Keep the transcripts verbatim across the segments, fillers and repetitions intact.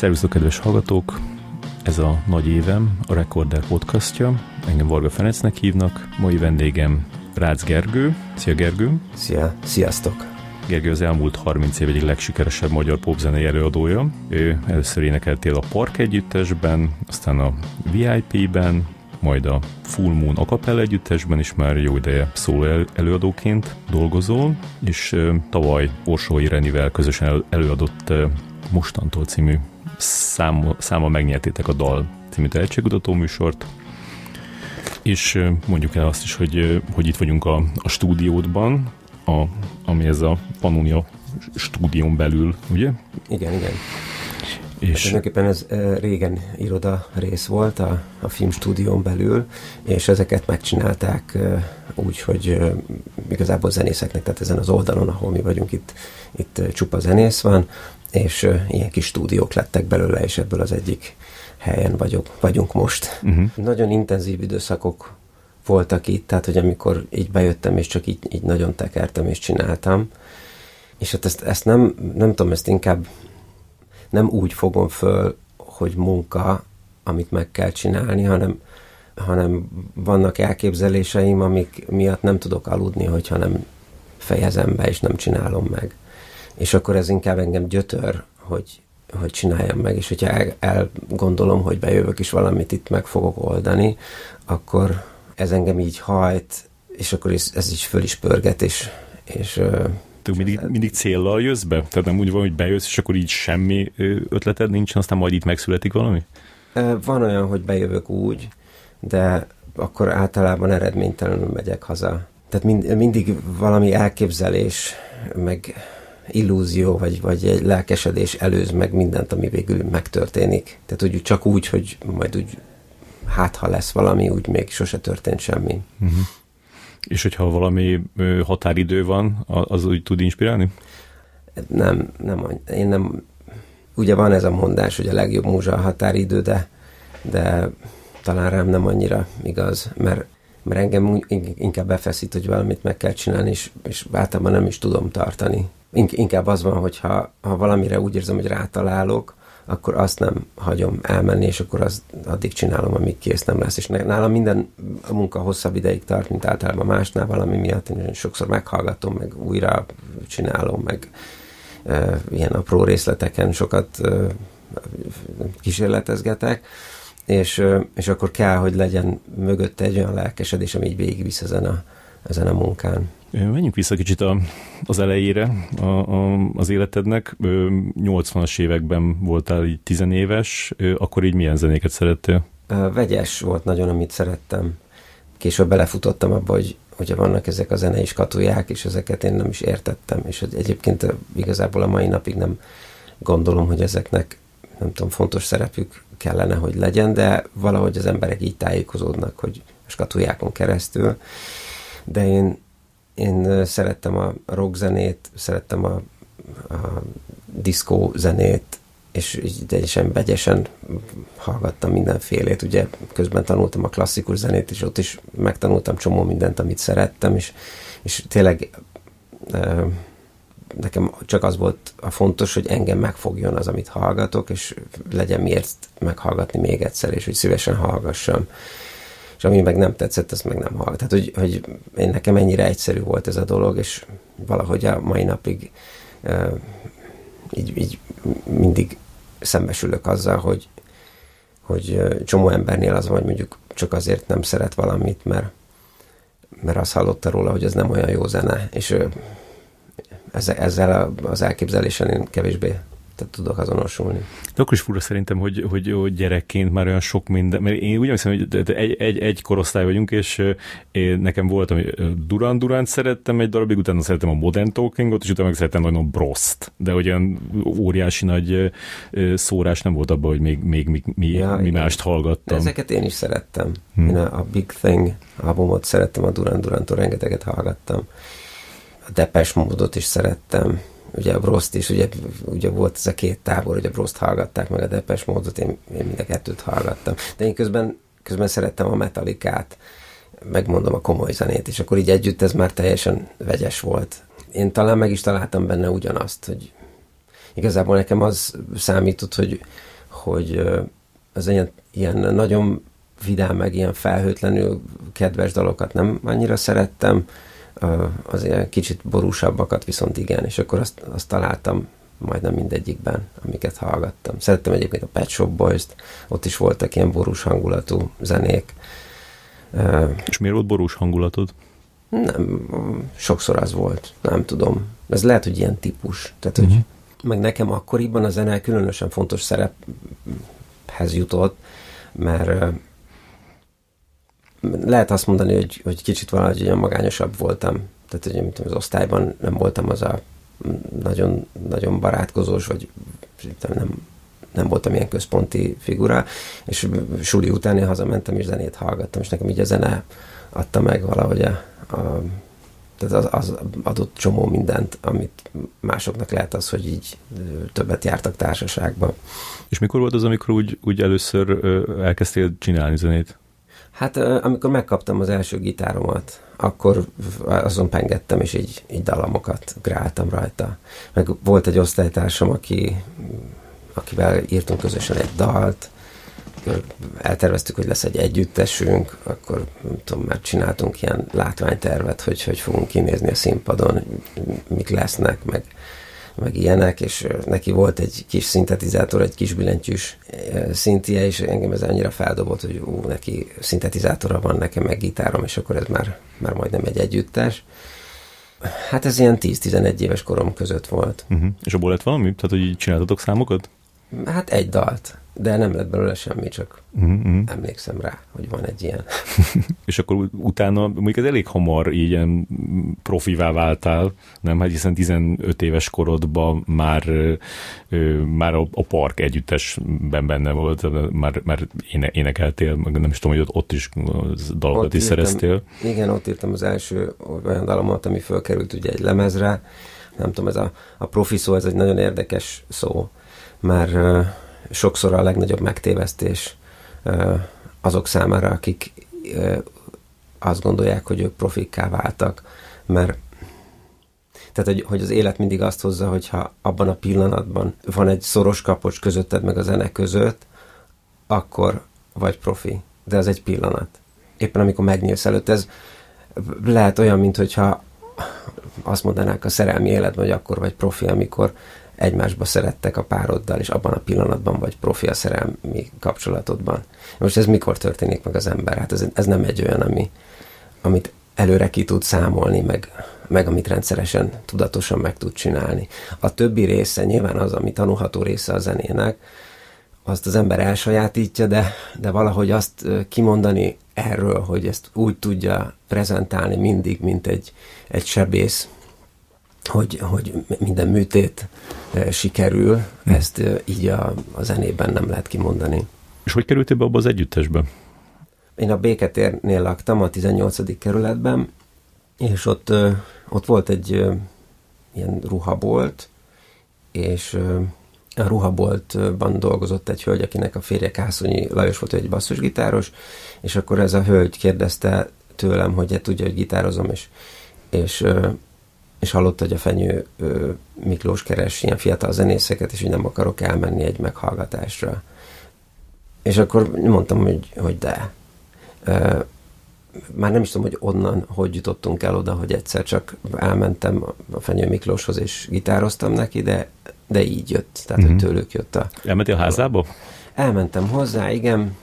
Szervusztok, kedves hallgatók! Ez a nagy évem, a Recorder podcastja. Engem Varga Ferencnek hívnak. Mai vendégem Rácz Gergő. Szia, Gergő! Szia! Sziasztok! Gergő az elmúlt harminc év egyik legsikeresebb magyar popzenei előadója. Ő először énekeltél a Park együttesben, aztán a vé i pé-ben, majd a Full Moon a cappella együttesben is már jó ideje szóló előadóként dolgozol, és tavaly Orsói Renivel közösen előadott Mostantól című száma, száma megnyertétek a Dal című tehetségkutató műsort, és mondjuk el azt is, hogy, hogy itt vagyunk a, a stúdiódban, a, ami ez a Pannonia stúdión belül, ugye? Igen, igen. És tulajdonképpen ez e, régen iroda rész volt a, a filmstúdión belül, és ezeket megcsinálták e, úgy, hogy e, igazából zenészeknek, tehát ezen az oldalon, ahol mi vagyunk, itt, itt e, csupa zenész van, és e, ilyen kis stúdiók lettek belőle, és ebből az egyik helyen vagyok, vagyunk most. Uh-huh. Nagyon intenzív időszakok voltak itt, tehát hogy amikor így bejöttem, és csak így, így nagyon tekertem, és csináltam, és hát ezt, ezt nem, nem tudom, ezt inkább nem úgy fogom föl, hogy munka, amit meg kell csinálni, hanem, hanem vannak elképzeléseim, amik miatt nem tudok aludni, hogyha nem fejezem be, és nem csinálom meg. És akkor ez inkább engem gyötör, hogy, hogy csináljam meg, és hogyha el, elgondolom, hogy bejövök, és valamit itt meg fogok oldani, akkor ez engem így hajt, és akkor ez, ez is föl is pörget, és, és mindig, mindig céllal jössz be? Tehát nem úgy van, hogy bejössz, és akkor így semmi ötleted nincsen, aztán majd itt megszületik valami? Van olyan, hogy bejövök úgy, de akkor általában eredménytelenül megyek haza. Tehát mind, mindig valami elképzelés, meg illúzió, vagy, vagy egy lelkesedés előz meg mindent, ami végül megtörténik. Tehát úgy, csak úgy, hogy majd úgy hát, ha lesz valami, úgy még sose történt semmi. Uh-huh. És hogyha valami ö, határidő van, az úgy tud inspirálni? Nem, nem, én nem. Ugye van ez a mondás, hogy a legjobb múzsa a határidő, de, de talán rám nem annyira igaz, mert, mert engem inkább befeszít, hogy valamit meg kell csinálni, és, és általában nem is tudom tartani. Inkább az van, hogy ha, ha valamire úgy érzem, hogy rátalálok, akkor azt nem hagyom elmenni, és akkor azt addig csinálom, amíg kész nem lesz. És nálam minden munka hosszabb ideig tart, mint általában másnál valami miatt. Én sokszor meghallgatom, meg újra csinálom, meg e, ilyen apró részleteken sokat e, kísérletezgetek, és, e, és akkor kell, hogy legyen mögötte egy olyan lelkesedés, ami így végigvisz ezen a, ezen a munkán. Menjünk vissza kicsit a, az elejére a, a, az életednek. nyolcvanas években voltál így tizenéves, akkor így milyen zenéket szerettél? Vegyes volt nagyon, amit szerettem. Később belefutottam abba, hogy, hogy vannak ezek a zenei skatuják, és ezeket én nem is értettem. És egyébként igazából a mai napig nem gondolom, hogy ezeknek nem tudom, fontos szerepük kellene, hogy legyen, de valahogy az emberek így tájékozódnak, hogy a skatujákon keresztül. De én Én szerettem a rock zenét, szerettem a, a diszkó zenét, és így teljesen vegyesen hallgattam mindenfélét. Ugye közben tanultam a klasszikus zenét, és ott is megtanultam csomó mindent, amit szerettem, és, és tényleg e, nekem csak az volt a fontos, hogy engem megfogjon az, amit hallgatok, és legyen miért meghallgatni még egyszer, és hogy szívesen hallgassam. És ami meg nem tetszett, azt meg nem hallgat. Tehát, hogy, hogy én nekem ennyire egyszerű volt ez a dolog, és valahogy a mai napig e, így, így mindig szembesülök azzal, hogy, hogy csomó embernél az van, hogy mondjuk csak azért nem szeret valamit, mert, mert azt hallotta róla, hogy ez nem olyan jó zene, és ezzel, ezzel az elképzelésen én kevésbé tehát tudok azonosulni. De akkor is fura szerintem, hogy, hogy, hogy gyerekként már olyan sok minden, mert én úgy hiszem, hogy egy, egy, egy korosztály vagyunk, és én, nekem volt, hogy Duran Durant szerettem egy darabig, utána szerettem a Modern Talkingot, és utána meg szerettem nagyon a Brost, de hogy olyan óriási nagy szórás nem volt abban, hogy még, még mi, mi, ja, mi mást hallgattam. De ezeket én is szerettem. Hmm. Én a, a Big Thing albumot szerettem, a Duran Durantól rengeteget hallgattam. A Depeche Mode-ot is szerettem. Ugye a Brost is, ugye, ugye volt ez a két tábor, hogy a Brost hallgatták meg a Depeche Mode-ot, én, én mind a kettőt hallgattam. De én közben, közben szerettem a Metallicát, megmondom a komoly zenét, és akkor így együtt ez már teljesen vegyes volt. Én talán meg is találtam benne ugyanazt, hogy igazából nekem az számított, hogy, hogy az ilyen, ilyen nagyon vidám, meg ilyen felhőtlenül kedves dalokat nem annyira szerettem, az ilyen kicsit borúsabbakat viszont igen, és akkor azt, azt találtam majdnem mindegyikben, amiket hallgattam. Szerettem egyébként a Pet Shop Boys-t, ott is voltak ilyen borús hangulatú zenék. És miért volt borús hangulatod? Nem, sokszor az volt, nem tudom. Ez lehet, hogy ilyen típus. Tehát, uh-huh. hogy meg nekem akkoriban a zene különösen fontos szerephez jutott, mert lehet azt mondani, hogy, hogy kicsit valahogy olyan magányosabb voltam. Tehát, hogy mint az osztályban nem voltam az a nagyon, nagyon barátkozós, vagy nem, nem voltam ilyen központi figura, és suli után én hazamentem, és zenét hallgattam, és nekem így a zene adta meg valahogy a, a tehát az, az adott csomó mindent, amit másoknak lehet az, hogy így többet jártak társaságban. És mikor volt az, amikor úgy, úgy először elkezdtél csinálni zenét? Hát amikor megkaptam az első gitáromat, akkor azon pengettem, és így, így dalamokat gráltam rajta. Meg volt egy osztálytársam, aki, akivel írtunk közösen egy dalt, elterveztük, hogy lesz egy együttesünk, akkor nem tudom, már csináltunk ilyen látványtervet, hogy hogy fogunk kinézni a színpadon, mik lesznek, meg, meg ilyenek, és neki volt egy kis szintetizátor, egy kis billentyűs szintje, és engem ez annyira feldobott, hogy ú, neki szintetizátora van, nekem meg gitárom, és akkor ez már, már majdnem egy együttes. Hát ez ilyen tíz-tizenegy éves korom között volt. Uh-huh. És abból lett valami? Tehát, hogy így csináltatok számokat? Hát egy dalt, de nem lett belőle semmi, csak uh-huh. emlékszem rá, hogy van egy ilyen. És akkor utána, mondjuk ez elég hamar így ilyen profivá váltál, nem? Hát hiszen tizenöt éves korodban már, már a, a Park együttesben benne volt, már, már éne, énekeltél, meg nem is tudom, hogy ott, ott is dalokat ott is írtam, szereztél. Igen, ott írtam az első olyan dalomat, ami fölkerült ugye egy lemezre. Nem tudom, ez a, a profi szó, ez egy nagyon érdekes szó, mert uh, sokszor a legnagyobb megtévesztés uh, azok számára, akik uh, azt gondolják, hogy ők profikká váltak, mert tehát, hogy, hogy az élet mindig azt hozza, hogyha abban a pillanatban van egy szoros kapocs közötted meg a zene között, akkor vagy profi, de ez egy pillanat. Éppen amikor megnyílsz előtt, ez lehet olyan, mint hogyha azt mondanák a szerelmi életben, hogy akkor vagy profi, amikor egymásba szerettek a pároddal, és abban a pillanatban vagy profi a szerelmi kapcsolatodban. Most ez mikor történik meg az ember? Hát ez, ez nem egy olyan, ami, amit előre ki tud számolni, meg, meg amit rendszeresen, tudatosan meg tud csinálni. A többi része, nyilván az, ami tanulható része a zenének, azt az ember elsajátítja, de, de valahogy azt kimondani erről, hogy ezt úgy tudja prezentálni mindig, mint egy, egy sebész, hogy, hogy minden műtét e, sikerül, hm. ezt e, így a, a zenében nem lehet kimondani. És hogy kerültél be abba az együttesbe? Én a Béketérnél laktam, a tizennyolcadik kerületben, és ott, e, ott volt egy e, ilyen ruhabolt, és e, a ruhaboltban dolgozott egy hölgy, akinek a férje Kászonyi Lajos volt, egy basszusgitáros, és akkor ez a hölgy kérdezte tőlem, hogy tudja, hogy gitározom, és, és e, és hallotta, hogy a Fenyő ö, Miklós keres ilyen fiatal zenészeket, és hogy nem akarok elmenni egy meghallgatásra. És akkor mondtam, hogy, hogy de. Ö, már nem is tudom, hogy onnan, hogy jutottunk el oda, hogy egyszer csak elmentem a Fenyő Miklóshoz, és gitároztam neki, de, de így jött. Tehát, mm-hmm. hogy tőlük jött a... Elmentél a házába? Elmentem hozzá, igen.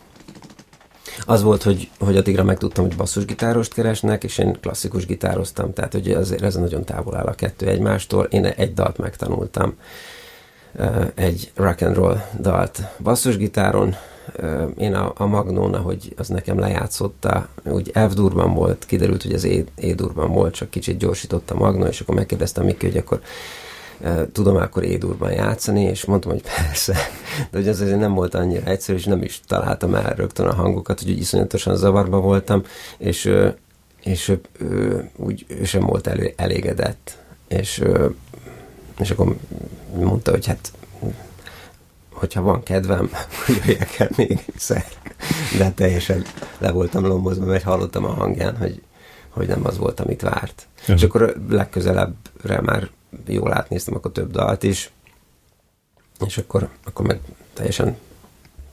Az volt, hogy, hogy addigra megtudtam, hogy basszusgitárost keresnek, és én klasszikus gitároztam, tehát hogy azért ez nagyon távol áll a kettő egymástól. Én egy dalt megtanultam, egy rock and roll dalt basszusgitáron. Én a, a Magnón, ahogy az nekem lejátszotta, úgy F-durban volt, kiderült, hogy az E-durban volt, csak kicsit gyorsított a Magnó, és akkor megkérdeztem Miki, hogy akkor tudom akkor E-durban játszani, és mondtam, hogy persze, de hogy az azért nem volt annyira egyszerű, és nem is találtam el rögtön a hangokat, hogy iszonyatosan zavarba voltam, és, és ő, úgy, ő sem volt elő, elégedett, és, és akkor mondta, hogy hát hogyha van kedvem, hogy jöjjek el még egyszer, de teljesen le voltam lombozva, mert hallottam a hangján, hogy, hogy nem az volt, amit várt. Uh-huh. És akkor legközelebbre már jól átnéztem akkor több dalt is, és akkor, akkor meg teljesen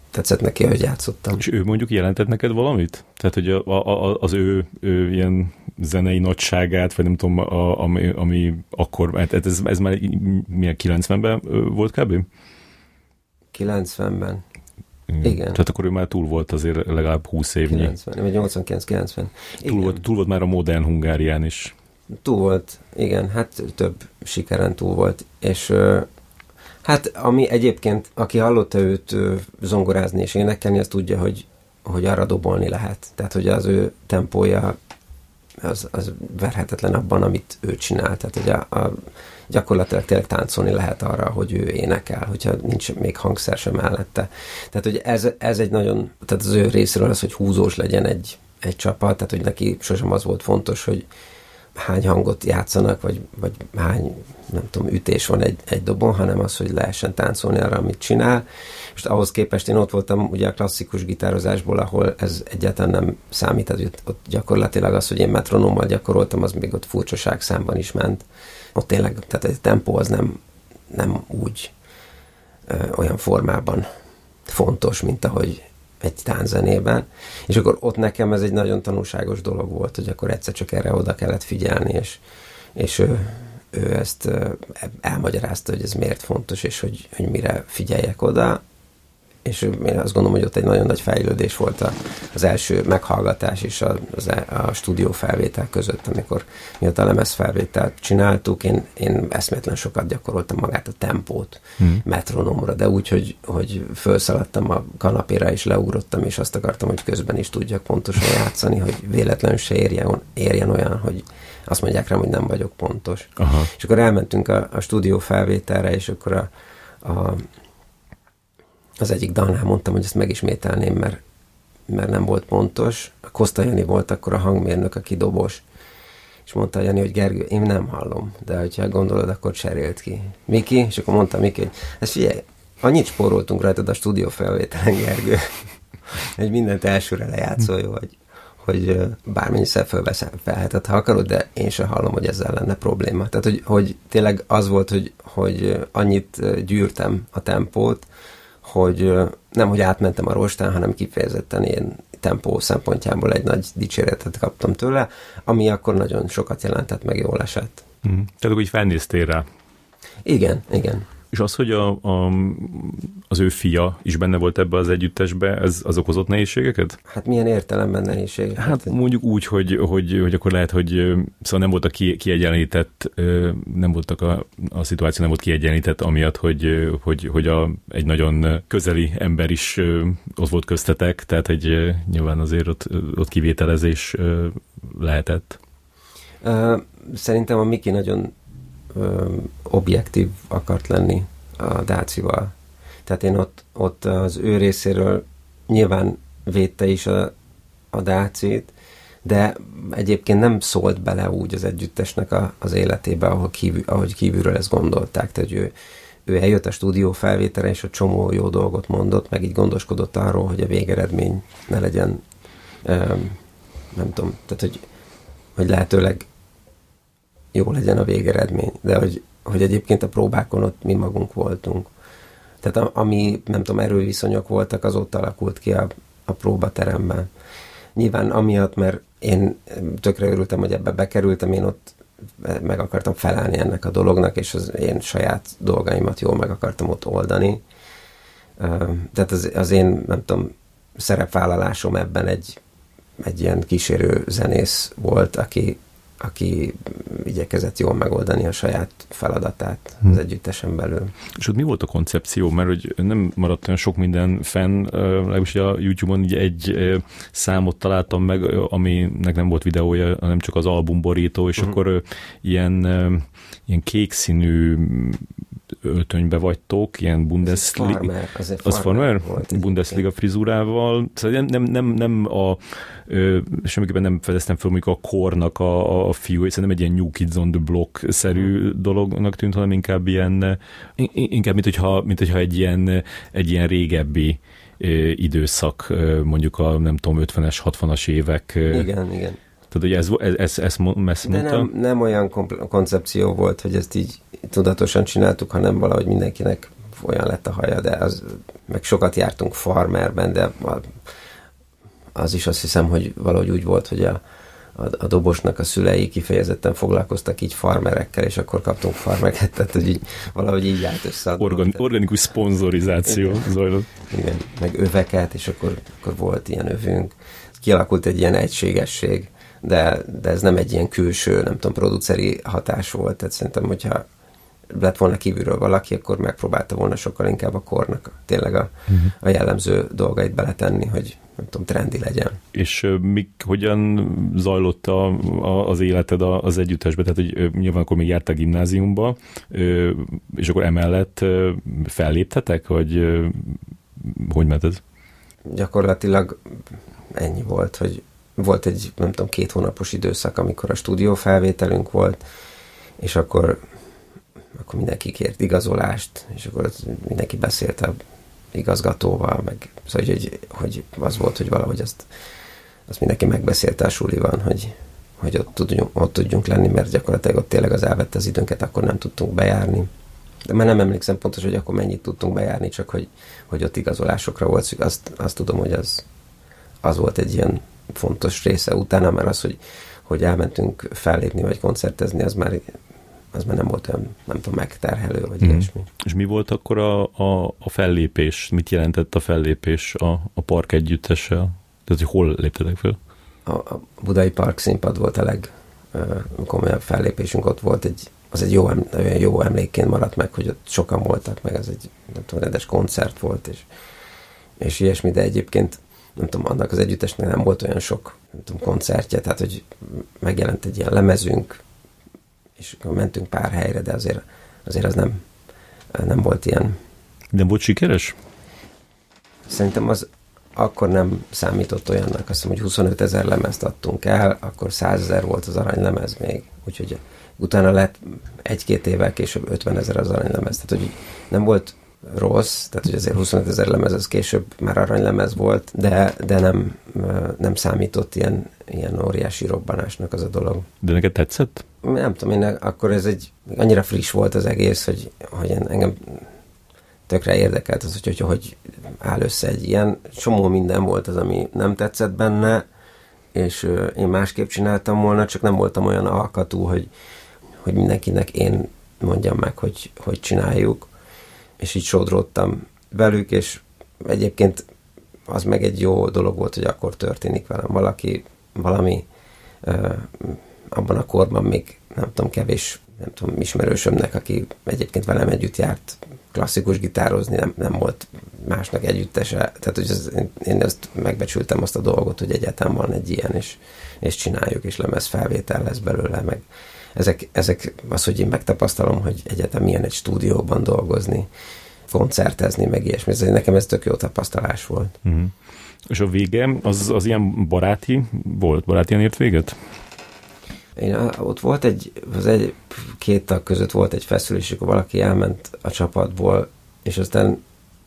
tetszett neki, hogy játszottam. És ő mondjuk jelentett neked valamit? Tehát, hogy a, a, az ő, ő ilyen zenei nagyságát, vagy nem tudom, a, ami, ami akkor, hát ez, ez már milyen kilencvenben volt kb? kilencvenben. Igen. Tehát akkor ő már túl volt azért legalább húsz évnyi. kilencven, vagy nyolcvankilenc kilencven. Túl volt, túl volt már a modern Hungárián is. Túl volt, igen, hát több sikeren túl volt, és hát ami egyébként, aki hallotta őt zongorázni és énekelni, az tudja, hogy, hogy arra dobolni lehet. Tehát, hogy az ő tempója az, az verhetetlen abban, amit ő csinál. Tehát, hogy a, a, gyakorlatilag tényleg táncolni lehet arra, hogy ő énekel, hogyha nincs még hangszer sem mellette. Tehát, hogy ez, ez egy nagyon, tehát az ő részéről az, hogy húzós legyen egy, egy csapat, tehát, hogy neki sosem az volt fontos, hogy hány hangot játszanak, vagy, vagy hány, nem tudom, ütés van egy, egy dobon, hanem az, hogy lehessen táncolni arra, amit csinál. Most ahhoz képest én ott voltam ugye a klasszikus gitározásból, ahol ez egyáltalán nem számít, tehát ott gyakorlatilag az, hogy én metronómmal gyakoroltam, az még ott furcsaság számban is ment. Ott tényleg, tehát egy tempó az nem, nem úgy ö, olyan formában fontos, mint ahogy egy tánzenében, és akkor ott nekem ez egy nagyon tanulságos dolog volt, hogy akkor egyszer csak erre oda kellett figyelni, és, és ő, ő ezt elmagyarázta, hogy ez miért fontos, és hogy, hogy mire figyeljek oda, és én azt gondolom, hogy ott egy nagyon nagy fejlődés volt az első meghallgatás és a, a stúdió felvétel között, amikor miatt a lemez felvételt csináltuk, én, én eszméletlen sokat gyakoroltam magát a tempót hmm. metronomra, de úgy, hogy, hogy felszaladtam a kanapéra és leugrottam, és azt akartam, hogy közben is tudjak pontosan játszani, hogy véletlenül se érjen, érjen olyan, hogy azt mondják rám, hogy nem vagyok pontos. Aha. És akkor elmentünk a, a stúdió felvételre, és akkor a, a az egyik dalnál mondtam, hogy ezt megismételném, mert, mert nem volt pontos. A Koszta Jani volt akkor a hangmérnök, aki dobos. És mondta Jani, hogy Gergő, én nem hallom, de hogyha gondolod, akkor cserélt ki. Miki? És akkor mondta Miki, hogy ezt figyelj, annyit spóroltunk rajtad a stúdió felvételen, Gergő, hogy mindent elsőre lejátszol, hogy, hogy bármennyiszer felveheted, ha akarod, de én sem hallom, hogy ezzel lenne probléma. Tehát, hogy, hogy tényleg az volt, hogy, hogy annyit gyűrtem a tempót, hogy nem, hogy átmentem a rostán, hanem kifejezetten ilyen tempó szempontjából egy nagy dicséretet kaptam tőle, ami akkor nagyon sokat jelentett, meg jól esett. Mm. Tehát akkor így felnéztél rá. Igen, igen. És az, hogy a, a, az ő fia is benne volt ebbe az együttesbe, ez, az okozott nehézségeket? Hát milyen értelemben nehézségeket? Hát mondjuk úgy, hogy, hogy, hogy akkor lehet, hogy szóval nem voltak ki, kiegyenlített, nem voltak a, a szituáció nem volt kiegyenlített amiatt, hogy, hogy, hogy a, egy nagyon közeli ember is ott volt köztetek, tehát egy nyilván azért ott, ott kivételezés lehetett. Szerintem a Miki nagyon Ö, objektív akart lenni a Dácival. Tehát én ott, ott az ő részéről nyilván védte is a, a Dácit, de egyébként nem szólt bele úgy az együttesnek a, az életébe, ahol kívül, ahogy kívülről ezt gondolták. Tehát ő, ő eljött a stúdió felvételre, és a csomó jó dolgot mondott, meg így gondoskodott arról, hogy a végeredmény ne legyen ö, nem tudom, tehát hogy, hogy lehetőleg jó legyen a végeredmény, de hogy, hogy egyébként a próbákon ott mi magunk voltunk. Tehát ami, nem tudom, erőviszonyok voltak, az ott alakult ki a, a próbateremben. Nyilván amiatt, mert én tökre örültem, hogy ebbe bekerültem, én ott meg akartam felelni ennek a dolognak, és az én saját dolgaimat jól meg akartam ott oldani. Tehát az, az én, nem tudom, szerepvállalásom ebben egy, egy ilyen kísérő zenész volt, aki aki igyekezett jól megoldani a saját feladatát az együttesen belül. És ott mi volt a koncepció? Mert hogy nem maradt olyan sok minden fenn, legalábbis a YouTube-on ugye egy számot találtam meg, aminek nem volt videója, hanem csak az albumborító, és uh-huh. akkor ilyen, ilyen kék színű öltönybe vagytok, ilyen Bundesliga... Farmer, az egy az farmer, farmer? Bundesliga frizurával. Szóval nem, nem, nem a... Ö, semmiképpen nem fedeztem fel, amikor a kornak a, a fiú, és szerintem egy ilyen New Kids on the Block-szerű dolognak tűnt, hanem inkább ilyen, inkább, mint hogyha, mint hogyha egy ilyen, egy ilyen régebbi ö, időszak, mondjuk a, nem tudom, ötvenes, hatvanas évek. Igen, igen. Tehát, hogy ez, ez, ez, ez, ez De nem, nem olyan koncepció volt, hogy ezt így tudatosan csináltuk, hanem valahogy mindenkinek olyan lett a haja, de az, meg sokat jártunk farmerben, de az is azt hiszem, hogy valahogy úgy volt, hogy a, a, a dobosnak a szülei kifejezetten foglalkoztak így farmerekkel, és akkor kaptunk farmeket, tehát hogy így, valahogy így állt össze. Organ, organikus szponzorizáció zajlott. Igen, meg öveket, és akkor, akkor volt ilyen övünk. Kialakult egy ilyen egységesség, de, de ez nem egy ilyen külső, nem tudom, produceri hatás volt, tehát szerintem, hogyha lett volna kívülről valaki, akkor megpróbálta volna sokkal inkább a kornak tényleg a, uh-huh. a jellemző dolgait beletenni, hogy nem tudom, trendi legyen. És uh, mik, hogyan zajlott a, a, az életed az együttesbe? Tehát, hogy uh, nyilván akkor még jártál gimnáziumba, uh, és akkor emellett uh, felléptetek, vagy uh, hogy ment ez? Gyakorlatilag ennyi volt, hogy volt egy, nem tudom, két hónapos időszak, amikor a stúdiófelvételünk volt, és akkor akkor mindenki kért igazolást, és akkor mindenki beszélt a igazgatóval, meg szóval, hogy, hogy az volt, hogy valahogy azt, azt mindenki megbeszélte a suliban, hogy, hogy ott, tudjunk, ott tudjunk lenni, mert gyakorlatilag ott tényleg az elvette az időnket, akkor nem tudtunk bejárni. De már nem emlékszem pontos, hogy akkor mennyit tudtunk bejárni, csak hogy, hogy ott igazolásokra volt szükség. Azt, azt tudom, hogy az, az volt egy ilyen fontos része. Utána már az, hogy, hogy elmentünk fellépni vagy koncertezni, az már az már nem volt olyan, nem tudom, megterhelő, vagy mm. ilyesmi. És mi volt akkor a, a, a fellépés? Mit jelentett a fellépés a, a Park együttessel? Tehát, hogy hol léptetek fel? A, a Budai Park színpad volt a legkomolyabb fellépésünk, ott volt egy, az egy jó, olyan jó emlékként maradt meg, hogy ott sokan voltak, meg ez egy, nem tudom, rendes koncert volt, és, és ilyesmi, de egyébként nem tudom, annak az együttesnek nem volt olyan sok, nem tudom, koncertje, tehát, hogy megjelent egy ilyen lemezünk, és akkor mentünk pár helyre, de azért, azért az nem, nem volt ilyen. Nem volt sikeres? Szerintem az akkor nem számított olyannak. Azt hiszem, hogy huszonöt ezer lemezt adtunk el, akkor százezer volt az aranylemez még. Úgyhogy utána lett egy-két évvel később ötven ezer az aranylemez. Tehát, hogy nem volt rossz, tehát, hogy azért huszonöt ezer lemez az később már aranylemez volt, de, de nem, nem számított ilyen, ilyen óriási robbanásnak az a dolog. De neked tetszett? Nem tudom, én akkor ez egy, annyira friss volt az egész, hogy, hogy engem tökre érdekelt az, hogy, hogy hogy áll össze egy ilyen. Csomó minden volt az, ami nem tetszett benne, és uh, én másképp csináltam volna, csak nem voltam olyan alkatú, hogy, hogy mindenkinek én mondjam meg, hogy, hogy csináljuk. És így sodródtam velük, és egyébként az meg egy jó dolog volt, hogy akkor történik velem valaki, valami uh, abban a korban még nem tudom, kevés, nem tudom, ismerősömnek, aki egyébként velem együtt járt klasszikus gitározni, nem, nem volt másnak együttese. Tehát, hogy ez, én, én ezt megbecsültem azt a dolgot, hogy egyáltalán van egy ilyen, és, és csináljuk, és lemez felvétel lesz belőle, meg ezek, ezek az, hogy én megtapasztalom, hogy egyáltalán milyen egy stúdióban dolgozni, koncertezni, meg ilyesmi. Ez, nekem ez tök jó tapasztalás volt. Uh-huh. És a vége, az, az ilyen baráti volt? Barátian ért véget? Én, ott volt egy, az egy, két tag között volt egy feszülés, akkor valaki elment a csapatból, és aztán,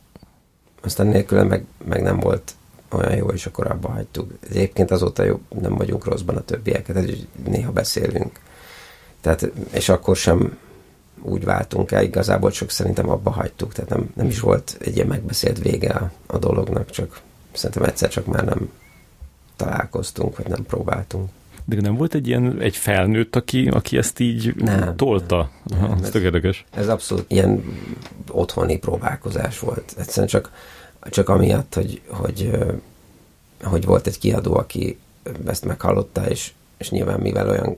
aztán nélkülem meg, meg nem volt olyan jó, és akkor abba hagytuk. Egyébként azóta jó, nem vagyunk rosszban a többieket, hogy néha beszélünk. Tehát, és akkor sem úgy váltunk el, igazából csak szerintem abba hagytuk, tehát nem, nem is volt egy ilyen megbeszélt vége a, a dolognak, csak szerintem egyszer csak már nem találkoztunk, vagy nem próbáltunk. De nem volt egy ilyen, egy felnőtt, aki, aki ezt így nem, tolta? Nem, Aha, ez tök érdekes. Ez abszolút ilyen otthoni próbálkozás volt. Egyszerűen csak, csak amiatt, hogy, hogy, hogy volt egy kiadó, aki ezt meghallotta, és, és nyilván mivel olyan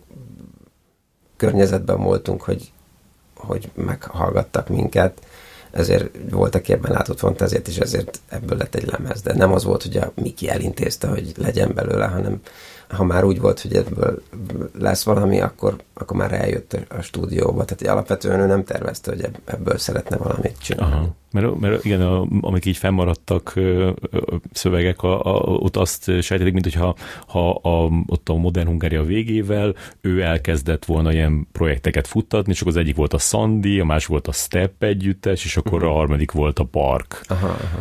környezetben voltunk, hogy, hogy meghallgattak minket, ezért volt, aki ebben látott fantáziát, és ezért ebből lett egy lemez. De nem az volt, hogy a Miki elintézte, hogy legyen belőle, hanem ha már úgy volt, hogy ebből lesz valami, akkor, akkor már eljött a stúdióba. Tehát alapvetően ő nem tervezte, hogy ebből szeretne valamit csinálni. Aha. Mert, mert igen, a, amik így fennmaradtak ö, ö, szövegek, a, a, ott azt sejtetik, mint hogyha ha a, ott a Modern Hungária végével ő elkezdett volna ilyen projekteket futtatni, és akkor az egyik volt a Sandy, a másik volt a Step együttes, és akkor uh-huh. a harmadik volt a Park. Aha, aha.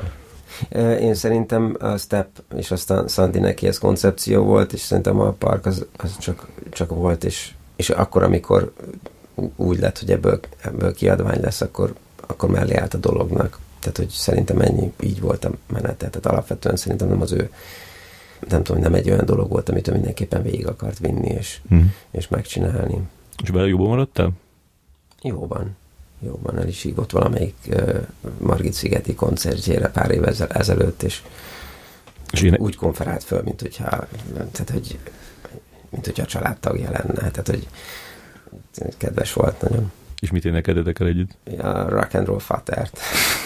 Én szerintem a Step és aztán Sandy neki ez koncepció volt, és szerintem a Park az, az csak, csak volt, és, és akkor, amikor úgy lett, hogy ebből, ebből kiadvány lesz, akkor, akkor mellé állt a dolognak. Tehát, hogy szerintem ennyi, így volt a menete. Tehát alapvetően szerintem nem az ő, nem tudom, nem egy olyan dolog volt, amit ő mindenképpen végig akart vinni, és, hmm. és megcsinálni. És vele jobban maradtál? Jóban. Jóban el is hívott valamelyik uh, Margit-szigeti koncertjére pár évvel ezelőtt, és, és én... úgy konferált föl, mint hogyha, tehát, hogy, mint hogyha a családtagja lenne. Tehát, hogy kedves volt nagyon. És mit énekeltetek el együtt? A Rock and Roll Fatert.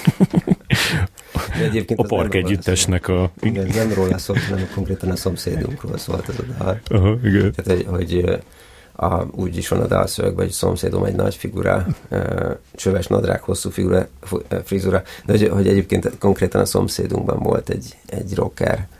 A Park Együttesnek a... Igen, nem róla szólt, hanem konkrétan a szomszédunkról szólt az a dal. Aha, igen. Tehát, hogy, hogy a, úgy is van a dalszövegben, hogy szomszédom egy nagy figura, csöves nadrág, hosszú figura, frizura, de hogy, hogy egyébként konkrétan a szomszédunkban volt egy, egy rocker,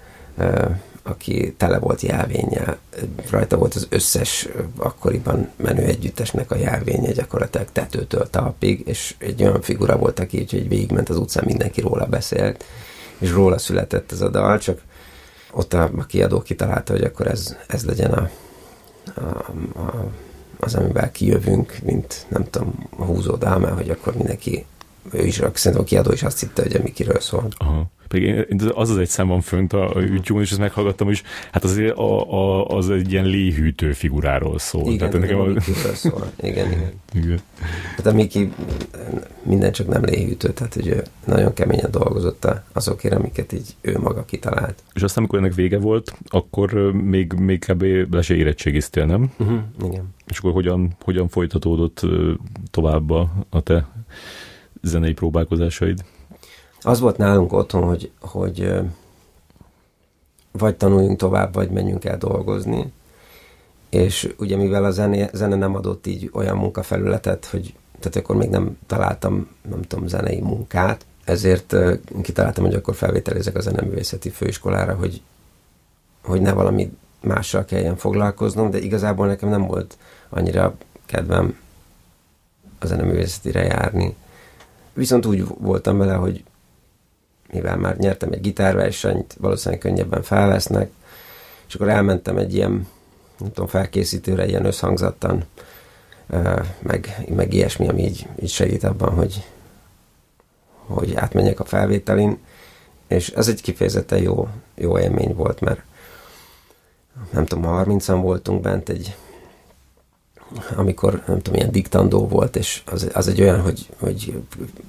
aki tele volt jelvénnyel. Rajta volt az összes akkoriban menő együttesnek a jelvénye, gyakorlatilag tetőtől talpig, és egy olyan figura volt, aki így végigment az utcán, mindenki róla beszélt, és róla született ez a dal, csak ott a, a kiadó kitalálta, hogy akkor ez, ez legyen a, a, a, az, amivel kijövünk, mint nem tudom, a húzódál, mert hogy akkor mindenki, ő is, szerintem a kiadó is azt hitte, hogy a Mikiről szól. Aha. Pedig az az egy szám van fönt a YouTube-on, és ezt meghallgattam is, hát azért a, a, az egy ilyen léhűtő figuráról szól. Igen, tehát nekem a a... Mikiről szól. Igen, igen. igen. Hát a Miki minden csak nem léhűtő, tehát hogy ő nagyon keményen dolgozott azokért, amiket így ő maga kitalált. És aztán, amikor ennek vége volt, akkor még, még kb. Le se érettségiztél, nem? Uh-huh, igen. És akkor hogyan, hogyan folytatódott tovább a, a te zenei próbálkozásaid? Az volt nálunk otthon, hogy, hogy vagy tanuljunk tovább, vagy menjünk el dolgozni. És ugye mivel a zene, zene nem adott így olyan munkafelületet, hogy tehát akkor még nem találtam, nem tudom, zenei munkát, ezért kitaláltam, hogy akkor felvételizek a zeneművészeti főiskolára, hogy, hogy ne valami mással kelljen foglalkoznom, de igazából nekem nem volt annyira kedvem a zeneművészetire járni. Viszont úgy voltam vele, hogy mivel már nyertem egy gitárversenyt, valószínűleg könnyebben felvesznek, és akkor elmentem egy ilyen, nem tudom, felkészítőre, ilyen összhangzattan, meg, meg ilyesmi, ami így, így segít abban, hogy, hogy átmenjek a felvételin, és ez egy kifejezetten jó, jó élmény volt, mert nem tudom, harmincan voltunk bent egy, amikor, nem tudom, ilyen diktandó volt, és az, az egy olyan, hogy, hogy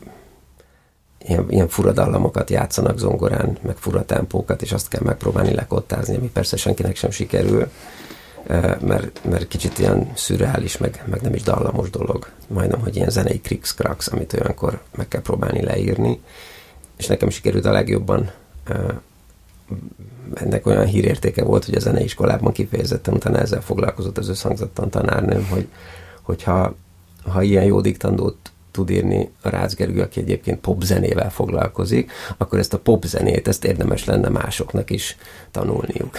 Ilyen, ilyen furadallamokat játszanak zongorán, meg furatempókat, és azt kell megpróbálni lekottázni, ami persze senkinek sem sikerül, mert, mert kicsit ilyen szürreális, meg, meg nem is dallamos dolog. Majdnem, hogy ilyen zenei krikszkraksz, amit olyankor meg kell próbálni leírni. És nekem sikerült a legjobban. Ennek olyan hírértéke volt, hogy a zeneiskolában kifejezetten utána ezzel foglalkozott az összhangzattan tanárnőm, hogy hogyha ha ilyen jó diktandót tud írni a Rácz Gergő, aki egyébként popzenével foglalkozik, akkor ezt a popzenét, ezt érdemes lenne másoknak is tanulniuk.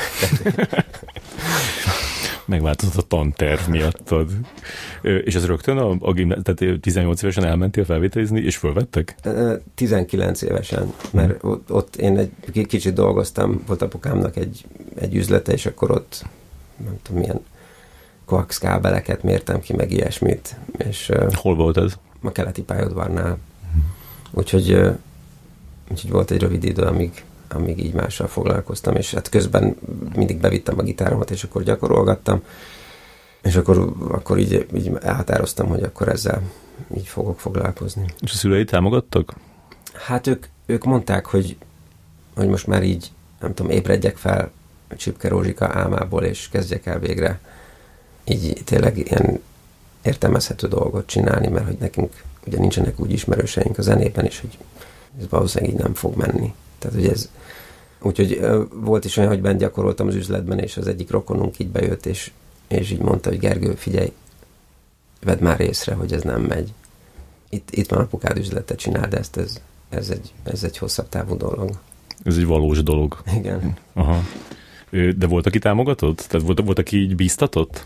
Megváltozott a tanterv miattad. És ez rögtön a, a gimnáz... tehát tizennyolc évesen elmentél felvételizni, és fölvettek? tizenkilenc évesen, mert hmm. ott én egy kicsit dolgoztam, volt apukámnak egy, egy üzlete, és akkor ott nem tudom, milyen koax kábeleket mértem ki, meg ilyesmit. És, hol volt ez? A keleti pályaudvarnál. Úgyhogy, úgyhogy volt egy rövid idő, amíg, amíg így mással foglalkoztam, és hát közben mindig bevittem a gitáromat, és akkor gyakorolgattam, és akkor, akkor így, így elhatároztam, hogy akkor ezzel így fogok foglalkozni. És a szülei támogattak? Hát ők, ők mondták, hogy, hogy most már így, nem tudom, ébredjek fel Csipke Rózsika álmából, és kezdjek el végre így tényleg ilyen értelmezhető dolgot csinálni, mert hogy nekünk ugye nincsenek úgy ismerőseink a zenében, és hogy ez valószínűleg így nem fog menni. Tehát, hogy ez... Úgyhogy volt is olyan, hogy bent gyakoroltam az üzletben, és az egyik rokonunk így bejött, és, és így mondta, hogy Gergő, figyelj, vedd már észre, hogy ez nem megy. Itt, itt van apukád üzletet, csináld ezt, ez, ez, egy, ez egy hosszabb távú dolog. Ez egy valós dolog. Igen. Aha. De volt, aki támogatott? Tehát volt, volt aki így bíztatott?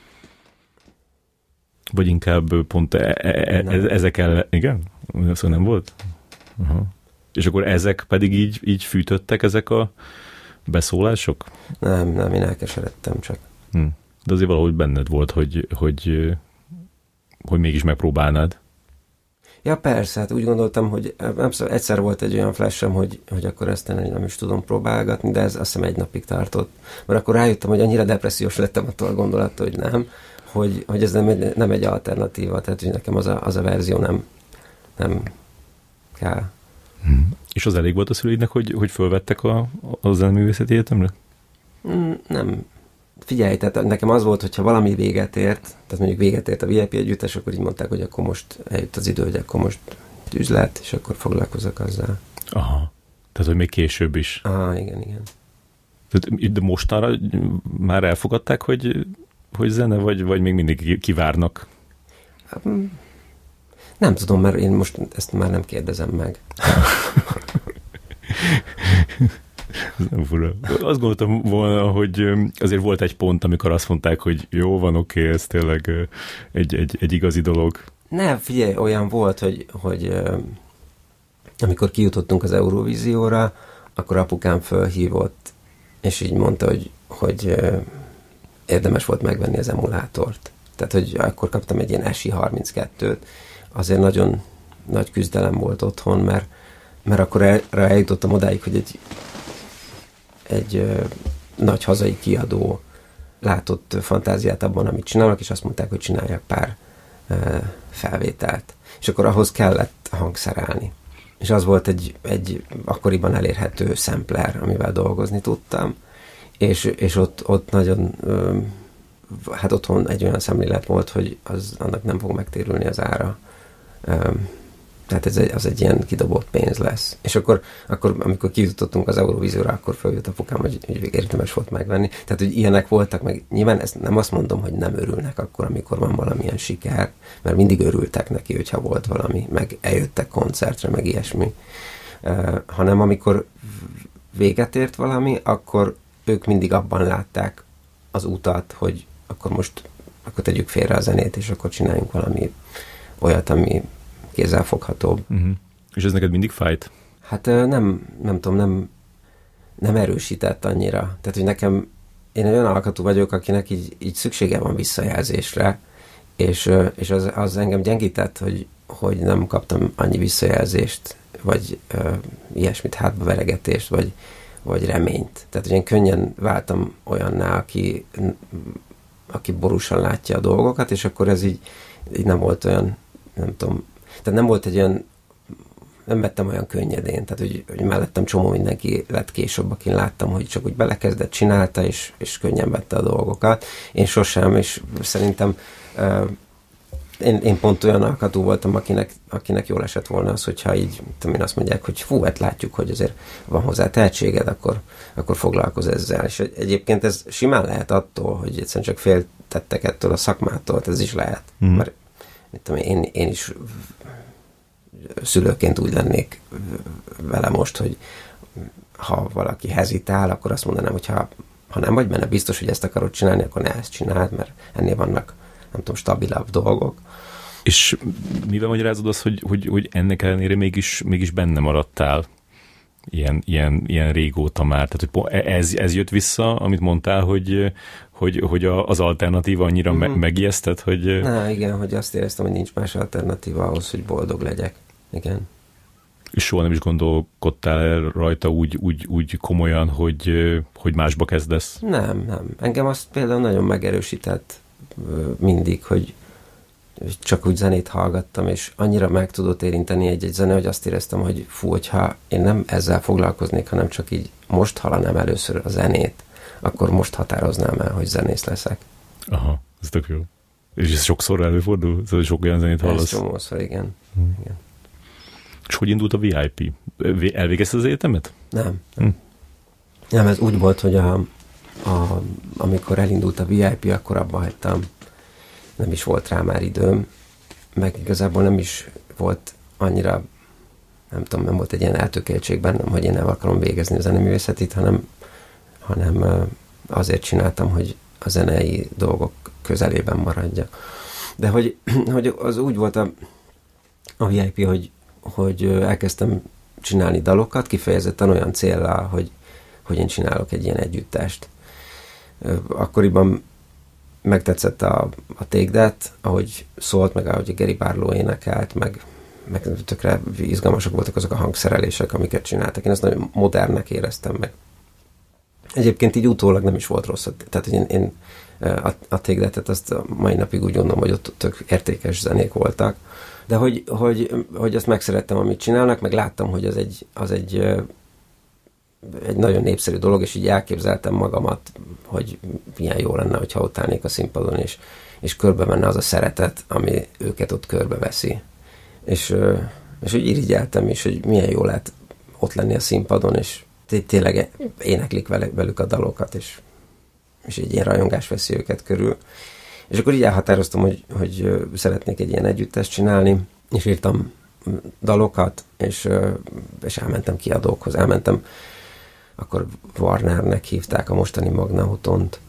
Vagy inkább pont e- e- e- ezek ellen... Igen? Szóval nem volt? Aha. És akkor ezek pedig így, így fűtöttek, ezek a beszólások? Nem, nem, én elkeseredtem csak. Hm. De azért valahogy benned volt, hogy, hogy, hogy mégis megpróbálnád. Ja persze, hát úgy gondoltam, hogy nem szó, egyszer volt egy olyan flashem, hogy, hogy akkor ezt nem is tudom próbálgatni, de ez azt hiszem egy napig tartott. Mert akkor rájöttem, hogy annyira depressziós lettem attól a gondolattól, hogy nem, hogy, hogy ez nem egy, nem egy alternatíva, tehát hogy nekem az a, az a verzió nem, nem kell. Hmm. És az elég volt a szüleidnek, hogy, hogy fölvettek a, a zeneművészeti egyetemre? Mm, nem. Figyelj, tehát nekem az volt, hogyha valami véget ért, tehát mondjuk véget ért a vé i pé együttes, akkor így mondták, hogy akkor most eljött az idő, hogy akkor most üzlet, és akkor foglalkozok azzal. Aha. Tehát, hogy még később is. Aha, igen, igen. Tehát, de mostanra már elfogadták, hogy, hogy zene, vagy, vagy még mindig kivárnak? Nem tudom, mert én most ezt már nem kérdezem meg. Nem fura. Azt gondoltam volna, hogy azért volt egy pont, amikor azt mondták, hogy jó van, oké, okay, ez tényleg egy, egy, egy igazi dolog. Ne, figyelj, olyan volt, hogy, hogy amikor kijutottunk az Eurovízióra, akkor apukám fölhívott, és így mondta, hogy, hogy érdemes volt megvenni az emulátort. Tehát, hogy akkor kaptam egy ilyen es i harminckettőt, azért nagyon nagy küzdelem volt otthon, mert, mert akkor el, eljutottam odáig, hogy egy egy ö, nagy hazai kiadó látott fantáziát abban, amit csinálnak, és azt mondták, hogy csináljak pár ö, felvételt. És akkor ahhoz kellett hangszerelni. És az volt egy, egy akkoriban elérhető sampler, amivel dolgozni tudtam. És, és ott, ott nagyon, ö, hát otthon egy olyan szemlélet volt, hogy az, annak nem fog megtérülni az ára. Ö, Tehát ez egy, az egy ilyen kidobott pénz lesz. És akkor, akkor amikor kijutottunk az Eurovízióra, akkor följött apukám, hogy, hogy érdemes volt megvenni. Tehát, hogy ilyenek voltak, meg nyilván ezt nem azt mondom, hogy nem örülnek akkor, amikor van valamilyen siker, mert mindig örültek neki, hogyha volt valami, meg eljöttek koncertre, meg ilyesmi. Uh, hanem amikor véget ért valami, akkor ők mindig abban látták az utat, hogy akkor most akkor tegyük félre a zenét, és akkor csináljunk valami olyat, ami kézzelfoghatóbb. Uh-huh. És ez neked mindig fájt? Hát nem, nem tudom, nem, nem erősített annyira. Tehát, hogy nekem, én olyan alkatú vagyok, akinek így, így szüksége van visszajelzésre, és, és az, az engem gyengített, hogy, hogy nem kaptam annyi visszajelzést, vagy uh, ilyesmit, hátbaveregetést, vagy, vagy reményt. Tehát, hogy én könnyen váltam olyanná, aki, aki borúsan látja a dolgokat, és akkor ez így, így nem volt olyan, nem tudom, tehát nem volt egy olyan, nem vettem olyan könnyedén, tehát hogy, hogy mellettem csomó mindenki lett később, akin láttam, hogy csak úgy belekezdett, csinálta, és, és könnyen vette a dolgokat. Én sosem, és szerintem uh, én, én pont olyan alkatú voltam, akinek, akinek jól esett volna az, hogyha így, tudom én, azt mondják, hogy fú, hát látjuk, hogy azért van hozzá tehetséged, akkor, akkor foglalkozz ezzel. És egyébként ez simán lehet attól, hogy egyszerűen csak féltettek ettől a szakmától, ez is lehet. Mm. Mert mit tudom én, én is szülőként úgy lennék vele most, hogy ha valaki hezitál, akkor azt mondanám, hogy ha, ha nem vagy benne biztos, hogy ezt akarod csinálni, akkor ne ezt csináld, mert ennél vannak, nem tudom, stabilabb dolgok. És mivel magyarázod azt, hogy, hogy, hogy ennek ellenére mégis, mégis benne maradtál ilyen, ilyen, ilyen régóta már? Tehát hogy ez, ez jött vissza, amit mondtál, hogy, hogy, hogy az alternatíva annyira mm-hmm. me- megijesztett, hogy... Na igen, hogy azt éreztem, hogy nincs más alternatíva ahhoz, hogy boldog legyek. Igen. És soha nem is gondolkodtál rajta úgy, úgy, úgy komolyan, hogy, hogy másba kezdesz? Nem, nem. Engem azt például nagyon megerősített mindig, hogy csak úgy zenét hallgattam, és annyira meg tudott érinteni egy-egy zene, hogy azt éreztem, hogy fú, hogyha én nem ezzel foglalkoznék, hanem csak így most hallanám először a zenét, akkor most határoznám el, hogy zenész leszek. Aha, ez tök jó. És ez sokszor előfordul? Szóval sok olyan zenét hallasz? Ez csomószor, igen. Hmm. igen. És hogy indult a vé i pé? Elvégezted az egyetemet? Nem. Hm. Nem, ez úgy volt, hogy a, a, amikor elindult a vé i pé, akkor abba hagytam. Nem is volt rá már időm, meg igazából nem is volt annyira, nem tudom, nem volt egy ilyen eltökéltség bennem, hogy én nem akarom végezni a zeneművészetit, hanem, hanem azért csináltam, hogy a zenei dolgok közelében maradjak. De hogy, hogy az úgy volt a, a vé i pé, hogy, hogy elkezdtem csinálni dalokat, kifejezetten olyan céllal, hogy, hogy én csinálok egy ilyen együttest. Akkoriban megtetszett a, a Take That, ahogy szólt, meg ahogy a Gary Barlow énekelt, meg, meg tökre izgalmasak voltak azok a hangszerelések, amiket csináltak. Én ezt nagyon modernnek éreztem meg. Egyébként így utólag nem is volt rossz. Tehát, hogy én, én a, a Take azt a mai napig úgy gondolom, hogy ott tök értékes zenék voltak. De hogy, hogy, hogy azt megszerettem, amit csinálnak, meg láttam, hogy az egy, az egy, egy nagyon népszerű dolog, és így elképzeltem magamat, hogy milyen jó lenne, hogyha ott állnék a színpadon, és, és körbe menne az a szeretet, ami őket ott körbeveszi. És, és úgy irigyeltem is, hogy milyen jó lehet ott lenni a színpadon, és tényleg éneklik velük a dalokat, és, és egy ilyen rajongás veszi őket körül. És akkor így elhatároztam, hogy, hogy szeretnék egy ilyen együttest csinálni, és írtam dalokat, és, és elmentem kiadókhoz. Elmentem, akkor Warnernek hívták a mostani Magnautont,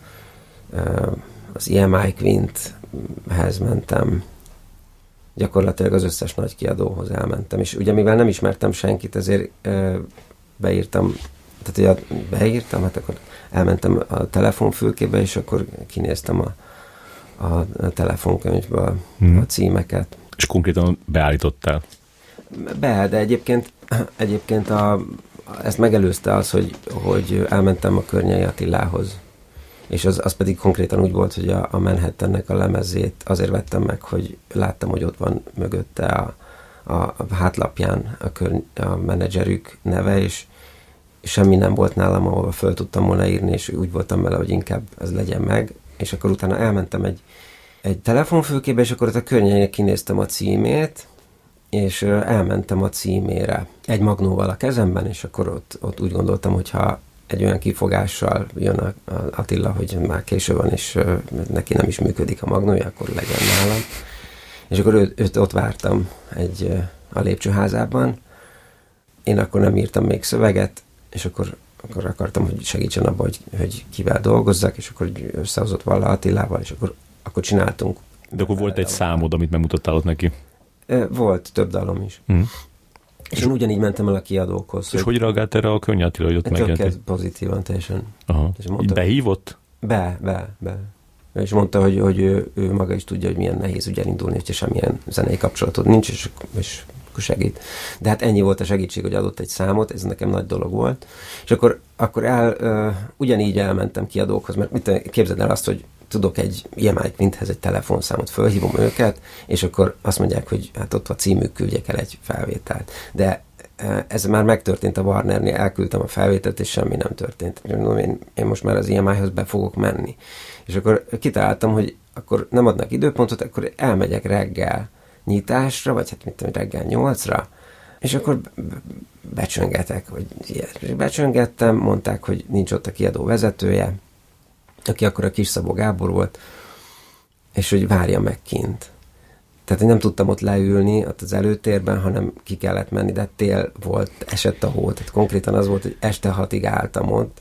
az E M I Quint-hez mentem, gyakorlatilag az összes nagy kiadóhoz elmentem. És ugye mivel nem ismertem senkit, ezért beírtam, tehát ugye beírtam, hát akkor elmentem a telefonfülkébe, és akkor kinéztem a, a, a telefonkönyvből hmm. a címeket. És konkrétan beállítottál? Be, de egyébként, egyébként a, ezt megelőzte az, hogy, hogy elmentem a Környei Attilához. És az, az pedig konkrétan úgy volt, hogy a, a Manhattannek a lemezét azért vettem meg, hogy láttam, hogy ott van mögötte a, a, a hátlapján a, körny, a menedzserük neve, és semmi nem volt nálam, ahol föl tudtam volna írni, és úgy voltam vele, hogy inkább ez legyen meg. És akkor utána elmentem egy, egy telefonfülkébe, és akkor ott a Környeinek kinéztem a címét, és elmentem a címére egy magnóval a kezemben, és akkor ott, ott úgy gondoltam, hogy ha egy olyan kifogással jön a, a Attila, hogy már késő van, és neki nem is működik a magnója, akkor legyen nálam. És akkor őt, őt ott vártam egy, a lépcsőházában. Én akkor nem írtam még szöveget, és akkor, akkor akartam, hogy segítsen abba, hogy, hogy kivel dolgozzak, és akkor összehozott Valla Attilával, és akkor, akkor csináltunk. De akkor volt egy számod, amit megmutattál ott neki? Volt több dalom is. Hmm. És, és én ugyanígy mentem el a kiadókhoz. És hogy, hogy reagált erre a Környei Attila, hogy ott megjelent? Pozitívan, teljesen. Aha. Mondta, behívott? Be, be, be. És mondta, hogy, hogy ő, ő maga is tudja, hogy milyen nehéz ugye elindulni, hogyha semmilyen zenei kapcsolatod nincs, és, és akkor segít. De hát ennyi volt a segítség, hogy adott egy számot, ez nekem nagy dolog volt. És akkor, akkor el, uh, ugyanígy elmentem kiadókhoz, mert mit, képzeld el azt, hogy tudok egy E M I Quinthez egy telefonszámot, fölhívom őket, és akkor azt mondják, hogy hát ott a címük, küldjek el egy felvételt. De ez már megtörtént a Warnernél, elküldtem a felvételt, és semmi nem történt. Én, én most már az E M I-hoz be fogok menni. És akkor kitaláltam, hogy akkor nem adnak időpontot, akkor elmegyek reggel nyitásra, vagy hát mit tudom, reggel nyolcra, és akkor becsöngetek, vagy ilyet. Becsöngettem, mondták, hogy nincs ott a kiadó vezetője, aki akkor a Kis Szabó Gábor volt, és hogy várja meg kint. Tehát, hogy nem tudtam ott leülni, ott az előtérben, hanem ki kellett menni, de tél volt, esett a hó, tehát konkrétan az volt, hogy este hatig álltam ott,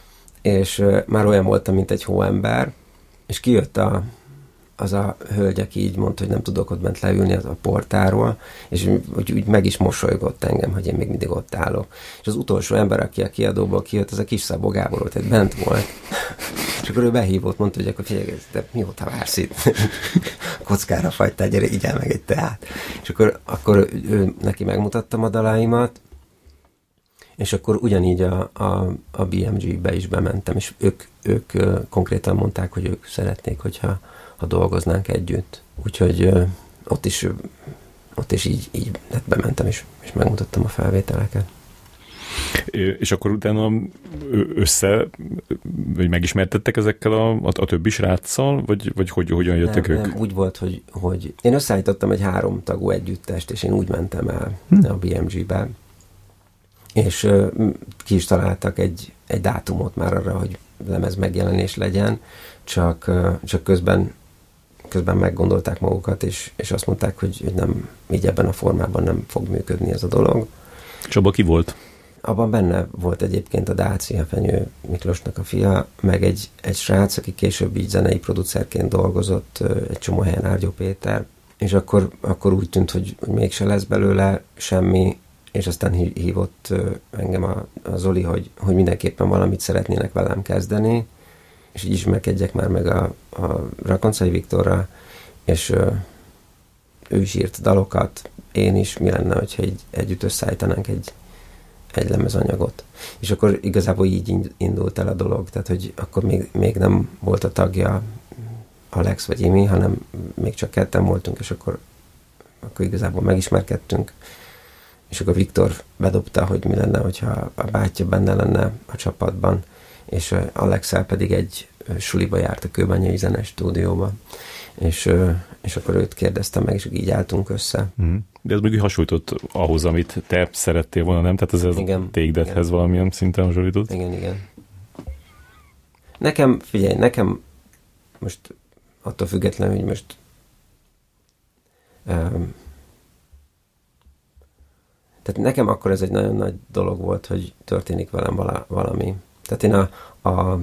és uh, már olyan voltam, mint egy hóember, és kijött a, az a hölgy, aki így mondta, hogy nem tudok ott bent leülni a portáról, és úgy, úgy meg is mosolygott engem, hogy én még mindig ott állok. És az utolsó ember, aki a kiadóból kijött, az a Kis Szabó Gábor volt, tehát bent volt. És akkor ő behívott, mondta, hogy akkor figyelj, de mióta vársz itt? Kockára fagytál, gyere, igyál meg egy teát. És akkor, akkor ő, neki megmutattam a dalaimat, és akkor ugyanígy a, a, a bé em gé-be is bementem, és ők, ők konkrétan mondták, hogy ők szeretnék, hogyha ha dolgoznánk együtt. Úgyhogy ott is, ott is így, így hát bementem, és, és megmutattam a felvételeket. És akkor utána össze, vagy megismertettek ezekkel a, a, a többi sráccal, vagy, vagy hogy, hogyan jöttek nem, ők? Nem, úgy volt, hogy, hogy én összeállítottam egy háromtagú együttest, és én úgy mentem el hm. a bé em gé-be, és uh, ki is találtak egy, egy dátumot már arra, hogy lemez megjelenés legyen, csak, uh, csak közben közben meggondolták magukat, és, és azt mondták, hogy, hogy nem, így ebben a formában nem fog működni ez a dolog. És abban ki volt? Abban benne volt egyébként a Dácia Fenyő Miklósnak a fia, meg egy, egy srác, aki később így zenei producerként dolgozott, egy csomó helyen, Árgyó Péter, és akkor, akkor úgy tűnt, hogy, hogy mégse lesz belőle semmi, és aztán hívott engem a, a Zoli, hogy, hogy mindenképpen valamit szeretnének velem kezdeni, és így ismerkedjek már meg a, a Rakoncai Viktorral, és, ő is írt dalokat, én is, mi lenne, hogyha egy, együtt összeállítanánk egy, egy lemezanyagot. És akkor igazából így indult el a dolog, tehát hogy akkor még, még nem volt a tagja Alex vagy Imi, hanem még csak ketten voltunk, és akkor, akkor igazából megismerkedtünk, és akkor Viktor bedobta, hogy mi lenne, hogyha a bátyja benne lenne a csapatban, és Alex-el pedig egy suliba járt a Kőbányai Zene Stúdióba, és, és akkor őt kérdeztem meg, és így álltunk össze. Mm. De ez még hasonlított ahhoz, amit te szerettél volna, nem? Tehát ez, ez igen, tégedhez igen. valamilyen szinten hasonlított? Igen, igen. Nekem, figyelj, nekem most attól függetlenül, hogy most um, tehát nekem akkor ez egy nagyon nagy dolog volt, hogy történik velem vala, valami. Tehát én a, a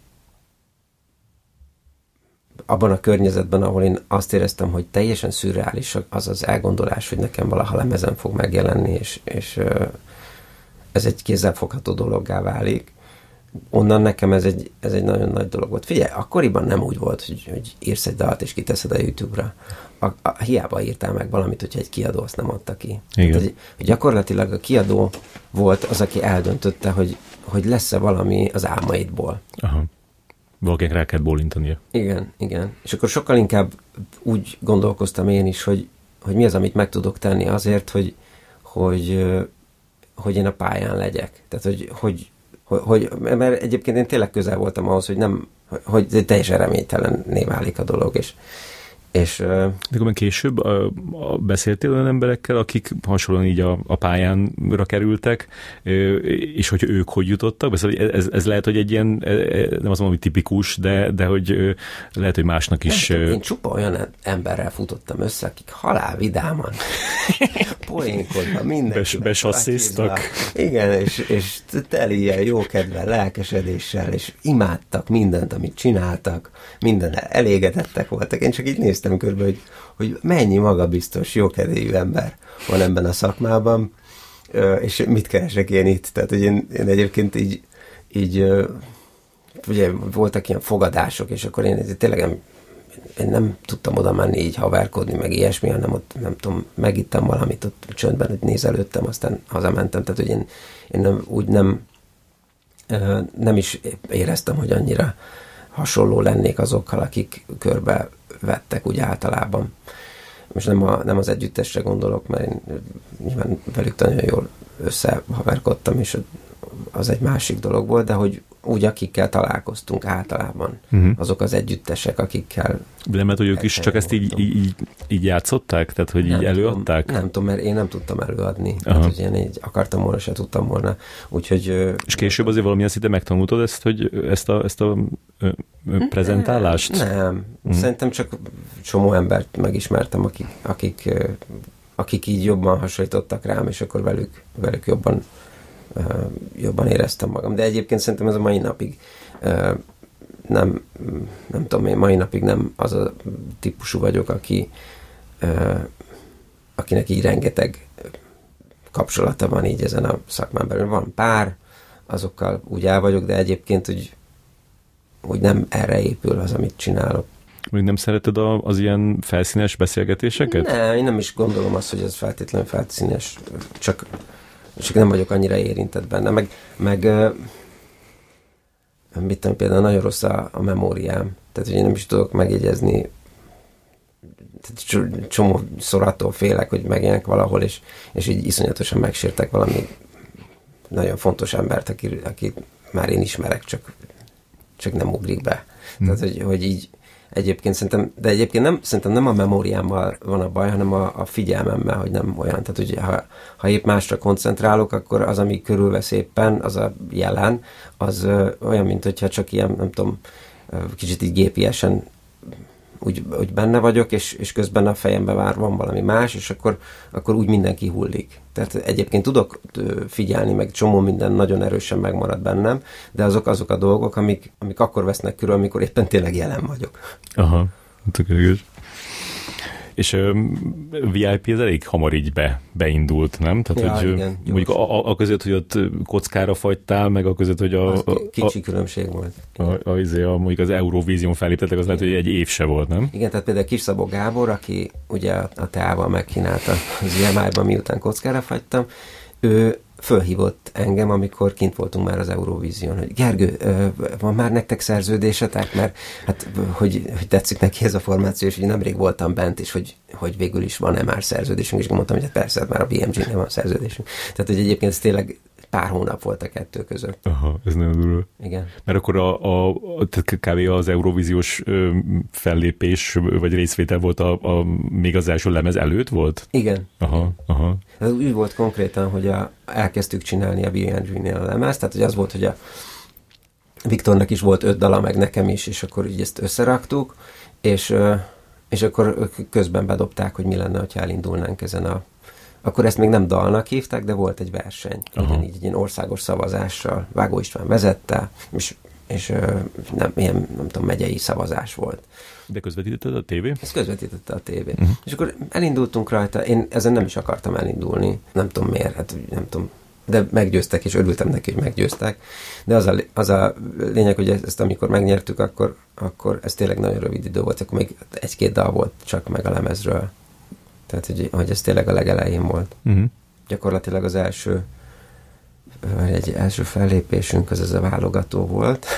abban a környezetben, ahol én azt éreztem, hogy teljesen szürreális az az elgondolás, hogy nekem valaha lemezen fog megjelenni, és, és ez egy kézzelfogható dologgá válik. Onnan nekem ez egy, ez egy nagyon nagy dolog volt. Figyelj, akkoriban nem úgy volt, hogy, hogy írsz egy dalt, és kiteszed a YouTube-ra. A, a, hiába írtál meg valamit, hogyha egy kiadó azt nem adta ki. Tehát, hogy, hogy gyakorlatilag a kiadó volt az, aki eldöntötte, hogy, hogy lesz-e valami az álmaidból. Aha. Valakinek rá kellett bólintania. Igen, igen. És akkor sokkal inkább úgy gondolkoztam én is, hogy, hogy mi az, amit meg tudok tenni azért, hogy, hogy, hogy én a pályán legyek. Tehát, hogy, hogy, hogy, mert egyébként én tényleg közel voltam ahhoz, hogy nem, hogy teljesen reménytelenné válik a dolog, és És, de akkor később a, a beszéltél olyan emberekkel, akik hasonlóan így a, a pályánra kerültek, és hogy ők hogy jutottak? Beszél, ez, ez lehet, hogy egy ilyen, nem azt mondom, hogy tipikus, de, de hogy lehet, hogy másnak is... Nem, én csupa olyan emberrel futottam össze, akik halálvidáman, poénkodva, mindenki. Besassziztak. Igen, és, és teli ilyen jókedvel, lelkesedéssel, és imádtak mindent, amit csináltak, minden elégedettek voltak. Én csak így néztem körbe, hogy, hogy mennyi magabiztos, jókedélyű ember van ebben a szakmában, és mit keresek én itt. Tehát, hogy én, én egyébként így, így ugye voltak ilyen fogadások, és akkor én tényleg nem, én nem tudtam oda menni így haverkodni, meg ilyesmi, hanem ott nem tudom, megittem valamit, ott csöndben hogy nézelődtem, aztán hazamentem. Tehát, hogy én, én nem, úgy nem nem is éreztem, hogy annyira hasonló lennék azokkal, akik körbe vettek úgy általában. Most nem, a, nem az együttesre gondolok, mert én nyilván velük nagyon jól összehaverkodtam, és az egy másik dolog volt, de hogy úgy, akikkel találkoztunk általában, uh-huh. azok az együttesek, akikkel... De mert hogy ők is csak ezt így, így, így játszották? Tehát, hogy nem így előadták? Tudom, nem tudom, mert én nem tudtam előadni. Tehát, hogy én így akartam volna, se tudtam volna. Úgyhogy... És később azért valamilyen szinte megtanultad ezt, hogy ezt a, ezt a ö, ö, prezentálást? Nem. nem. Uh-huh. Szerintem csak csomó embert megismertem, akik, akik, akik így jobban hasonlítottak rám, és akkor velük, velük jobban Uh, jobban éreztem magam. De egyébként szerintem ez a mai napig uh, nem, nem tudom én, mai napig nem az a típusú vagyok, aki uh, akinek így rengeteg kapcsolata van így ezen a szakmán belül. Van pár, azokkal úgy el vagyok, de egyébként úgy, úgy nem erre épül az, amit csinálok. Még nem szereted a, az ilyen felszínes beszélgetéseket? Nem, én nem is gondolom azt, hogy ez feltétlenül felszínes, csak csak nem vagyok annyira érintett benne. Meg, meg mit tudom, például nagyon rossz a, a memóriám. Tehát, hogy én nem is tudok megjegyezni. Csomó szorattól félek, hogy megjelenek valahol, és, és így iszonyatosan megsértek valami nagyon fontos embert, aki, akit már én ismerek, csak, csak nem ugrik be. Hmm. Tehát, hogy, hogy így egyébként szerintem, de egyébként nem, szerintem nem a memóriámmal van a baj, hanem a, a figyelmemmel, hogy nem olyan. Tehát, hogy ha, ha épp másra koncentrálok, akkor az, ami körülvesz éppen, az a jelen, az ö, olyan, mint hogyha csak ilyen, nem tudom, kicsit így gépiesen úgy, úgy benne vagyok, és, és közben a fejemben már van valami más, és akkor, akkor úgy mindenki hullik. Tehát egyébként tudok figyelni, meg csomó minden nagyon erősen megmarad bennem, de azok azok a dolgok, amik, amik akkor vesznek körül, amikor éppen tényleg jelen vagyok. Aha, tökéletes. És um, vé i pé az elég hamar így be, beindult, nem? Tehát, ja, hogy igen, mondjuk a, a, a között, hogy ott kockára fagytál, meg a között, hogy a... a kicsi a, különbség volt. A, a, a, a, mondjuk az Eurovízión felléptetek, az igen. Lehet, hogy egy év se volt, nem? Igen, tehát például Kis Szabó Gábor, aki ugye a teával megkínálta az i em i-ban, miután kockára fagytam, ő fölhívott engem, amikor kint voltunk már az Eurovízión, hogy Gergő, van már nektek szerződésetek, mert hát, hogy, hogy tetszik neki ez a formáció, és hogy nemrég voltam bent, és hogy, hogy végül is van-e már szerződésünk, és mondtam, hogy hát persze, hát már a bé em gé-nél van szerződésünk. Tehát, hogy egyébként ez tényleg pár hónap volt a kettő között. Aha, ez nagyon durva. Igen. Mert akkor a, a, a kb. Az Eurovíziós ö, fellépés, vagy részvétel volt a, a, még az első lemez előtt volt? Igen. Aha, aha. Ez úgy volt konkrétan, hogy a, elkezdtük csinálni a bé em gé-nél a lemez, tehát hogy az volt, hogy a Viktornak is volt öt dala, meg nekem is, és akkor így ezt összeraktuk, és, és akkor közben bedobták, hogy mi lenne, ha elindulnánk ezen a... Akkor ezt még nem dalnak hívták, de volt egy verseny. Ugyanígy egy ilyen országos szavazással. Vágó István vezette, és, és nem, ilyen, nem tudom, megyei szavazás volt. De közvetítetted a tévé? Ezt közvetítette a tévé. Uh-huh. És akkor elindultunk rajta, én ezen nem is akartam elindulni, nem tudom miért, hát nem tudom, de meggyőztek, és örültem neki, hogy meggyőztek. De az a, az a lényeg, hogy ezt amikor megnyertük, akkor, akkor ez tényleg nagyon rövid idő volt, akkor még egy-két dal volt csak meg a lemezről. Tehát, hogy, hogy ez tényleg a legelején volt. Uh-huh. Gyakorlatilag az első egy első fellépésünk az ez a válogató volt.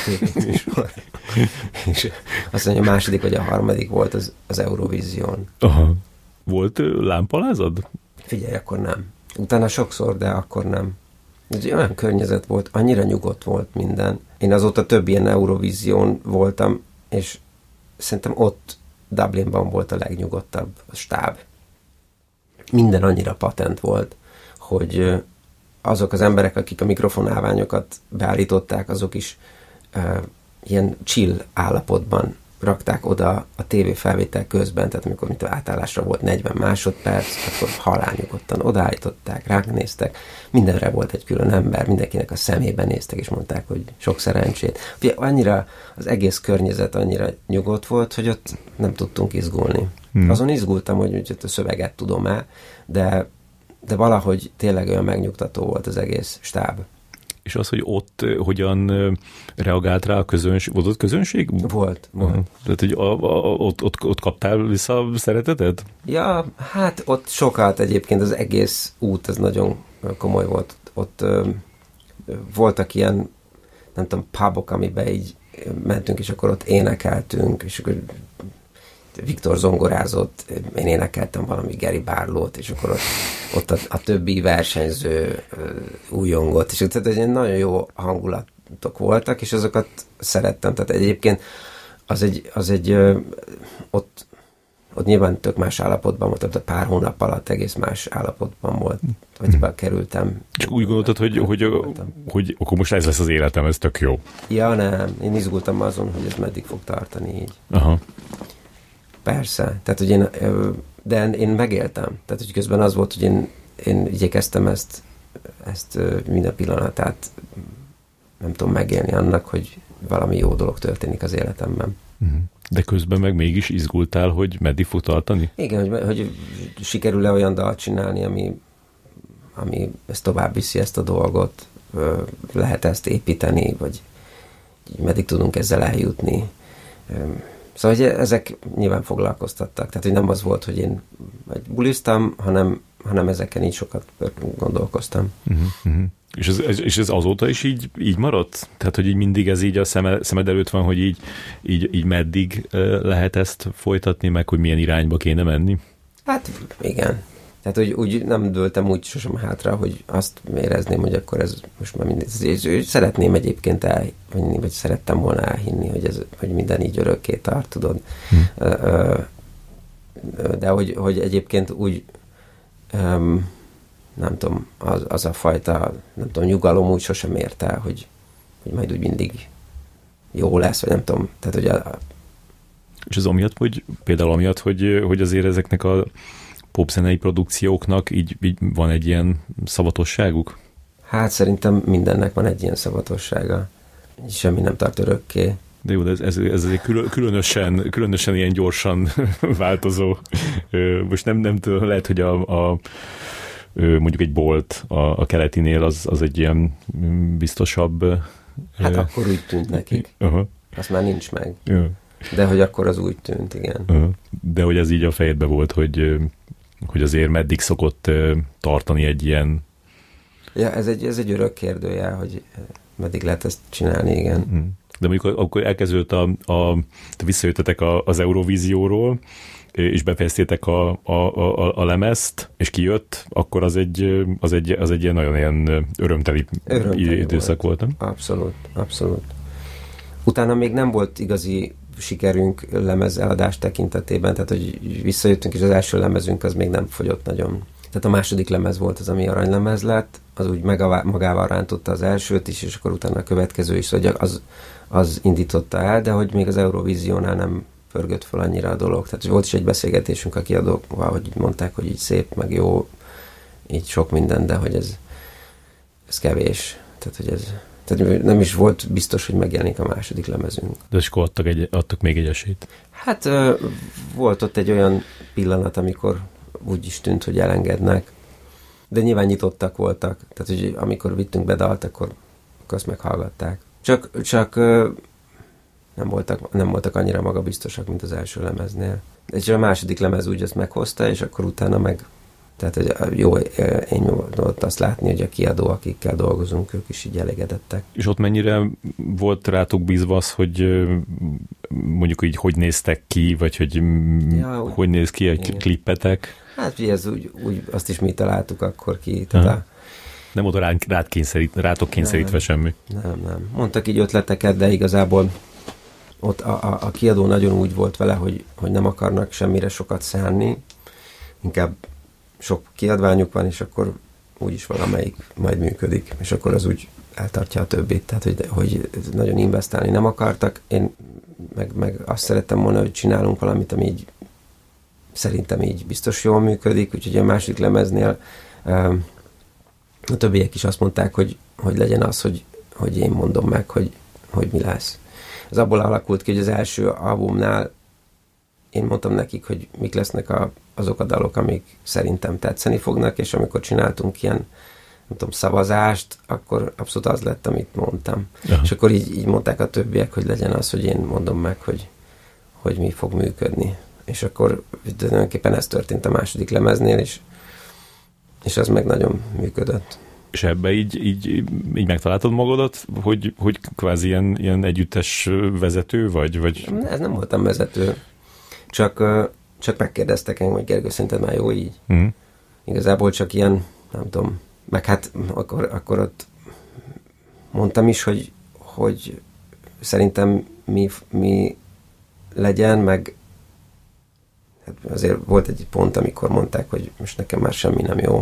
És azt mondja, a második vagy a harmadik volt az, az Eurovízión. Aha. Volt lámpalázad? Figyelj, akkor nem. Utána sokszor, de akkor nem. Ez olyan környezet volt, annyira nyugodt volt minden. Én azóta több ilyen Eurovízión voltam, és szerintem ott Dublinban volt a legnyugodtabb a stáb. Minden annyira patent volt, hogy azok az emberek, akik a mikrofonálványokat beállították, azok is uh, ilyen chill állapotban rakták oda a tévéfelvétel közben, tehát amikor mint átállásra volt negyven másodperc, akkor halálnyugodtan odaállították, ránk néztek, mindenre volt egy külön ember, mindenkinek a szemében néztek, és mondták, hogy sok szerencsét. Ugye, annyira az egész környezet annyira nyugodt volt, hogy ott nem tudtunk izgulni. Hmm. Azon izgultam, hogy, hogy a szöveget tudom-e, de, de valahogy tényleg olyan megnyugtató volt az egész stáb. És az, hogy ott hogyan reagált rá a közönség, volt ott közönség? Volt, volt. Uh-huh. Tehát, hogy a, a, ott, ott, ott kaptál vissza szeretetet? Ja, hát ott sokat egyébként az egész út, az nagyon komoly volt. Ott ö, voltak ilyen, nem tudom, pubok, amiben így mentünk, és akkor ott énekeltünk, és akkor Viktor zongorázott, én énekeltem valami Gary Barlowt, és akkor ott, ott a, a többi versenyző újongott, és tehát egy nagyon jó hangulatok voltak, és azokat szerettem. Tehát egyébként az egy, az egy ott, ott nyilván tök más állapotban volt, ott a pár hónap alatt egész más állapotban volt, vagy hmm. kerültem. Csak úgy gondoltad, hogy, hogy, hogy, hogy akkor most ez lesz az életem, ez tök jó. Ja, nem. Én izgultam azon, hogy ez meddig fog tartani így. Aha. Persze, tehát hogy én, de én megéltem. Tehát, hogy közben az volt, hogy én, én igyekeztem ezt, ezt minden pillanatát, nem tudom, megélni annak, hogy valami jó dolog történik az életemben. De közben meg mégis izgultál, hogy meddig fog tartani? Igen, hogy, hogy sikerül-e olyan dalt csinálni, ami, ami ezt tovább viszi ezt a dolgot, lehet ezt építeni, vagy meddig tudunk ezzel eljutni. Szóval, hogy ezek nyilván foglalkoztattak. Tehát, hogy nem az volt, hogy én buliztam, hanem, hanem ezeken így sokat gondolkoztam. Uh-huh, uh-huh. És, ez, és ez azóta is így, így maradt? Tehát, hogy így mindig ez így a szeme, szemed előtt van, hogy így, így, így meddig lehet ezt folytatni, meg hogy milyen irányba kéne menni? Hát igen. Tehát, hogy úgy nem dőltem úgy sosem hátra, hogy azt érezném, hogy akkor ez most már mindig... Szeretném egyébként elhinni, vagy szerettem volna elhinni, hogy, ez, hogy minden így örökké tart, tudod. Hm. De hogy, hogy egyébként úgy nem tudom, az, az a fajta, nem tudom, nyugalom úgy sosem ért el, hogy, hogy majd úgy mindig jó lesz, vagy nem tudom. Tehát, hogy a... És az amiatt, hogy például amiatt, hogy, hogy azért ezeknek a popzenei produkcióknak így, így van egy ilyen szavatosságuk? Hát szerintem mindennek van egy ilyen szavatossága. Semmi nem tart örökké. De jó, de ez, ez, ez egy különösen, különösen ilyen gyorsan változó. Most nem, nem tudom, lehet, hogy a, a mondjuk egy bolt a, a keletinél az, az egy ilyen biztosabb. Hát uh, akkor úgy tűnt nekik. Uh-huh. Azt már nincs meg. Uh-huh. De hogy akkor az úgy tűnt, igen. Uh-huh. De hogy ez így a fejedbe volt, hogy, hogy azért meddig szokott tartani egy ilyen... Ja, ez egy, ez egy örök kérdője, hogy meddig lehet ezt csinálni, igen. Uh-huh. De mondjuk akkor elkezdődött a, a visszajöttetek a, az Eurovízióról, és befejeztétek a, a, a, a lemezt, és kijött, akkor az egy, az egy, az egy ilyen nagyon ilyen örömteli, örömteli időszak volt. volt. Abszolút, abszolút. Utána még nem volt igazi sikerünk lemezeladás tekintetében, tehát hogy visszajöttünk, és az első lemezünk az még nem fogyott nagyon. Tehát a második lemez volt az, ami aranylemez lett, az úgy magával rántotta az elsőt is, és akkor utána a következő is, hogy az, az indította el, de hogy még az Eurovíziónál nem pörgött fel annyira a dolog. Tehát volt is egy beszélgetésünk a kiadókkal, hogy mondták, hogy így szép, meg jó, így sok minden, de hogy ez, ez kevés. Tehát, hogy ez, tehát nem is volt biztos, hogy megjelenik a második lemezünk. De és akkor adtak, egy, adtak még egy esélyt? Hát volt ott egy olyan pillanat, amikor úgy is tűnt, hogy elengednek, de nyilván nyitottak voltak. Tehát, hogy amikor vittünk be dalt, akkor, akkor azt meghallgatták. Csak, csak nem voltak, nem voltak annyira magabiztosak, mint az első lemeznél. És a második lemez úgy ezt meghozta, és akkor utána meg, tehát hogy jó, én volt azt látni, hogy a kiadó, akikkel dolgozunk, ők is így elégedettek. És ott mennyire volt rátok bízva az, hogy mondjuk így hogy néztek ki, vagy hogy ja, úgy, hogy néz ki egy igen. klippetek? Hát ugye ez úgy, úgy, azt is mi találtuk akkor ki. Tehát a, nem oda rád, rád kényszerít, rátok kényszerítve nem, semmi? Nem, nem. Mondtak így ötleteket, de igazából ott a, a, a kiadó nagyon úgy volt vele, hogy, hogy nem akarnak semmire sokat szánni, inkább sok kiadványuk van, és akkor úgyis valamelyik majd működik, és akkor az úgy eltartja a többit, tehát hogy, hogy nagyon investálni nem akartak. Én meg, meg azt szerettem volna, hogy csinálunk valamit, ami így szerintem így biztos jól működik, úgyhogy a második lemeznél a többiek is azt mondták, hogy, hogy legyen az, hogy, hogy én mondom meg, hogy, hogy mi lesz. Ez abból alakult ki, hogy az első albumnál én mondtam nekik, hogy mik lesznek a, azok a dalok, amik szerintem tetszeni fognak, és amikor csináltunk ilyen, nem tudom, szavazást, akkor abszolút az lett, amit mondtam. Aha. És akkor így, így mondták a többiek, hogy legyen az, hogy én mondom meg, hogy, hogy mi fog működni. És akkor tulajdonképpen ez történt a második lemeznél, és, és az meg nagyon működött. És ebbe így, így, így megtaláltad magadat, hogy, hogy kvázi ilyen, ilyen együttes vezető vagy? vagy? Ez nem voltam vezető. Csak, csak megkérdeztek engem, hogy Gergő, szerinted már jó így? Mm. Igazából csak ilyen, nem tudom, meg hát akkor, akkor ott mondtam is, hogy, hogy szerintem mi, mi legyen, meg hát azért volt egy pont, amikor mondták, hogy most nekem már semmi nem jó.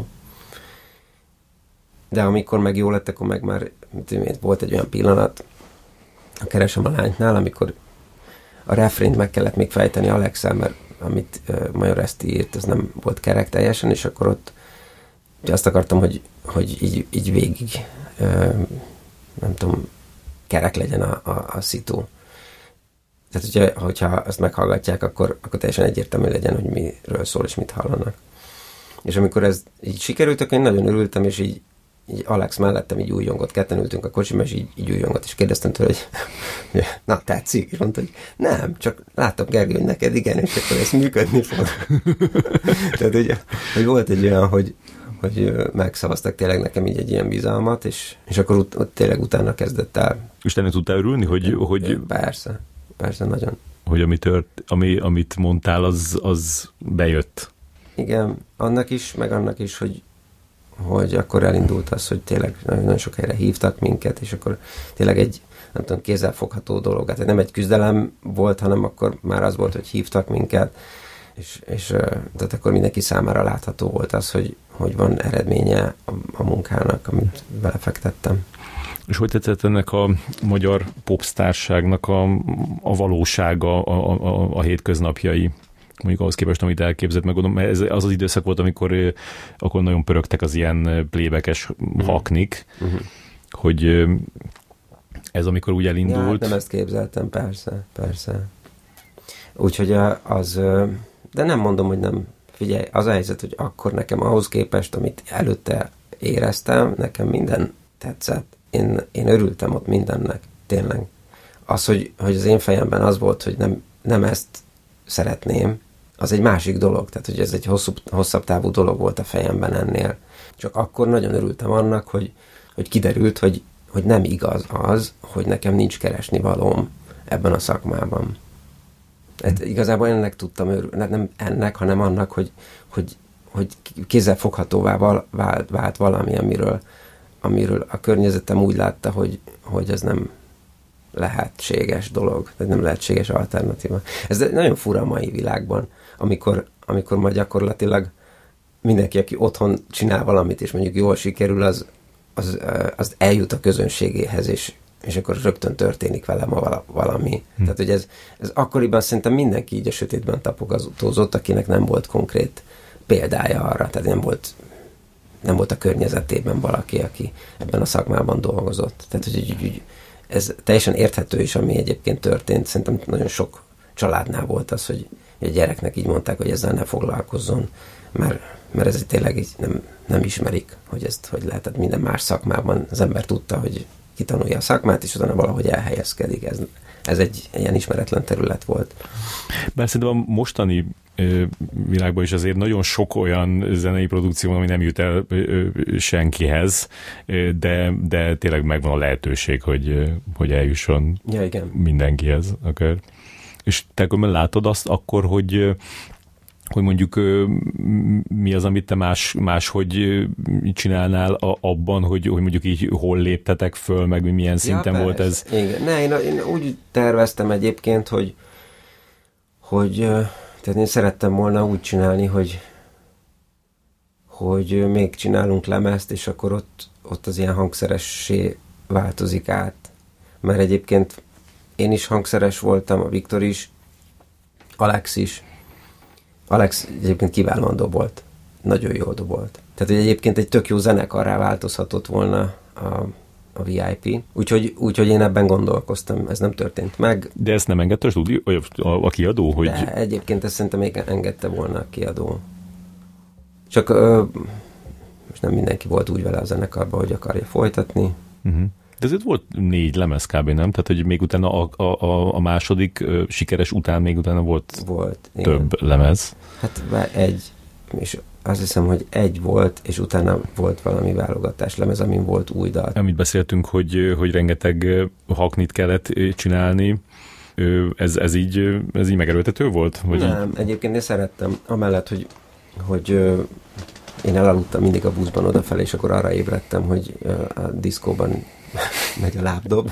De amikor meg jó lett, akkor meg már volt egy olyan pillanat a Keresem a lánynál, amikor a refrént meg kellett még fejteni Alexel, mert amit uh, Major Eszti írt, az nem volt kerek teljesen, és akkor ott azt akartam, hogy, hogy így, így végig uh, nem tudom, kerek legyen a, a, a szitu. Tehát, hogyha, hogyha azt meghallgatják, akkor, akkor teljesen egyértelmű legyen, hogy miről szól, és mit hallanak. És amikor ez így sikerült, akkor én nagyon örültem, és így, így Alex mellettem így újjongott, ketten ültünk a kocsiba, és így, így újjongott, és kérdeztem tőle, hogy na, tetszik? És mondta, hogy nem, csak láttam, Gergő, hogy neked igen, és akkor ez működni fog. Tehát, hogy, hogy volt egy olyan, hogy, hogy megszavaztak tényleg nekem így egy ilyen bizalmat, és, és akkor ut- ott tényleg utána kezdett el. És te nem tudtál örülni, hogy... hogy... Persze, persze, nagyon. Hogy ami tört, ami, amit mondtál, az, az bejött. Igen, annak is, meg annak is, hogy hogy akkor elindult az, hogy tényleg nagyon sok helyre hívtak minket, és akkor tényleg egy, nem tudom, kézzelfogható dolog. Hát nem egy küzdelem volt, hanem akkor már az volt, hogy hívtak minket, és, és tehát akkor mindenki számára látható volt az, hogy, hogy van eredménye a, a munkának, amit belefektettem. És hogy tetszett ennek a magyar popsztárságnak a, a valósága, a, a, a hétköznapjai? Mondjuk ahhoz képest, amit elképzett, meg gondolom, mert ez az az időszak volt, amikor akkor nagyon pörögtek az ilyen playback-es haknik, uh-huh. hogy Ez amikor úgy elindult? Ja, hát nem ezt képzeltem, persze, persze. Úgyhogy az, de nem mondom, hogy nem. Figyelj, az a helyzet, hogy akkor nekem ahhoz képest, amit előtte éreztem, nekem minden tetszett. Én, én örültem ott mindennek, tényleg. Az, hogy, hogy az én fejemben az volt, hogy nem, nem ezt szeretném, az egy másik dolog. Tehát, hogy ez egy hosszú, hosszabb távú dolog volt a fejemben ennél. Csak akkor nagyon örültem annak, hogy, hogy kiderült, hogy, hogy nem igaz az, hogy nekem nincs keresni valóm ebben a szakmában. Hát igazából ennek tudtam örülni, nem ennek, hanem annak, hogy, hogy, hogy kézzelfoghatóvá vált, vált valami, amiről, amiről a környezetem úgy látta, hogy, hogy ez nem lehetséges dolog, tehát nem lehetséges alternatíva. Ez nagyon fura a mai világban, amikor, amikor majd gyakorlatilag mindenki, aki otthon csinál valamit, és mondjuk jól sikerül, az, az, az eljut a közönségéhez, és és akkor rögtön történik velem a valami. Hm. Tehát, hogy ez, ez akkoriban szerintem mindenki így a sötétben tapogatózott, akinek nem volt konkrét példája arra, tehát nem volt, nem volt a környezetében valaki, aki ebben a szakmában dolgozott. Tehát, hogy, hogy, hogy ez teljesen érthető is, ami egyébként történt. Szerintem nagyon sok családnál volt az, hogy a gyereknek így mondták, hogy ezzel ne foglalkozzon, mert, mert ez tényleg így nem, nem ismerik, hogy ezt hogy lehet. Tehát minden más szakmában az ember tudta, hogy kitanulja a szakmát, és utána valahogy elhelyezkedik. Ez, ez egy ilyen ismeretlen terület volt. Bár szerintem a mostani ö, világban is azért nagyon sok olyan zenei produkció, ami nem jut el ö, senkihez, ö, de, de tényleg megvan a lehetőség, hogy, ö, hogy eljusson ja, igen. mindenkihez akár. És te akkor látod azt akkor, hogy hogy mondjuk mi az, amit te más, máshogy csinálnál a, abban, hogy, hogy mondjuk így hol léptetek föl, meg milyen szinten ja, volt ez? Igen. Ne, én, én úgy terveztem egyébként, hogy, hogy tehát én szerettem volna úgy csinálni, hogy, hogy még csinálunk lemezt, és akkor ott, ott az ilyen hangszeressé változik át. Mert egyébként én is hangszeres voltam, a Viktor is, Alex is. Alex egyébként kiválóan dobolt. Nagyon jól dobolt. Tehát, hogy egyébként egy tök jó zenekarrá változhatott volna a, a vé i pé. Úgyhogy, úgyhogy én ebben gondolkoztam, ez nem történt meg. De ezt nem engedte a stúdió, vagy a, a kiadó? Hogy... De egyébként ezt szerintem még engedte volna a kiadó. Csak ö, most nem mindenki volt úgy vele a zenekarban, hogy akarja folytatni. Uh-huh. De ezért volt négy lemez kb. Nem? Tehát, hogy még utána a, a, a második ö, sikeres után még utána volt, volt több igen. lemez. Hát egy, és azt hiszem, hogy egy volt, és utána volt valami válogatás lemez, amin volt új dal. Amit beszéltünk, hogy, hogy rengeteg haknit kellett csinálni, ez, ez, így, ez így megerőltető volt? Vagy nem, így? Egyébként én szerettem, amellett, hogy, hogy én elaludtam mindig a buszban odafelé, és akkor arra ébredtem, hogy a diszkóban megy a lábdob.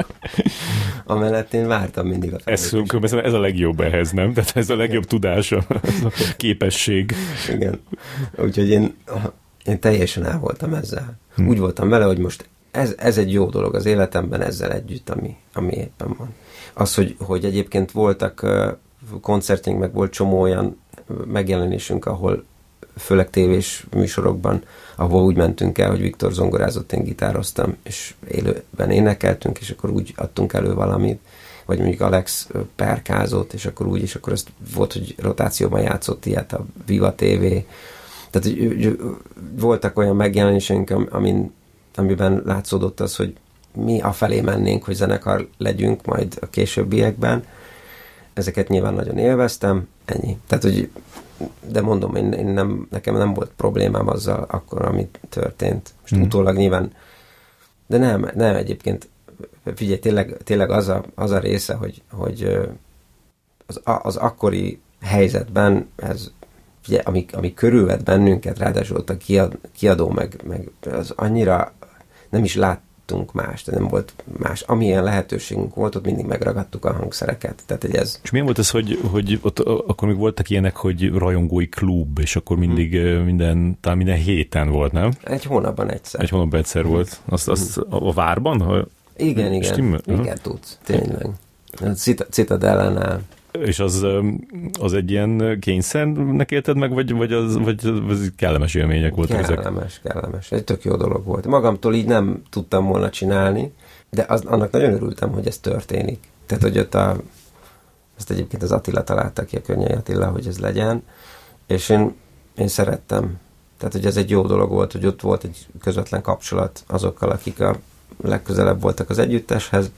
Amellett én vártam mindig a felépést. Ez, ez a legjobb ehhez, nem? Tehát ez a legjobb tudás, a képesség. Igen. Úgyhogy én, én teljesen el voltam ezzel. Hm. Úgy voltam vele, hogy most ez, ez egy jó dolog az életemben ezzel együtt, ami, ami éppen van. Az, hogy, hogy egyébként voltak koncertjénk, meg volt csomó olyan megjelenésünk, ahol főleg tévés műsorokban, ahol úgy mentünk el, hogy Viktor zongorázott, én gitároztam, és élőben énekeltünk, és akkor úgy adtunk elő valamit, vagy mondjuk Alex perkázott, és akkor úgy, és akkor ez volt, hogy rotációban játszott ilyet a Viva té vé. Tehát voltak olyan megjelenésünk, amin, amiben látszódott az, hogy mi afelé mennénk, hogy zenekar legyünk majd a későbbiekben. Ezeket nyilván nagyon élveztem, ennyi. Tehát, hogy de mondom, én, én nem, nekem nem volt problémám azzal akkor, amit történt. Most mm. utólag nyilván, de nem, nem egyébként, figyelj, tényleg, tényleg az, a, az a része, hogy, hogy az, az akkori helyzetben, ez, figyelj, ami, ami körülvett bennünket, ráadásul ott a kiad, kiadó, meg, meg az annyira nem is lát más, de nem volt más. Amilyen lehetőségünk volt, ott mindig megragadtuk a hangszereket. Tehát, hogy ez... És milyen volt ez, hogy, hogy ott akkor még voltak ilyenek, hogy rajongói klub, és akkor mindig hmm. minden, talán minden héten volt, nem? Egy hónapban egyszer. Egy hónapban egyszer hmm. volt. Azt, azt hmm. a várban? Ha... Igen, igen. Stimmel? Igen, uh-huh. tudsz. Tényleg. A Citadellánál. És az, az egy ilyen kényszernek élted meg, vagy, vagy, az, vagy az kellemes élmények voltak kellemes, ezek? Kellemes, kellemes. Egy tök jó dolog volt. Magamtól így nem tudtam volna csinálni, de az, annak nagyon örültem, hogy ez történik. Tehát, hogy ott a, ezt egyébként az Attila találta ki, a Könnyei Attila, hogy ez legyen, és én, én szerettem. Tehát, hogy ez egy jó dolog volt, hogy ott volt egy közvetlen kapcsolat azokkal, akik a legközelebb voltak az együtteshez.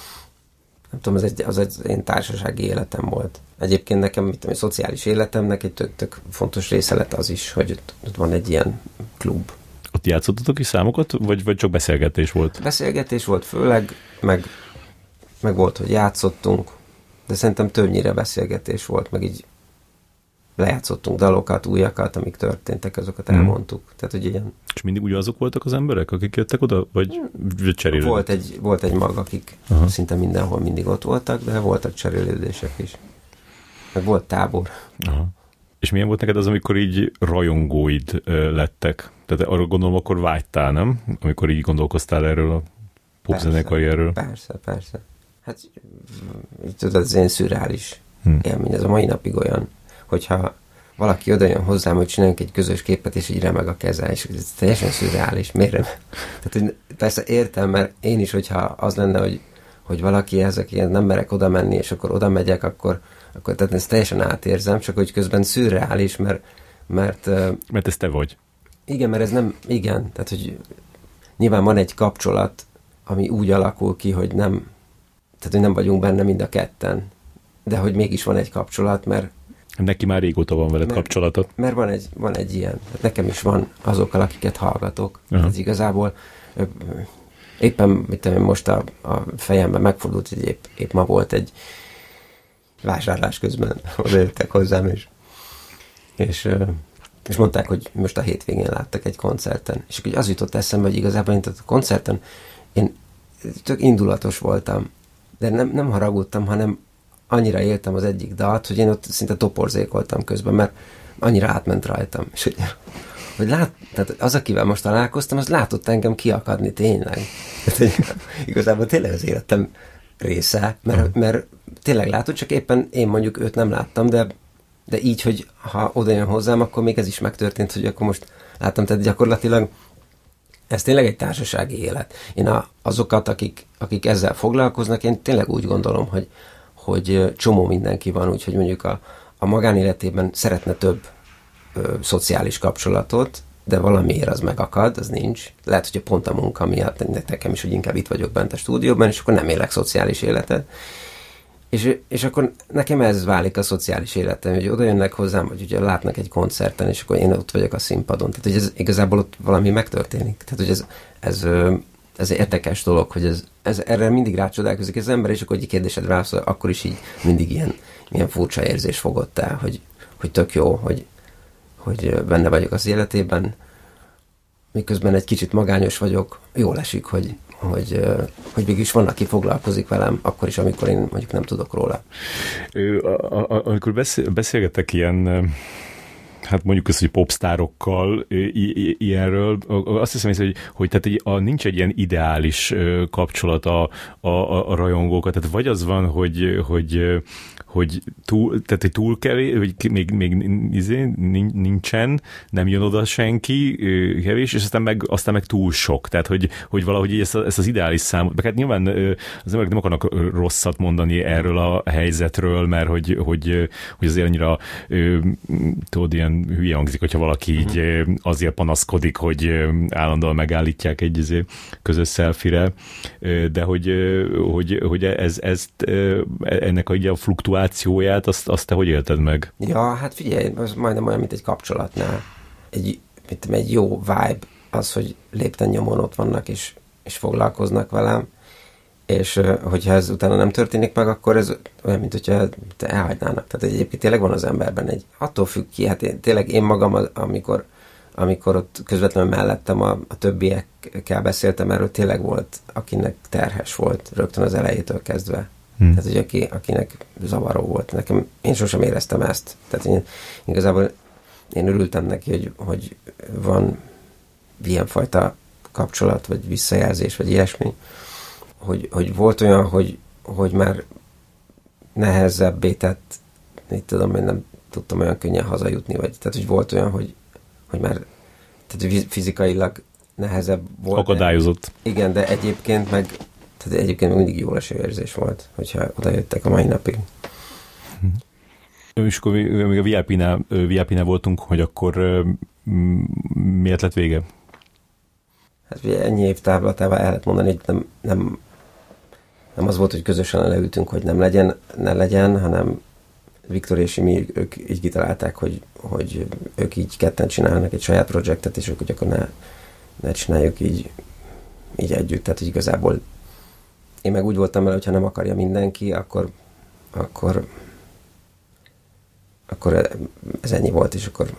Nem tudom, az egy, az egy én társasági életem volt. Egyébként nekem, mit tudom, a szociális életemnek egy tök, tök fontos része lett az is, hogy ott, ott van egy ilyen klub. Ott játszottatok is számokat, vagy, vagy csak beszélgetés volt? Beszélgetés volt főleg, meg, meg volt, hogy játszottunk, de szerintem többnyire beszélgetés volt, meg így lejátszottunk dalokat, újakat, amik történtek, azokat elmondtuk. Hmm. Tehát, hogy ilyen... És mindig ugyanazok voltak az emberek, akik jöttek oda, vagy cserélődtek? Volt egy, volt egy mag, akik Aha. szinte mindenhol mindig ott voltak, de voltak cserélődések is. Meg volt tábor. Aha. És milyen volt neked az, amikor így rajongóid ö, lettek? Tehát arra gondolom, akkor vágytál, nem? Amikor így gondolkoztál erről a popzenei karrierről. Persze, persze. Hát így tudod, az én szürreális hmm. élmény. Ez a mai napig olyan, hogyha valaki oda jön hozzám, hogy csináljunk egy közös képet, és így remeg a keze, és ez teljesen szürreális. Miért nem? Tehát, hogy persze értem, mert én is, hogyha az lenne, hogy, hogy valaki ezek ilyen nem merek oda menni, és akkor oda megyek, akkor, akkor tehát ezt teljesen átérzem, csak hogy közben szürreális, mert mert, mert ez te vagy. Igen, mert ez nem, igen, tehát, hogy nyilván van egy kapcsolat, ami úgy alakul ki, hogy nem, tehát, hogy nem vagyunk benne mind a ketten, de hogy mégis van egy kapcsolat, mert neki már régóta van veled mert, kapcsolatot. Mert van egy, van egy ilyen. Hát nekem is van azokkal, akiket hallgatok. Ez igazából éppen, mit tudom, most a, a fejemben megfordult, hogy épp, épp ma volt egy vásárlás közben, odajöttek hozzám, és, és, és mondták, hogy most a hétvégén láttak egy koncerten. És akkor az jutott eszembe, hogy igazából én a koncerten én tök indulatos voltam, de nem, nem haragudtam, hanem annyira éltem az egyik dalt, hogy én ott szinte toporzékoltam közben, mert annyira átment rajtam. És hogy, hogy lát, tehát az, akivel most találkoztam, az látott engem kiakadni tényleg. Tehát, hogy igazából tényleg az életem része, mert, mert tényleg látott, csak éppen én mondjuk őt nem láttam, de, de így, hogy ha oda jön hozzám, akkor még ez is megtörtént, hogy akkor most láttam, tehát gyakorlatilag ez tényleg egy társasági élet. Én a, azokat, akik, akik ezzel foglalkoznak, én tényleg úgy gondolom, hogy hogy csomó mindenki van, úgyhogy mondjuk a, a magánéletében szeretne több ö, szociális kapcsolatot, de valamiért az megakad, az nincs. Lehet, hogy pont a munka miatt, nekem is, hogy inkább itt vagyok bent a stúdióban, és akkor nem élek szociális életet. És, és akkor nekem ez válik a szociális életem, hogy oda jönnek hozzám, hogy ugye látnak egy koncerten, és akkor én ott vagyok a színpadon. Tehát, hogy ez igazából ott valami megtörténik. Tehát, hogy ez, ez ez egy érdekes dolog, hogy ez, ez erre mindig rácsodálkozik az ember, és akkor egy kérdésed válaszol, akkor is így mindig ilyen, ilyen furcsa érzés fogott el, hogy, hogy tök jó, hogy, hogy benne vagyok az életében, miközben egy kicsit magányos vagyok, jól esik, hogy, hogy, hogy végül is van, aki foglalkozik velem, akkor is, amikor én mondjuk nem tudok róla. A, a, amikor beszél, beszélgetek ilyen hát mondjuk ezt, hogy popstárokkal i- ilyenről, azt hiszem, hogy, hogy tehát egy, a, nincs egy ilyen ideális kapcsolat a, a, a rajongókat, tehát vagy az van, hogy, hogy, hogy túl, tehát egy túl kevés, vagy még, még izé, nincsen, nem jön oda senki, kevés, és aztán meg, aztán meg túl sok, tehát hogy, hogy valahogy ezt, ezt az ideális számot, hát nyilván az emberek nem akarnak rosszat mondani erről a helyzetről, mert hogy, hogy, hogy azért annyira tudod, ilyen hülye hangzik, hogyha valaki így azért panaszkodik, hogy állandóan megállítják egy közös selfie-re, de hogy, hogy, hogy ez, ezt, ennek a, a fluktuációját, azt, azt te hogy élted meg? Ja, hát figyelj, az majdnem olyan, mint egy kapcsolatnál. Egy, mint egy jó vibe az, hogy lépten nyomon ott vannak, és, és foglalkoznak velem, és hogyha ez utána nem történik meg, akkor ez olyan, mint hogyha te elhagynának. Tehát egyébként tényleg van az emberben egy, attól függ ki, hát én, tényleg én magam, amikor, amikor ott közvetlenül mellettem a, a többiekkel beszéltem, erről tényleg volt, akinek terhes volt rögtön az elejétől kezdve. Hmm. Tehát, hogy aki, akinek zavaró volt. Nekem, én sosem éreztem ezt. Tehát én igazából én örültem neki, hogy, hogy van ilyenfajta kapcsolat, vagy visszajelzés, vagy ilyesmi. Hogy, hogy volt olyan, hogy, hogy már nehezebbé tett, így tudom, én nem tudtam olyan könnyen hazajutni, vagy tehát, hogy volt olyan, hogy, hogy már tehát fizikailag nehezebb volt. Akadályozott. De, igen, de egyébként meg Tehát egyébként mindig jó esőérzés volt, hogyha oda jöttek a mai napig. És akkor még a vé i pé-nál, vé i pé-nál voltunk, hogy akkor miért lett vége? Hát ugye ennyi év távlatával el lehet mondani, hogy nem, nem, nem az volt, hogy közösen leültünk, hogy nem legyen, ne legyen, hanem Viktor és mi, ők így kitalálták, hogy, hogy ők így ketten csinálnak egy saját projektet, és ők, hogy akkor ne, ne csináljuk így, így együtt. Tehát, hogy igazából én meg úgy voltam vele, hogyha nem akarja mindenki, akkor, akkor, akkor ez ennyi volt, és akkor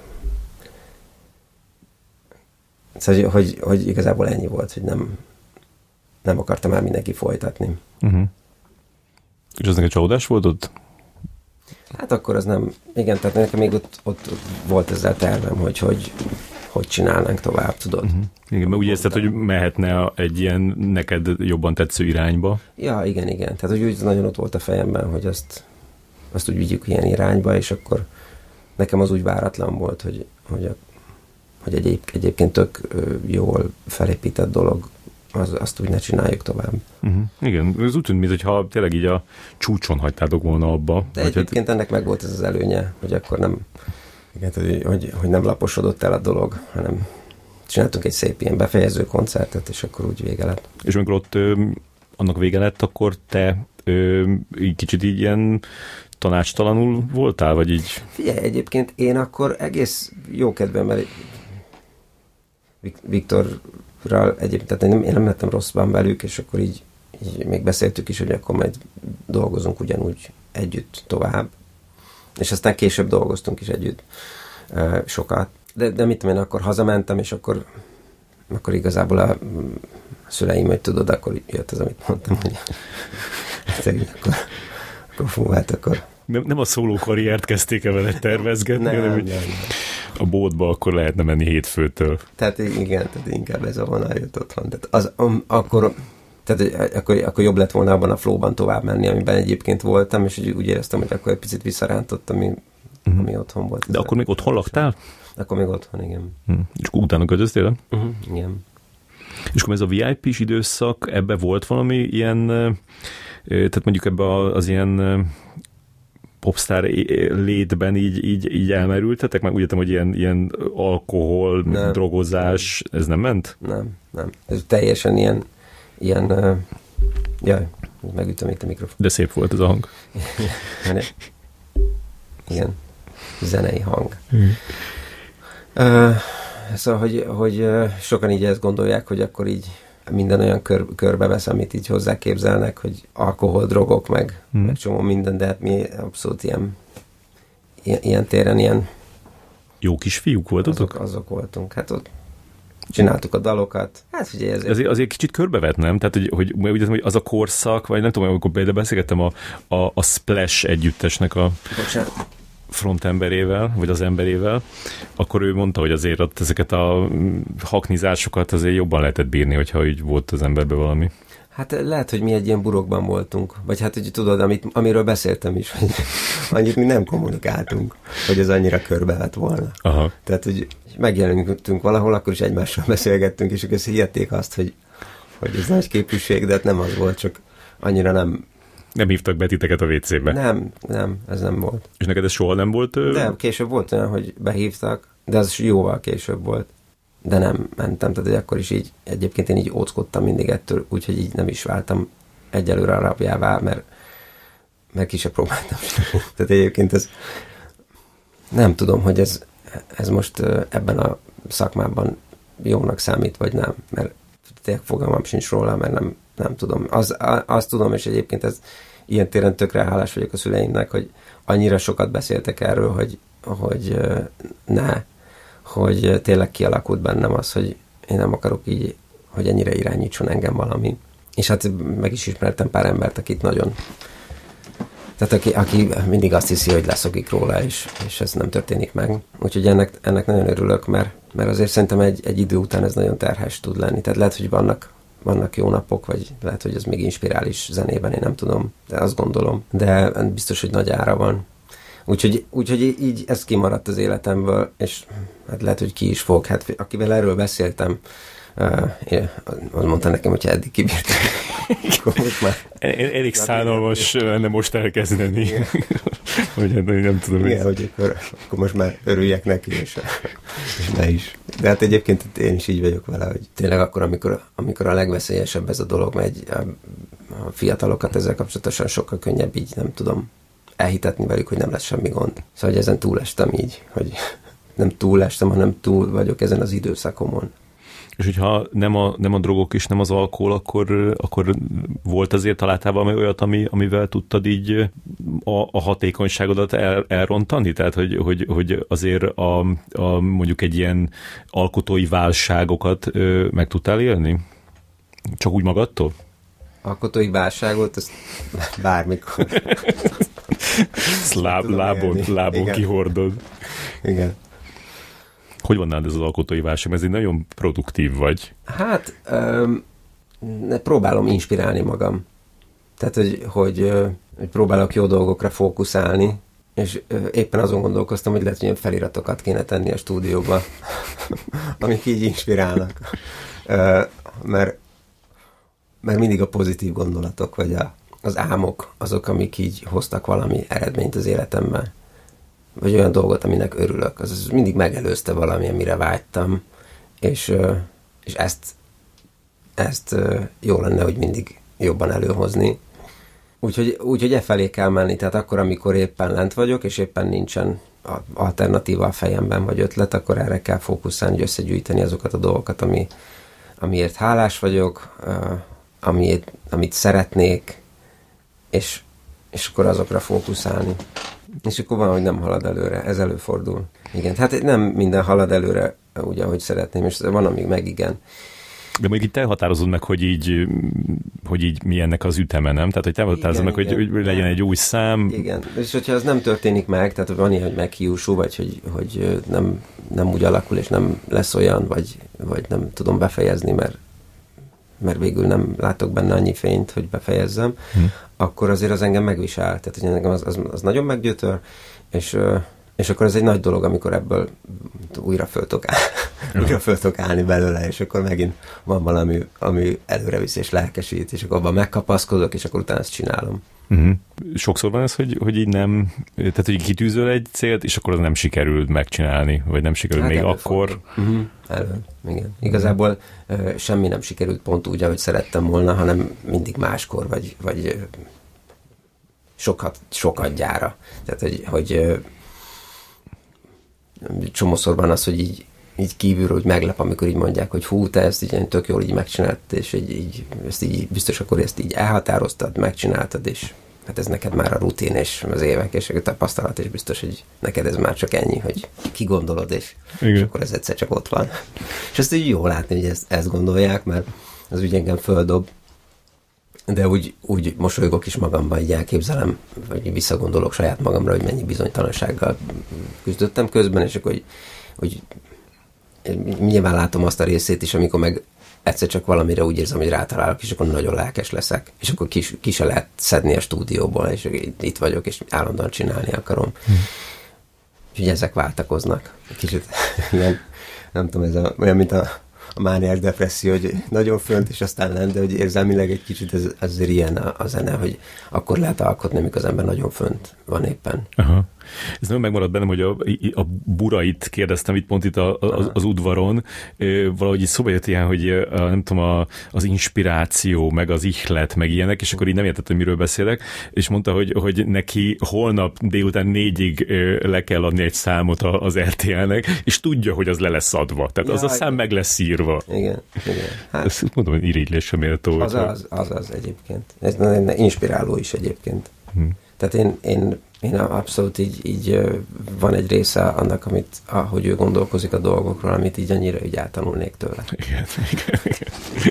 szóval, hogy, hogy igazából ennyi volt, hogy nem, nem akartam már mindenki folytatni. Uh-huh. És az neked csalódás volt ott? Hát akkor az nem, igen, tehát nekem még ott, ott volt ezzel tervem, hogy hogy, hogy csinálnánk tovább, tudod. Uh-huh. Igen, mert úgy érzted, hogy mehetne egy ilyen neked jobban tetsző irányba. Ja, igen, igen. Tehát úgy, úgy nagyon ott volt a fejemben, hogy azt, azt úgy vigyük ilyen irányba, és akkor nekem az úgy váratlan volt, hogy, hogy, a, hogy egyéb, egyébként tök jól felépített dolog, az, azt úgy ne csináljuk tovább. Uh-huh. Igen, ez úgy tűnt, mintha tényleg így a csúcson hagytátok volna abba. De egyébként hát... ennek meg volt ez az előnye, hogy akkor nem, igen, hogy, hogy, hogy nem laposodott el a dolog, hanem csináltunk egy szép ilyen befejező koncertet, és akkor úgy vége lett. És amikor ott ö, annak vége lett, akkor te ö, így kicsit így ilyen tanácstalanul voltál, vagy így? Figyelj, egyébként én akkor egész jó kedvem, mert Viktorral egyébként, tehát én nem, én nem lettem rosszban velük, és akkor így, így még beszéltük is, hogy akkor majd dolgozunk ugyanúgy együtt tovább. És aztán később dolgoztunk is együtt uh, sokat. De, de mit tudom én, akkor hazamentem, és akkor, akkor igazából a, a szüleim, hogy tudod, akkor jött az, amit mondtam, hogy akkor, akkor fú, hát akkor... Nem, nem a szóló karriert kezdték el vele tervezgetni, nem, hanem nem, hogy nem. A bótba akkor lehetne menni hétfőtől. Tehát igen, tehát inkább ez a vonal jött otthon. Tehát az, um, akkor, tehát akkor, akkor jobb lett volna abban a flowban tovább menni, amiben egyébként voltam, és úgy éreztem, hogy akkor egy picit visszarántottam, ami, uh-huh. ami otthon volt. De akkor még otthon laktál? Akkor még otthon, igen. Uh-huh. És akkor utána költöztél? Uh-huh. Igen. És akkor ez a vé i pés időszak, ebbe volt valami ilyen, tehát mondjuk ebbe az ilyen popstar létben így, így, így elmerültetek? Meg úgy értem, hogy ilyen, ilyen alkohol, nem, drogozás, ez nem ment? Nem, nem. Ez teljesen ilyen, ilyen uh, jaj, megütöm itt a mikrofon. De szép volt ez a hang. Igen, zenei hang. Mm. Uh, szóval, hogy, hogy uh, sokan így ezt gondolják, hogy akkor így minden olyan kör, körbe vesz, amit így hozzáképzelnek, hogy alkohol, drogok, meg, hmm. meg csomó minden, de hát mi abszolút ilyen, ilyen, ilyen téren ilyen... Jó kis fiúk voltatok? Azok, azok voltunk. Hát ott csináltuk a dalokat. Hát figyelj, ezért... Azért, azért kicsit körbevet, nem? Tehát, hogy, hogy, hogy, hogy az a korszak, vagy nem tudom, amikor például beszélgettem a, a, a Splash együttesnek a... Bocsánat. Frontemberével, vagy az emberével, akkor ő mondta, hogy azért ott ezeket a haknizásokat azért jobban lehetett bírni, hogyha így volt az emberben valami. Hát lehet, hogy mi egy ilyen burokban voltunk, vagy hát, hogy tudod, amit, amiről beszéltem is, hogy annyit mi nem kommunikáltunk, hogy ez annyira körbe lett volna. Aha. Tehát, hogy megjelenítünk valahol, akkor is egymással beszélgettünk, és ők ezt hihették azt, hogy, hogy ez nagy képűség, de hát nem az volt, csak annyira nem... Nem hívtak be titeket a vécébe? Nem, nem, ez nem volt. És neked ez soha nem volt? De később volt olyan, hogy behívtak, de az jóval később volt. De nem mentem, tehát akkor is így, egyébként én így óckodtam mindig ettől, úgyhogy így nem is váltam egyelőre a rabjává, mert, mert ki se próbáltam. Tehát egyébként ez, nem tudom, hogy ez, ez most ebben a szakmában jónak számít, vagy nem, mert tényleg fogalmam sincs róla, mert nem, nem tudom. Az, azt tudom, és egyébként ez ilyen téren tökre hálás vagyok a szüleimnek, hogy annyira sokat beszéltek erről, hogy, hogy ne, hogy tényleg kialakult bennem az, hogy én nem akarok így, hogy ennyire irányítson engem valami. És hát meg is ismertem pár embert, akit nagyon... Tehát aki, aki mindig azt hiszi, hogy leszokik róla, és, és ez nem történik meg. Úgyhogy ennek, ennek nagyon örülök, mert, mert azért szerintem egy, egy idő után ez nagyon terhes tud lenni. Tehát lehet, hogy vannak, vannak jó napok, vagy lehet, hogy ez még inspirális zenében, én nem tudom, de azt gondolom. De biztos, hogy nagy ára van. Úgyhogy, úgyhogy így ez kimaradt az életemből, és hát lehet, hogy ki is fog. Hát akivel erről beszéltem, azt mondta nekem, hogyha eddig kibírtam, akkor most már... Elég szánalmas lenne most elkezdeni. Hogy nem tudom. Igen, hogy akkor, akkor most már örüljek neki, és, és ne is. De hát egyébként én is így vagyok vele, hogy tényleg akkor, amikor, amikor a legveszélyesebb ez a dolog megy, a, a fiatalokat ezzel kapcsolatosan sokkal könnyebb így, nem tudom, elhitetni velük, hogy nem lesz semmi gond. Szóval, hogy ezen túlestem így, hogy nem túlestem, hanem túl vagyok ezen az időszakomon. És hogyha nem a, nem a drogok és nem az alkohol, akkor, akkor volt azért találtál valami olyat, ami, amivel tudtad így a, a hatékonyságodat el, elrontani? Tehát, hogy, hogy, hogy azért a, a, mondjuk egy ilyen alkotói válságokat ö, meg tudtál élni? Csak úgy magadtól? Alkotói válságot, ezt bármikor. Láb, lábon, lábon kihordod. Igen. Hogy van nálad ez az alkotói válság? Mert ez egy nagyon produktív vagy. Hát, öm, próbálom inspirálni magam. Tehát, hogy, hogy, hogy próbálok jó dolgokra fókuszálni, és éppen azon gondolkoztam, hogy lehet, hogy ilyen feliratokat kéne tenni a stúdióba, amik így inspirálnak. Mert, mert mindig a pozitív gondolatok, vagy a, az álmok azok, amik így hoztak valami eredményt az életemben. Vagy olyan dolgot, aminek örülök. Az, az mindig megelőzte valami, amire vágytam, és, és ezt, ezt jó lenne, hogy mindig jobban előhozni. Úgyhogy, úgyhogy e felé kell menni, tehát akkor, amikor éppen lent vagyok, és éppen nincsen alternatíva a fejemben, vagy ötlet, akkor erre kell fókuszálni, hogy összegyűjteni azokat a dolgokat, ami, amiért hálás vagyok, amiért, amit szeretnék, és, és akkor azokra fókuszálni. És akkor van, hogy nem halad előre, ez előfordul. Igen, hát nem minden halad előre úgy, ahogy szeretném, és van, amíg meg igen. De mondjuk itt elhatározod meg, hogy így, hogy így mi ennek az üteme, nem? Tehát, hogy te határozod meg, hogy, hogy legyen egy új szám. Igen, és hogyha ez nem történik meg, tehát van ilyen, hogy meghiúsul, vagy hogy, hogy nem, nem úgy alakul, és nem lesz olyan, vagy, vagy nem tudom befejezni, mert, mert végül nem látok benne annyi fényt, hogy befejezzem, hm. akkor azért az engem megvisel. Tehát, hogy engem az, az, az nagyon meggyötör, és... És akkor ez egy nagy dolog, amikor ebből újra föl tudok, áll, újra föl tudok állni belőle, és akkor megint van valami, ami előrevisz és lelkesít, és akkor abban megkapaszkodok, és akkor utána ezt csinálom. Uh-huh. Sokszor van ez, hogy, hogy így nem, tehát hogy kitűzöl egy célt, és akkor az nem sikerült megcsinálni, vagy nem sikerült hát még akkor. Uh-huh. Elő, igen. Igazából uh, semmi nem sikerült pont úgy, ahogy szerettem volna, hanem mindig máskor, vagy, vagy uh, sokat, sokat gyára. Tehát, hogy, hogy uh, csomószor van az, hogy így, így kívülről hogy meglep, amikor így mondják, hogy hú, te ezt így tök jól így megcsináltad, és így, így, ezt így biztos akkor ezt így elhatároztad, megcsináltad, és hát ez neked már a rutin, és az évek, és a tapasztalat, és biztos, hogy neked ez már csak ennyi, hogy kigondolod, és, és akkor ez egyszer csak ott van. És ezt így jó látni, hogy ezt, ezt gondolják, mert az úgy engem földob, de úgy, úgy mosolygok is magamban, így elképzelem, vagy visszagondolok saját magamra, hogy mennyi bizonytalansággal küzdöttem közben, és akkor, hogy, hogy nyilván látom azt a részét is, amikor meg egyszer csak valamire úgy érzem, hogy rátalálok, és akkor nagyon lelkes leszek, és akkor ki, ki se lehet szedni a stúdióból, és itt vagyok, és állandóan csinálni akarom. Hmm. Úgyhogy ezek váltakoznak. Kicsit ilyen, nem tudom, ez a, olyan, mint a a mániás depresszió, hogy nagyon fönt, és aztán lent, de hogy érzelmileg egy kicsit ez, azért ilyen a, a zene, hogy akkor lehet alkotni, amikor az ember nagyon fönt van éppen. Aha. Ez nem megmaradt bennem, hogy a, a burait kérdeztem itt pont itt a, a, az udvaron, valahogy így szóba jött ilyen, hogy a, nem tudom, a, az inspiráció, meg az ihlet, meg ilyenek, és akkor így nem értett, hogy miről beszélek, és mondta, hogy, hogy neki holnap délután négyig le kell adni egy számot az er té el-nek, és tudja, hogy az le lesz adva. Tehát ja, az a szám meg lesz írva. Igen, igen. Hát, ezt mondom, hogy irigylésre méltó. Az az, az az egyébként. Ez inspiráló is egyébként. Hm. Tehát én, én, én abszolút így, így van egy része annak, amit, ahogy ő gondolkozik a dolgokról, amit így annyira így eltanulnék tőle. Igen, igen, igen.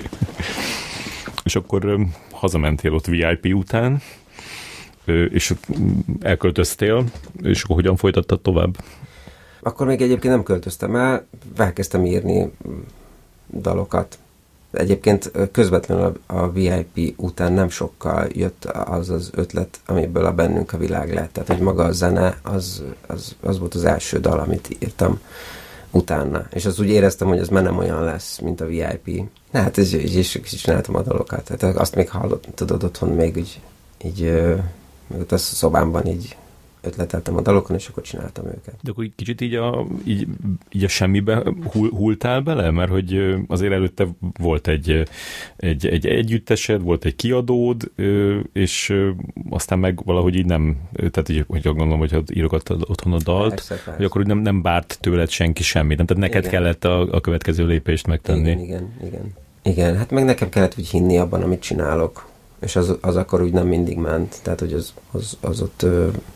És akkor hazamentél ott vé i pé után, és elköltöztél, és akkor hogyan folytattad tovább? Akkor még egyébként nem költöztem el, elkezdtem írni dalokat. Egyébként közvetlenül a vé i pé után nem sokkal jött az az ötlet, amiből a Bennünk a világ lett. Tehát, hogy maga a zene, az, az, az volt az első dal, amit írtam. utána. És azt úgy éreztem, hogy ez már nem olyan lesz, mint a vé i pé. Na hát, és, és, és csináltam a dalokat. Hát azt még hallott, tudod, otthon még így, így még ott a szobámban így ötleteltem a dalokon, és akkor csináltam őket. De akkor kicsit így a, így, így a semmibe hull, hulltál bele? Mert hogy azért előtte volt egy, egy, egy együttesed, volt egy kiadód, és aztán meg valahogy így nem, tehát így, hogy gondolom, hogy ha írogattad otthon a dalt, persze, persze. Hogy akkor úgy nem, nem várt tőled senki semmit, nem? Tehát neked igen. kellett a, a következő lépést megtenni. Igen, igen, igen. Igen, hát meg nekem kellett úgy hinni abban, amit csinálok, és az, az akkor úgy nem mindig ment, tehát hogy az, az, az ott...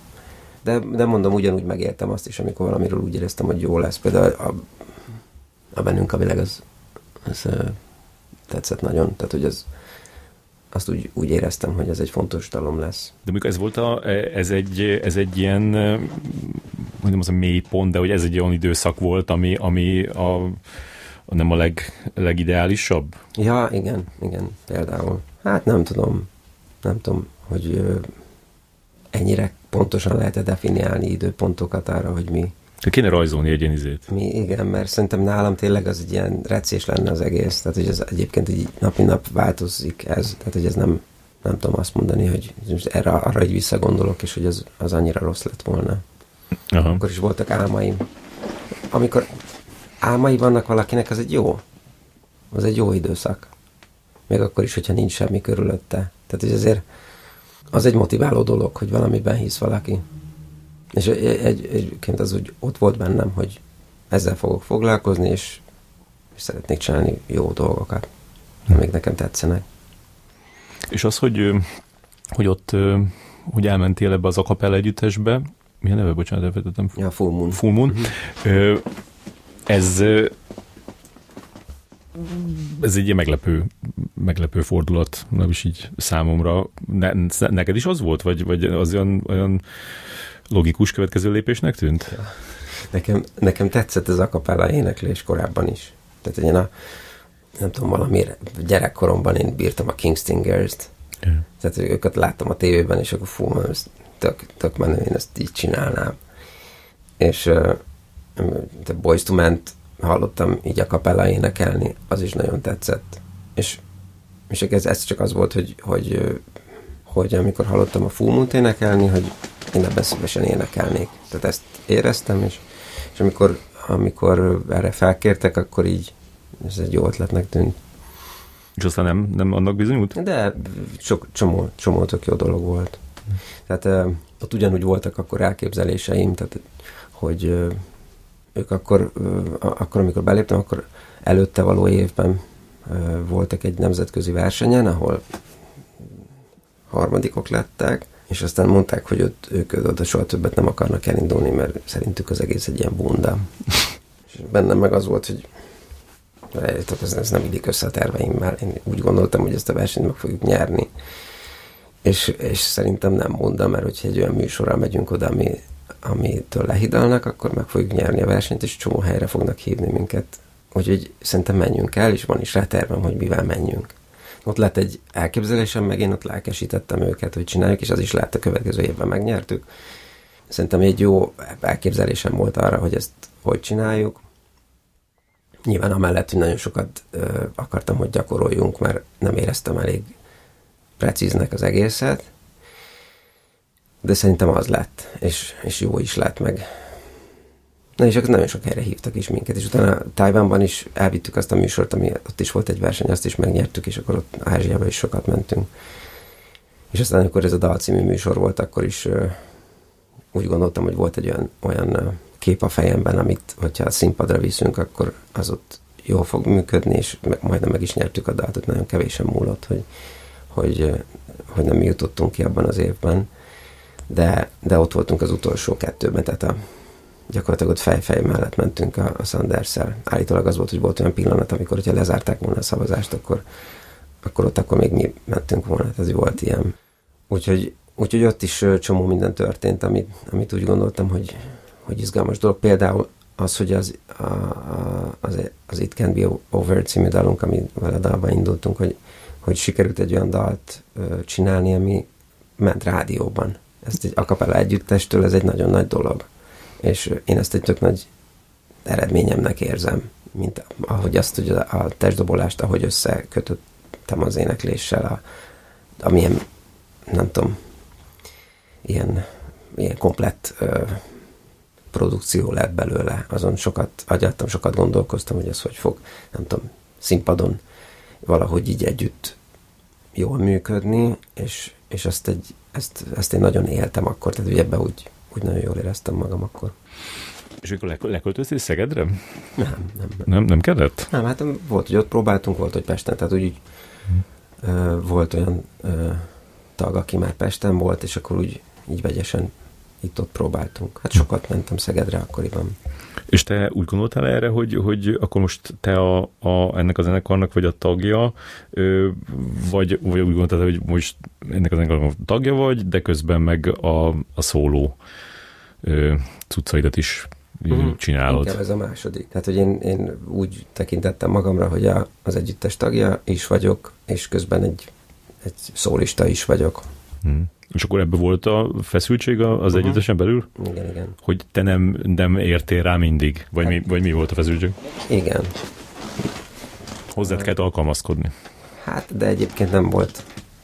De, de mondom, ugyanúgy megéltem azt is, amikor valamiről úgy éreztem, hogy jó lesz. Például a, a bennünk a világ az, az tetszett nagyon. Tehát, hogy az, azt úgy, úgy éreztem, hogy ez egy fontos dalom lesz. De mikor ez volt a, ez egy, ez egy ilyen, mondjam, az a mély pont, de hogy ez egy olyan időszak volt, ami, ami a, a nem a leg, legideálisabb? Ja, igen, igen, például. Hát nem tudom, nem tudom, hogy ennyire pontosan lehet definiálni időpontokat arra, hogy mi... Te kéne rajzolni egy ilyen izét. Mi, igen, mert szerintem nálam tényleg az egy ilyen recés lenne az egész, tehát hogy ez egyébként így napi nap változik ez, tehát hogy ez nem, nem tudom azt mondani, hogy erre, arra így visszagondolok, és hogy az, az annyira rossz lett volna. Aha. Akkor is voltak álmaim. Amikor álmai vannak valakinek, az egy jó. Az egy jó időszak. Még akkor is, hogyha nincs semmi körülötte. Tehát, hogy azért az egy motiváló dolog, hogy valamiben hisz valaki. És egy, egy, egyébként az úgy ott volt bennem, hogy ezzel fogok foglalkozni, és, és szeretnék csinálni jó dolgokat, amik nekem tetszenek. És az, hogy, hogy ott hogy elmentél ebbe az a cappella együttesbe, milyen neve, bocsánat, elfelejtettem? Ja, Full Moon. Full Moon. Uh-huh. Ez ez egy ilyen meglepő, meglepő fordulat, nem is így számomra. Ne, neked is az volt? Vagy, vagy az olyan, olyan logikus következő lépésnek tűnt? Ja. Nekem, nekem tetszett ez a cappella éneklés korábban is. Tehát én a, nem tudom, valamire gyerekkoromban én bírtam a King Stingers-t. Yeah. Tehát őket láttam a tévében, és akkor fú, ez tök, tök menő, én ezt így csinálnám. És uh, a Boyz two Men-t hallottam így a cappella énekelni, az is nagyon tetszett. És, és ez, ez csak az volt, hogy, hogy, hogy amikor hallottam a Full Moon-t énekelni, hogy én ebben szívesen énekelnék. Tehát ezt éreztem, és, és amikor, amikor erre felkértek, akkor így ez egy jó ötletnek tűnt. És aztán nem, nem annak bizonyult? De sok, csomó, csomó tök jó dolog volt. Tehát uh, ott ugyanúgy voltak akkor elképzeléseim, tehát hogy uh, ők akkor, uh, akkor, amikor beléptem, akkor előtte való évben uh, voltak egy nemzetközi versenyen, ahol harmadikok lettek, és aztán mondták, hogy ott, ők oda soha többet nem akarnak elindulni, mert szerintük az egész egy ilyen bunda. És bennem meg az volt, hogy ez, ez nem illik össze a terveimmel. Én úgy gondoltam, hogy ezt a versenyt meg fogjuk nyerni. És, és szerintem nem bunda, mert hogyha egy olyan műsorral megyünk oda, ami, amitől lehidalnak, akkor meg fogjuk nyerni a versenyt, és csomó helyre fognak hívni minket. Úgyhogy szerintem menjünk el, és van is rá tervem, hogy mivel menjünk. Ott lett egy elképzelésem, meg én ott lelkesítettem őket, hogy csináljuk, és az is lett a következő évben megnyertük. Szerintem egy jó elképzelésem volt arra, hogy ezt hogy csináljuk. Nyilván amellett, hogy nagyon sokat ö, akartam, hogy gyakoroljunk, mert nem éreztem elég precíznek az egészet, de szerintem az lett, és, és jó is lett meg. Na és akkor nagyon sok helyre hívtak is minket, és utána Tajvanban is elvittük azt a műsort, ami ott is volt egy verseny, azt is megnyertük, és akkor ott Ázsiában is sokat mentünk. És aztán, amikor ez a Dal című műsor volt, akkor is ö, úgy gondoltam, hogy volt egy olyan, olyan ö, kép a fejemben, amit, hogyha a színpadra viszünk, akkor az ott jól fog működni, és meg, majdnem meg is nyertük a dalt, nagyon kevésen múlott, hogy, hogy, hogy nem jutottunk ki abban az évben. De, de ott voltunk az utolsó kettőben, tehát a, gyakorlatilag ott fej-fej mellett mentünk a, a Sanders-szel. Állítólag az volt, hogy volt olyan pillanat, amikor, hogyha lezárták volna a szavazást, akkor, akkor ott akkor még mi mentünk volna, ez volt ilyen. Úgyhogy, úgyhogy ott is csomó minden történt, amit, amit úgy gondoltam, hogy, hogy izgalmas dolog. Például az, hogy az, a, a, az, az It Can't Be Over című dalunk, amivel a dalba indultunk, hogy, hogy sikerült egy olyan dalt ö, csinálni, ami ment rádióban. Ezt egy a cappella együttestől, ez egy nagyon nagy dolog. És én ezt egy tök nagy eredményemnek érzem, mint ahogy azt ugye a testdobolást, ahogy összekötöttem az énekléssel, a, amilyen, nem tudom, ilyen, ilyen komplett ö, produkció lett belőle. Azon sokat agyaltam, sokat gondolkoztam, hogy ez hogy fog, nem tudom, színpadon valahogy így együtt jól működni, és, és ezt, egy, ezt, ezt én nagyon éltem akkor, tehát ugye ebben úgy, úgy nagyon jól éreztem magam akkor. És akkor leköltöztél Szegedre? Nem, nem. Nem, nem, nem kellett? Nem, hát volt, hogy ott próbáltunk, volt, hogy Pesten, tehát úgy, úgy hmm. ö, volt olyan ö, tag, aki már Pesten volt, és akkor úgy így vegyesen itt-ott próbáltunk. Hát sokat mentem Szegedre akkoriban. És te úgy gondoltál erre, hogy, hogy akkor most te a, a, ennek a zenekarnak vagy a tagja, ö, vagy, vagy úgy gondoltál, hogy most ennek a zenekarnak a tagja vagy, de közben meg a, a szóló ö, cuccaidat is mm, csinálod. Inkább ez a második. Tehát, hogy én, én úgy tekintettem magamra, hogy a, az együttes tagja is vagyok, és közben egy, egy szólista is vagyok. Mm. És akkor ebből volt a feszültség az uh-huh. együttesen belül? Igen, igen. Hogy te nem, nem értél rá mindig? Vagy, hát, mi, vagy mi volt a feszültség? Igen. Hozzád kellett alkalmazkodni. Hát, de egyébként nem volt,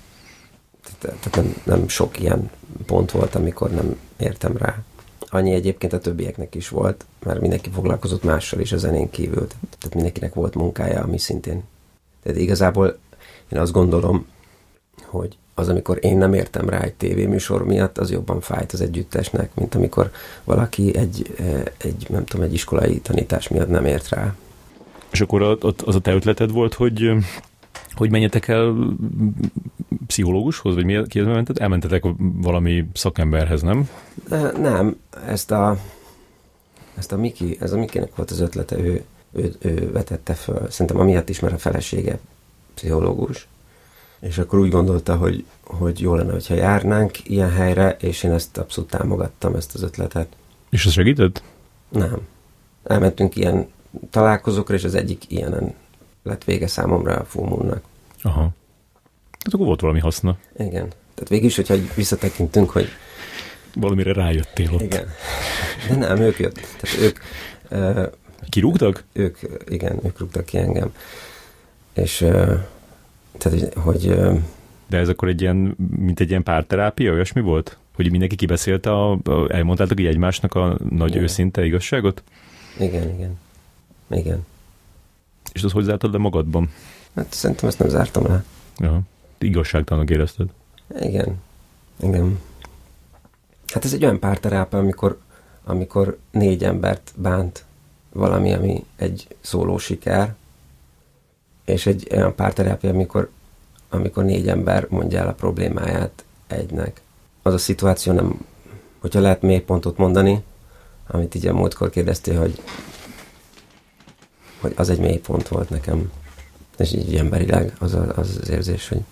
tehát nem, nem sok ilyen pont volt, amikor nem értem rá. Annyi egyébként a többieknek is volt, mert mindenki foglalkozott mással is a zenén kívül. Tehát mindenkinek volt munkája, ami szintén. Tehát igazából én azt gondolom, hogy az, amikor én nem értem rá egy tévéműsor miatt, az jobban fájt az együttesnek, mint amikor valaki egy, egy nem tudom, egy iskolai tanítás miatt nem ért rá. És akkor az a te ötleted volt, hogy, hogy menjetek el pszichológushoz, vagy mi, ki az mented? Elmentetek valami szakemberhez, nem? Nem, ezt a, ezt a Miki, ez a Mikinek volt az ötlete, ő, ő, ő vetette föl. Szerintem amiatt is, mert a felesége pszichológus. És akkor úgy gondolta, hogy, hogy jó lenne, hogyha járnánk ilyen helyre, és én ezt abszolút támogattam, ezt az ötletet. És ez segített? Nem. Elmentünk ilyen találkozókra, és az egyik ilyenen lett vége számomra a Full Moonnak. Aha. Tehát akkor volt valami haszna. Igen. Tehát végül is, hogyha visszatekintünk, hogy... Valamire rájöttél ott. Igen. De nem, ők jött. Tehát ők... Uh, Kirúgtak? Ők, igen, ők rúgtak ki engem. És... Uh, tehát, hogy... De ez akkor egy ilyen, mint egy ilyen párterápia, olyasmi volt? Hogy mindenki kibeszélte, a, a, elmondtátok így egymásnak a nagy igen. őszinte igazságot? Igen, igen. Igen. És azt hogy zártad le magadban? Hát szerintem ezt nem zártam le. Ja. Igazságtalannak érezted? Igen. Igen. Hát ez egy olyan párterápia, amikor, amikor négy embert bánt valami, ami egy szóló siker, és egy olyan párterápia, amikor, amikor négy ember mondja el a problémáját egynek. Az a szituáció nem, hogyha lehet mélypontot mondani, amit így a múltkor kérdeztél, hogy, hogy az egy mélypont volt nekem. És így emberileg az a, az, az érzés, hogy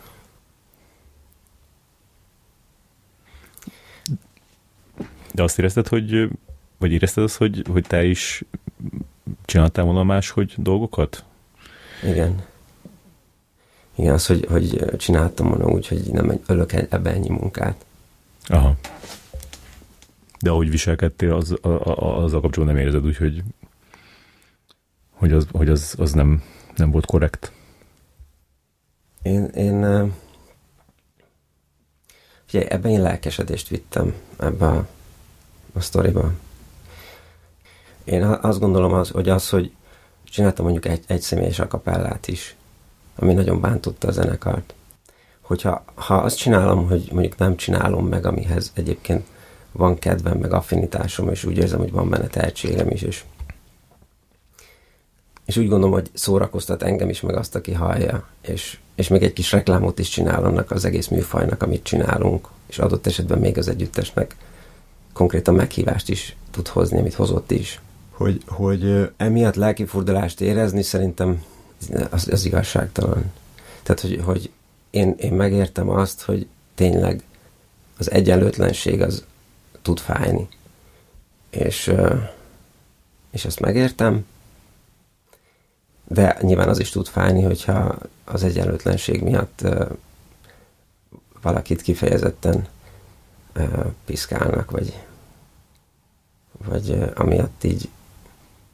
de azt érezted, hogy vagy érezted azt, hogy, hogy te is csináltál volna máshogy dolgokat? Igen. Igen, az, hogy, hogy csináltam volna úgy, hogy nem ölök ebbe ennyi munkát. Aha. De ahogy viselkedtél, az, a, a, azzal kapcsolatban nem érzed úgy, hogy, hogy, az, hogy az, az nem, nem volt korrekt? Én, én figyelj, ebben én lelkesedést vittem ebbe a, a sztoriba. Én azt gondolom, az, hogy az, hogy csináltam mondjuk egy, egy személyes akapellát is, ami nagyon bántotta a zenekart. Hogyha ha azt csinálom, hogy mondjuk nem csinálom meg, amihez egyébként van kedvem, meg affinitásom, és úgy érzem, hogy van benne tehetségem is, és, és úgy gondolom, hogy szórakoztat engem is, meg azt, aki hallja, és, és még egy kis reklámot is csinál annak az egész műfajnak, amit csinálunk, és adott esetben még az együttesnek konkrétan meghívást is tud hozni, amit hozott is. Hogy, hogy emiatt lelkifurdalást érezni szerintem az, az igazságtalan. Tehát, hogy, hogy én, én megértem azt, hogy tényleg az egyenlőtlenség az tud fájni. És, és ezt megértem, de nyilván az is tud fájni, hogyha az egyenlőtlenség miatt valakit kifejezetten piszkálnak, vagy, vagy amiatt így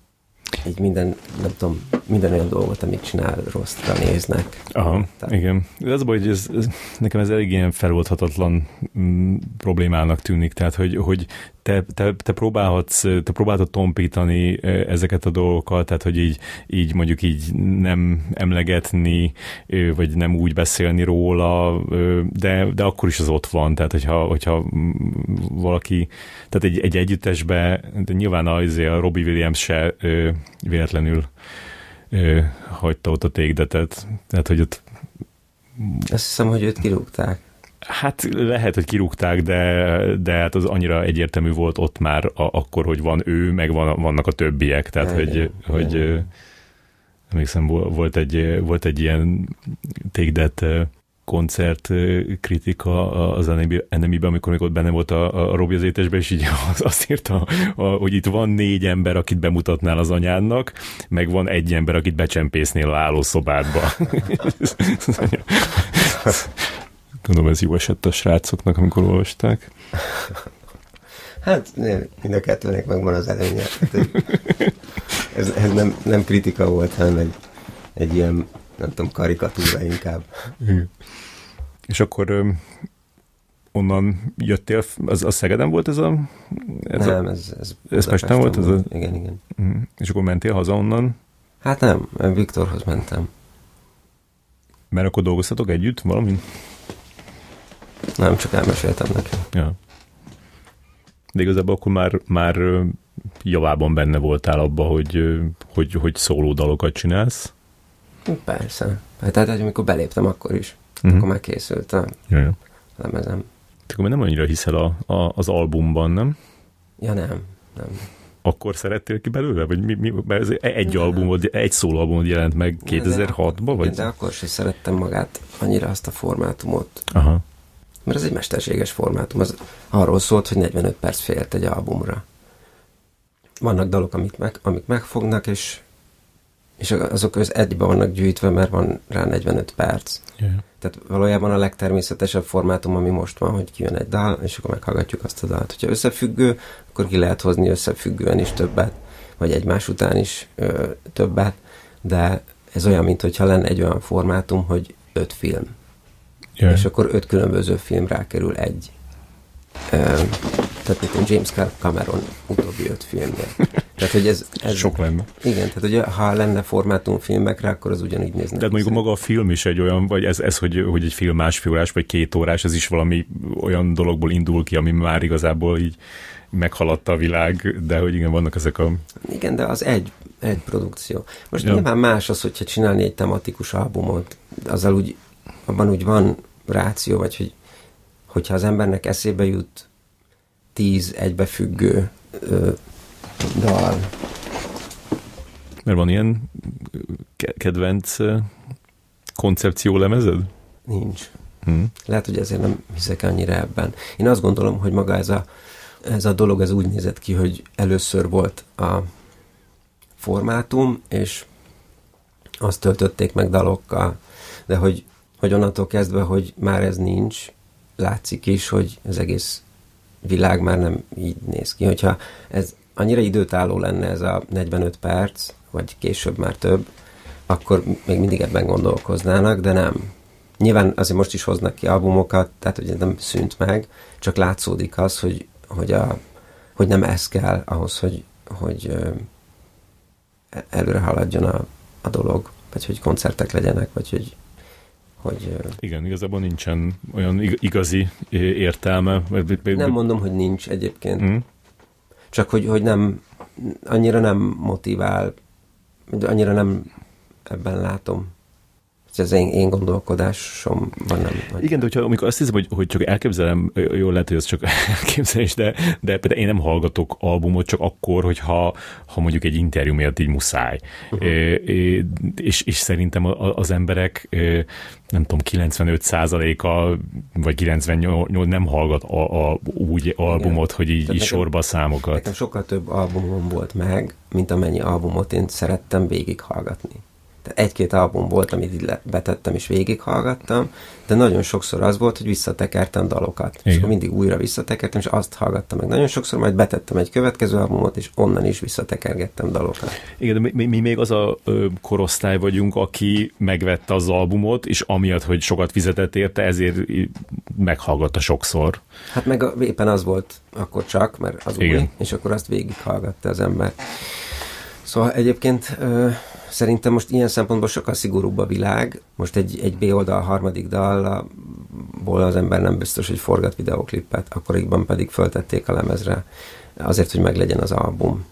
így minden, nem tudom, minden olyan dolgot, amit csinál, rosszra néznek. Aha, Tehát... igen. Ez az baj, hogy ez, ez, nekem ez elég ilyen feloldhatatlan mm, problémának tűnik, tehát, hogy, hogy te, te, te próbálhatsz, te próbálhatod tompítani ezeket a dolgokat, tehát, hogy így, így mondjuk így nem emlegetni, vagy nem úgy beszélni róla, de, de akkor is az ott van, tehát, hogyha, hogyha valaki, tehát egy, egy együttesbe, de nyilván az, a Robbie Williams se véletlenül hagyta ott a Take-That-et, tehát, hogy ott... Azt hiszem, hogy őt kirúgták. Hát lehet, hogy kirúgták, de, de hát az annyira egyértelmű volt ott már a, akkor, hogy van ő, meg van, vannak a többiek, tehát, ja, hogy, ja, hogy ja. Emlékszem, volt egy, volt egy ilyen Take-That koncert kritika az Enemy-ben, amikor még ott benne volt a, a Robbie az étesben, és így azt írta, a, hogy itt van négy ember, akit bemutatnál az anyádnak, meg van egy ember, akit becsempésznél a állószobádba. Tudom, ez jó esett a srácoknak, amikor olvasták. Hát mind a kettőnek megvan az előnye. Ez, ez nem, nem kritika volt, hanem egy, egy ilyen, nem tudom, karikatúra inkább. Igen. És akkor öm, onnan jöttél, az, az Szegeden volt ez a... Ez nem, a, ez, ez, ez Pesten volt? Ez a, igen, igen. És akkor mentél haza onnan? Hát nem, Viktorhoz mentem. Mert akkor dolgoztatok együtt valamin? Nem, csak elmeséltem neki. Ja. De igazából akkor már, már javában benne voltál abba, hogy, hogy, hogy szóló dalokat csinálsz? Persze. Tehát, hogy amikor beléptem, akkor is. Uh-huh. Akkor már készült a ja, ja. lemezem. Te akkor nem annyira hiszel a, a, az albumban, nem? Ja, nem. nem. Akkor szerettél ki belőle? Vagy mi, mi, mert ez egy albumod, egy szólóalbumod jelent meg kétezer-hatban? Vagy? De akkor sem szerettem magát annyira azt a formátumot. Aha. Mert ez egy mesterséges formátum. Az arról szólt, hogy negyvenöt perc félt egy albumra. Vannak dalok, amik, meg, amik megfognak, és, és azok az egybe vannak gyűjtve, mert van rá negyvenöt perc. Yeah. Tehát valójában a legtermészetesebb formátum, ami most van, hogy kijön egy dal, és akkor meghallgatjuk azt a dalt. Hogyha összefüggő, akkor ki lehet hozni összefüggően is többet, vagy egymás után is ö, többet, de ez olyan, mintha lenne egy olyan formátum, hogy öt film. Yeah. És akkor öt különböző film rákerül egy. Ö, tehát mint James Cameron utóbbi öt filmje. Tehát, hogy ez, ez... Sok lenne. Igen, tehát hogy ha lenne formátum filmekre, akkor az ugyanígy nézne. De mondjuk maga a film is egy olyan, vagy ez, ez hogy, hogy egy film másfél órás, vagy két órás, ez is valami olyan dologból indul ki, ami már igazából így meghaladta a világ, de hogy igen, vannak ezek a... Igen, de az egy, egy produkció. Most ja. Nyilván más az, hogyha csinálni egy tematikus albumot, azzal úgy, abban úgy van ráció, vagy hogy, hogyha az embernek eszébe jut tíz egybefüggő ö, dal. Mert van ilyen kedvenc koncepció lemezed? Nincs. Hmm. Lehet, hogy ezért nem hiszek annyira ebben. Én azt gondolom, hogy maga ez a, ez a dolog ez úgy nézett ki, hogy először volt a formátum, és azt töltötték meg dalokkal, de hogy, hogy onnantól kezdve, hogy már ez nincs, látszik is, hogy az egész világ már nem így néz ki. Hogyha ez annyira időtálló lenne ez a negyvenöt perc, vagy később már több, akkor még mindig ebben gondolkoznának, de nem. Nyilván azért most is hoznak ki albumokat, tehát hogy nem szűnt meg, csak látszódik az, hogy, hogy, a, hogy nem ez kell ahhoz, hogy, hogy előre haladjon a, a dolog, vagy hogy koncertek legyenek, vagy hogy Hogy, igen, igazából nincsen olyan igazi értelme. Nem mondom, hogy nincs egyébként. Mm. Csak hogy, hogy nem, annyira nem motivál, annyira nem ebben látom. Ez én, én gondolkodásom van. Nem, hogy... Igen, de hogyha, amikor azt hiszem, hogy, hogy csak elképzelem, jól lehet, hogy ez csak elképzelés, de, de például én nem hallgatok albumot csak akkor, hogyha ha mondjuk egy interjú miatt így muszáj. Uh-huh. É, és, és szerintem az emberek nem tudom, kilencvenöt százaléka vagy kilencvennyolc nem hallgat a, a, úgy albumot, igen, hogy így, így nekem, sorba a számokat. Nekem sokkal több albumom volt meg, mint amennyi albumot én szerettem végighallgatni. Tehát egy-két album volt, amit így betettem és végighallgattam, de nagyon sokszor az volt, hogy visszatekertem dalokat. Igen. És akkor mindig újra visszatekertem, és azt hallgattam meg. Nagyon sokszor majd betettem egy következő albumot, és onnan is visszatekergettem dalokat. Igen, de mi, mi még az a ö, korosztály vagyunk, aki megvette az albumot, és amiatt, hogy sokat fizetett érte, ezért meghallgatta sokszor. Hát meg a, éppen az volt akkor csak, mert az Igen. új, és akkor azt végighallgatta az ember. Szóval egyébként ö, szerintem most ilyen szempontból sokkal szigorúbb a világ. Most egy, egy B-oldal harmadik dalból az ember nem biztos, hogy forgat videóklipet, akkoriban pedig föltették a lemezre azért, hogy meglegyen az album.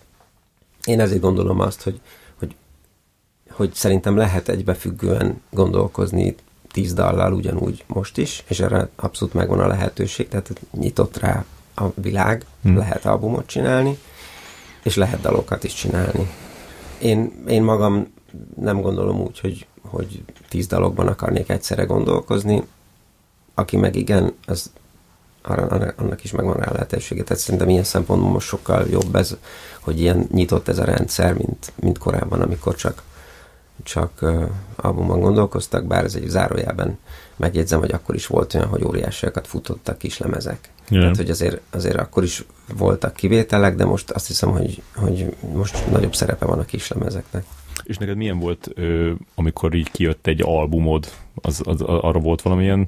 Én ezért gondolom azt, hogy, hogy, hogy szerintem lehet egybefüggően gondolkozni tíz dallal ugyanúgy most is, és erre abszolút megvan a lehetőség, tehát nyitott rá a világ, hmm. lehet albumot csinálni, és lehet dalokat is csinálni. Én, én magam nem gondolom úgy, hogy, hogy tíz dalokban akarnék egyszerre gondolkozni. Aki meg igen, az arra, annak is megvan rá a lehetősége. Tehát szerintem ilyen szempontból most sokkal jobb ez, hogy ilyen nyitott ez a rendszer, mint, mint korábban, amikor csak, csak uh, albumban gondolkoztak, bár ez egy zárójában megjegyzem, hogy akkor is volt olyan, hogy óriásiakat futottak kislemezek. Yeah. Tehát, hogy azért, azért akkor is voltak kivételek, de most azt hiszem, hogy, hogy most nagyobb szerepe van a kislemezeknek. És neked milyen volt, amikor így kijött egy albumod? Az, az, arra volt valamilyen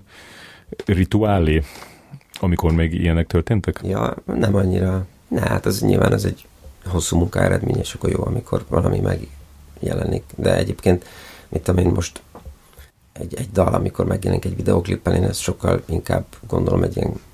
rituálé, amikor még ilyenek történtek? Ja, nem annyira. Ne, hát az nyilván ez egy hosszú munka eredmény, és akkor jó, amikor valami megjelenik. De egyébként, mit tudom én most egy, egy dal, amikor megjelenik egy videóklippen, én ezt sokkal inkább gondolom egy ilyen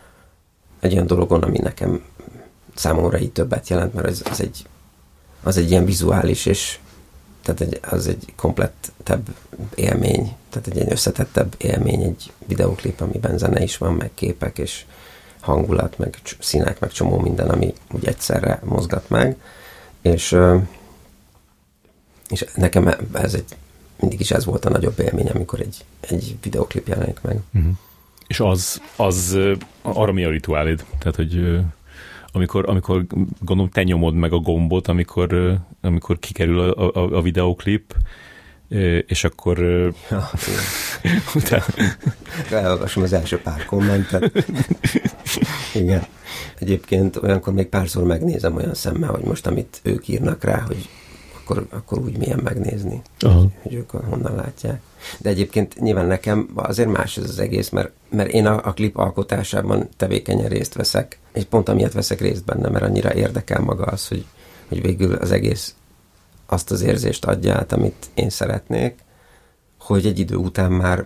egy olyan dologon, ami nekem számomra így többet jelent, mert az, az, egy, az egy ilyen vizuális, és tehát egy, az egy komplettebb élmény, tehát egy ilyen összetettebb élmény, egy videóklip, amiben zene is van, meg képek, és hangulat, meg színek, meg csomó minden, ami úgy egyszerre mozgat meg, és, és nekem ez egy, mindig is ez volt a nagyobb élmény, amikor egy, egy videóklip jelenik meg. Uh-huh. És az, az arra mi a rituálid? Tehát, hogy amikor, amikor gondolom te nyomod meg a gombot, amikor, amikor kikerül a, a, a videóklip, és akkor ja, utána elolvasom az első pár kommentet. Igen. Egyébként olyankor még párszor megnézem olyan szemmel, hogy most amit ők írnak rá, hogy akkor, akkor úgy milyen megnézni, hogy, hogy ők honnan látják. De egyébként nyilván nekem azért más ez az egész, mert, mert én a, a klip alkotásában tevékenyen részt veszek, és pont amiatt veszek részt benne, mert annyira érdekel maga az, hogy, hogy végül az egész azt az érzést adja át, amit én szeretnék, hogy egy idő után már,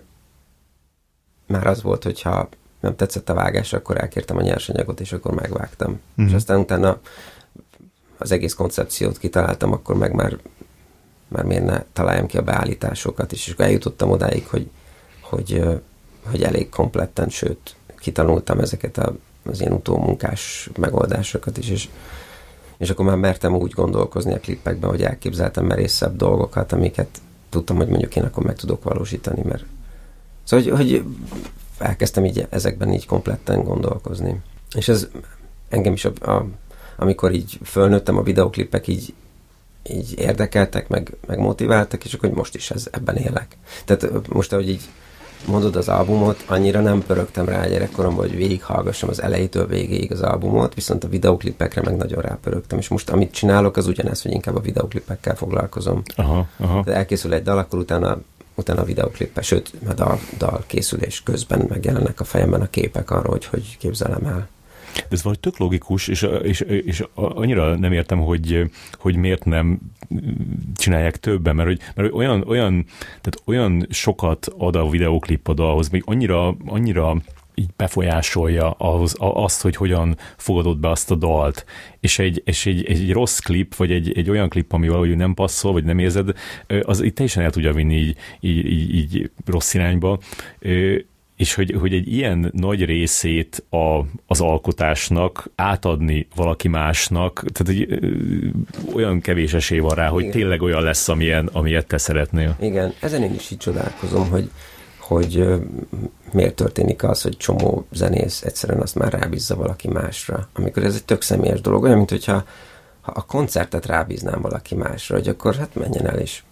már az volt, hogyha nem tetszett a vágás, akkor elkértem a nyersanyagot, és akkor megvágtam. Mm-hmm. És aztán utána az egész koncepciót kitaláltam, akkor meg már, már miért ne találjam ki a beállításokat is, és akkor eljutottam odáig, hogy, hogy, hogy elég kompletten, sőt, kitanultam ezeket a, az ilyen utómunkás megoldásokat is, és, és akkor már mertem úgy gondolkozni a klippekben, hogy elképzeltem merészebb dolgokat, amiket tudtam, hogy mondjuk én akkor meg tudok valósítani, mert szóval, hogy, hogy elkezdtem így ezekben így kompletten gondolkozni. És ez engem is a, a amikor így fölnőttem, a videóklipek így, így érdekeltek, meg, meg motiváltak, és akkor most is ez, ebben élek. Tehát most, ahogy így mondod az albumot, annyira nem pörögtem rá gyerekkoromban, hogy végighallgassam az elejétől végéig az albumot, viszont a videóklipekre meg nagyon rápörögtem, és most amit csinálok, az ugyanez, hogy inkább a videóklipekkel foglalkozom. Aha, aha. De elkészül egy dal, akkor utána, utána a videóklippel, sőt, a dal, dal készülés közben megjelennek a fejemben a képek arról, hogy hogy képzelem el. De ez valahogy tök logikus, és, és, és annyira nem értem, hogy, hogy miért nem csinálják többen, mert, hogy, mert olyan, olyan, tehát olyan sokat ad a videóklip a dalhoz, még annyira, annyira így befolyásolja ahhoz, azt, hogy hogyan fogadod be azt a dalt, és egy, és egy, egy rossz klip, vagy egy, egy olyan klip, ami valahogy nem passzol, vagy nem érzed, az így teljesen el tudja vinni így, így, így, így rossz irányba, és hogy, hogy egy ilyen nagy részét a, az alkotásnak átadni valaki másnak, tehát egy, ö, olyan kevés esély van rá, hogy igen, tényleg olyan lesz, amilyen, amilyet te szeretnél. Igen, ezen én is így csodálkozom, hogy, hogy ö, miért történik az, hogy csomó zenész egyszerűen azt már rábízza valaki másra, amikor ez egy tök személyes dolog, olyan, mint hogyha ha a koncertet rábíznám valaki másra, hogy akkor hát menjen el és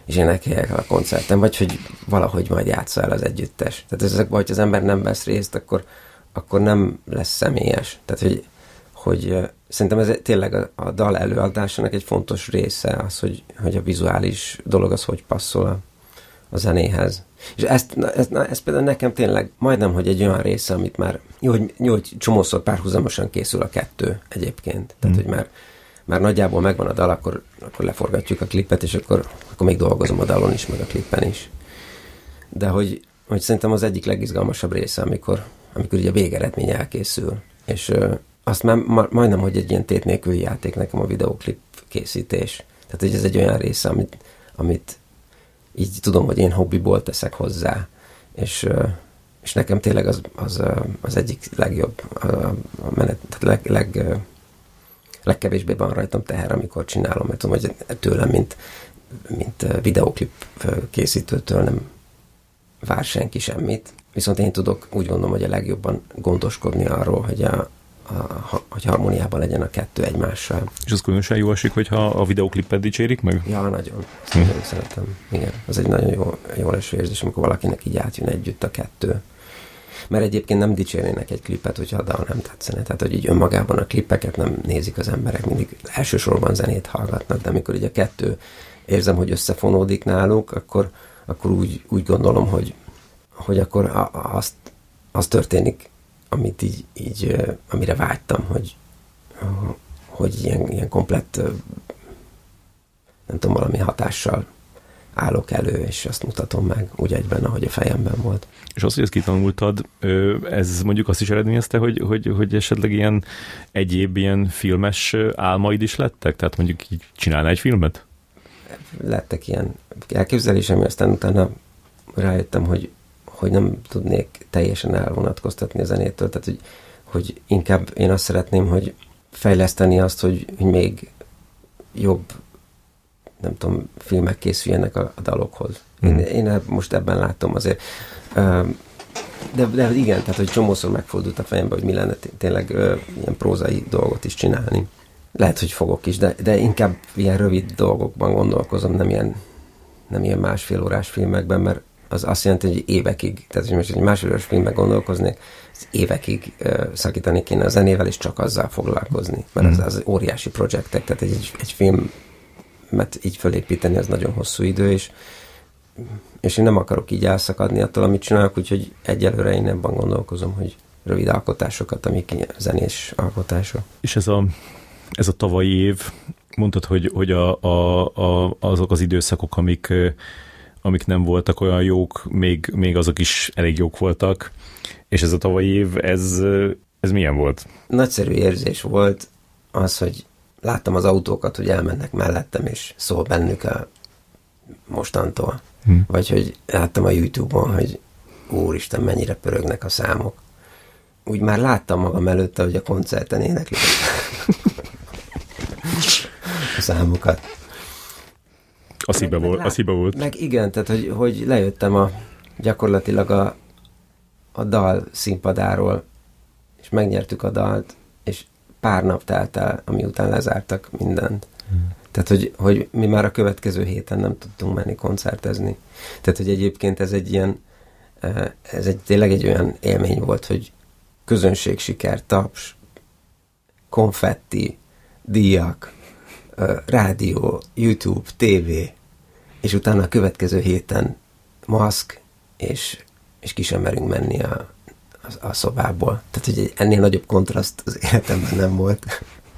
és énekeljek a koncerten, vagy hogy valahogy majd játsza el az együttes. Tehát ezek, vagy az ember nem vesz részt, akkor, akkor nem lesz személyes. Tehát, hogy, hogy szerintem ez tényleg a, a dal előadásának egy fontos része az, hogy, hogy a vizuális dolog az hogy passzol a, a zenéhez. És ezt, ez, ez például nekem tényleg majdnem, hogy egy olyan része, amit már jó, hogy, jó, hogy csomószor párhuzamosan készül a kettő egyébként. Tehát, mm. hogy már, már nagyjából megvan a dal, akkor, akkor leforgatjuk a klipet, és akkor, akkor még dolgozom a dalon is, meg a klippen is. De hogy, hogy szerintem az egyik legizgalmasabb része, amikor, amikor ugye a végeredmény elkészül. És ö, azt már ma, majdnem, hogy egy ilyen tét nélküli játék nekem a videóklip készítés. Tehát, hogy ez egy olyan része, amit, amit így tudom, hogy én hobbiból teszek hozzá, és, és nekem tényleg az, az, az egyik legjobb, a, a menet, leg, leg, legkevésbé van rajtam teher, amikor csinálom, mert tudom, hogy tőlem, mint, mint videóklip készítőtől nem vár senki semmit. Viszont én tudok, úgy gondolom, hogy a legjobban gondoskodni arról, hogy a A, hogy harmóniában legyen a kettő egymással. És az különösen jó esik, hogyha a videóklipet dicsérik meg? Ja, nagyon. Ezt hm. nagyon szeretem. Igen. Az egy nagyon jó, jó leső érzés, amikor valakinek így átjön együtt a kettő. Mert egyébként nem dicsérnének egy klipet, hogyha a dal nem tetszene. Tehát, hogy így önmagában a klipeket nem nézik az emberek, mindig elsősorban zenét hallgatnak, de amikor így a kettő érzem, hogy összefonódik náluk, akkor, akkor úgy, úgy gondolom, hogy, hogy akkor a, azt, az történik, amit így, így, amire vágytam, hogy, hogy ilyen, ilyen komplett, nem tudom, valami hatással állok elő, és azt mutatom meg úgy egyben, ahogy a fejemben volt. És az, hogy ezt kitanultad, ez mondjuk azt is eredményezte, hogy, hogy, hogy esetleg ilyen egyéb ilyen filmes álmaid is lettek? Tehát mondjuk így csinálná egy filmet? Lettek ilyen elképzelésem, aztán utána rájöttem, hogy hogy nem tudnék teljesen elvonatkoztatni a zenétől, tehát hogy, hogy inkább én azt szeretném, hogy fejleszteni azt, hogy, hogy még jobb, nem tudom, filmek készüljenek a, a dalokhoz. Én, én most ebben látom azért. De, de igen, tehát hogy csomószor megfordult a fejembe, hogy mi lenne tényleg ilyen prózai dolgot is csinálni. Lehet, hogy fogok is, de, de inkább ilyen rövid dolgokban gondolkozom, nem ilyen, nem ilyen másfél órás filmekben, mert az azt jelenti, hogy évekig, tehát hogy most egy másfél órás filmben gondolkoznék, az évekig uh, szakítani kéne a zenével, és csak azzal foglalkozni. Mert az, az óriási projektek, tehát egy, egy filmet így fölépíteni, az nagyon hosszú idő, és, és én nem akarok így elszakadni attól, amit csinálok, úgyhogy egyelőre én ebben gondolkozom, hogy rövid alkotásokat, amik zenés alkotások. És ez a, ez a tavalyi év, mondtad, hogy, hogy a, a, a, azok az időszakok, amik amik nem voltak olyan jók, még, még azok is elég jók voltak. És ez a tavalyi év, ez, ez milyen volt? Nagyszerű érzés volt az, hogy láttam az autókat, hogy elmennek mellettem, és szól bennük a mostantól. Hm. Vagy hogy láttam a YouTube-on, hogy úristen, mennyire pörögnek a számok. Úgy már láttam magam előtte, hogy a koncerten éneklik a számokat. Az hiba volt, az hiba volt. Meg igen, tehát hogy, hogy lejöttem a, gyakorlatilag a, a dal színpadáról, és megnyertük a dalt, és pár nap telt el, ami után lezártak mindent. Hmm. Tehát, hogy, hogy mi már a következő héten nem tudtunk menni koncertezni. Tehát, hogy egyébként ez egy ilyen, ez egy, tényleg egy olyan élmény volt, hogy közönségsiker, taps, konfetti, díjak, rádió, YouTube, tévé, és utána a következő héten maszk, és, és ki sem merünk menni a, a, a szobából. Tehát, hogy ennél nagyobb kontraszt az életemben nem volt.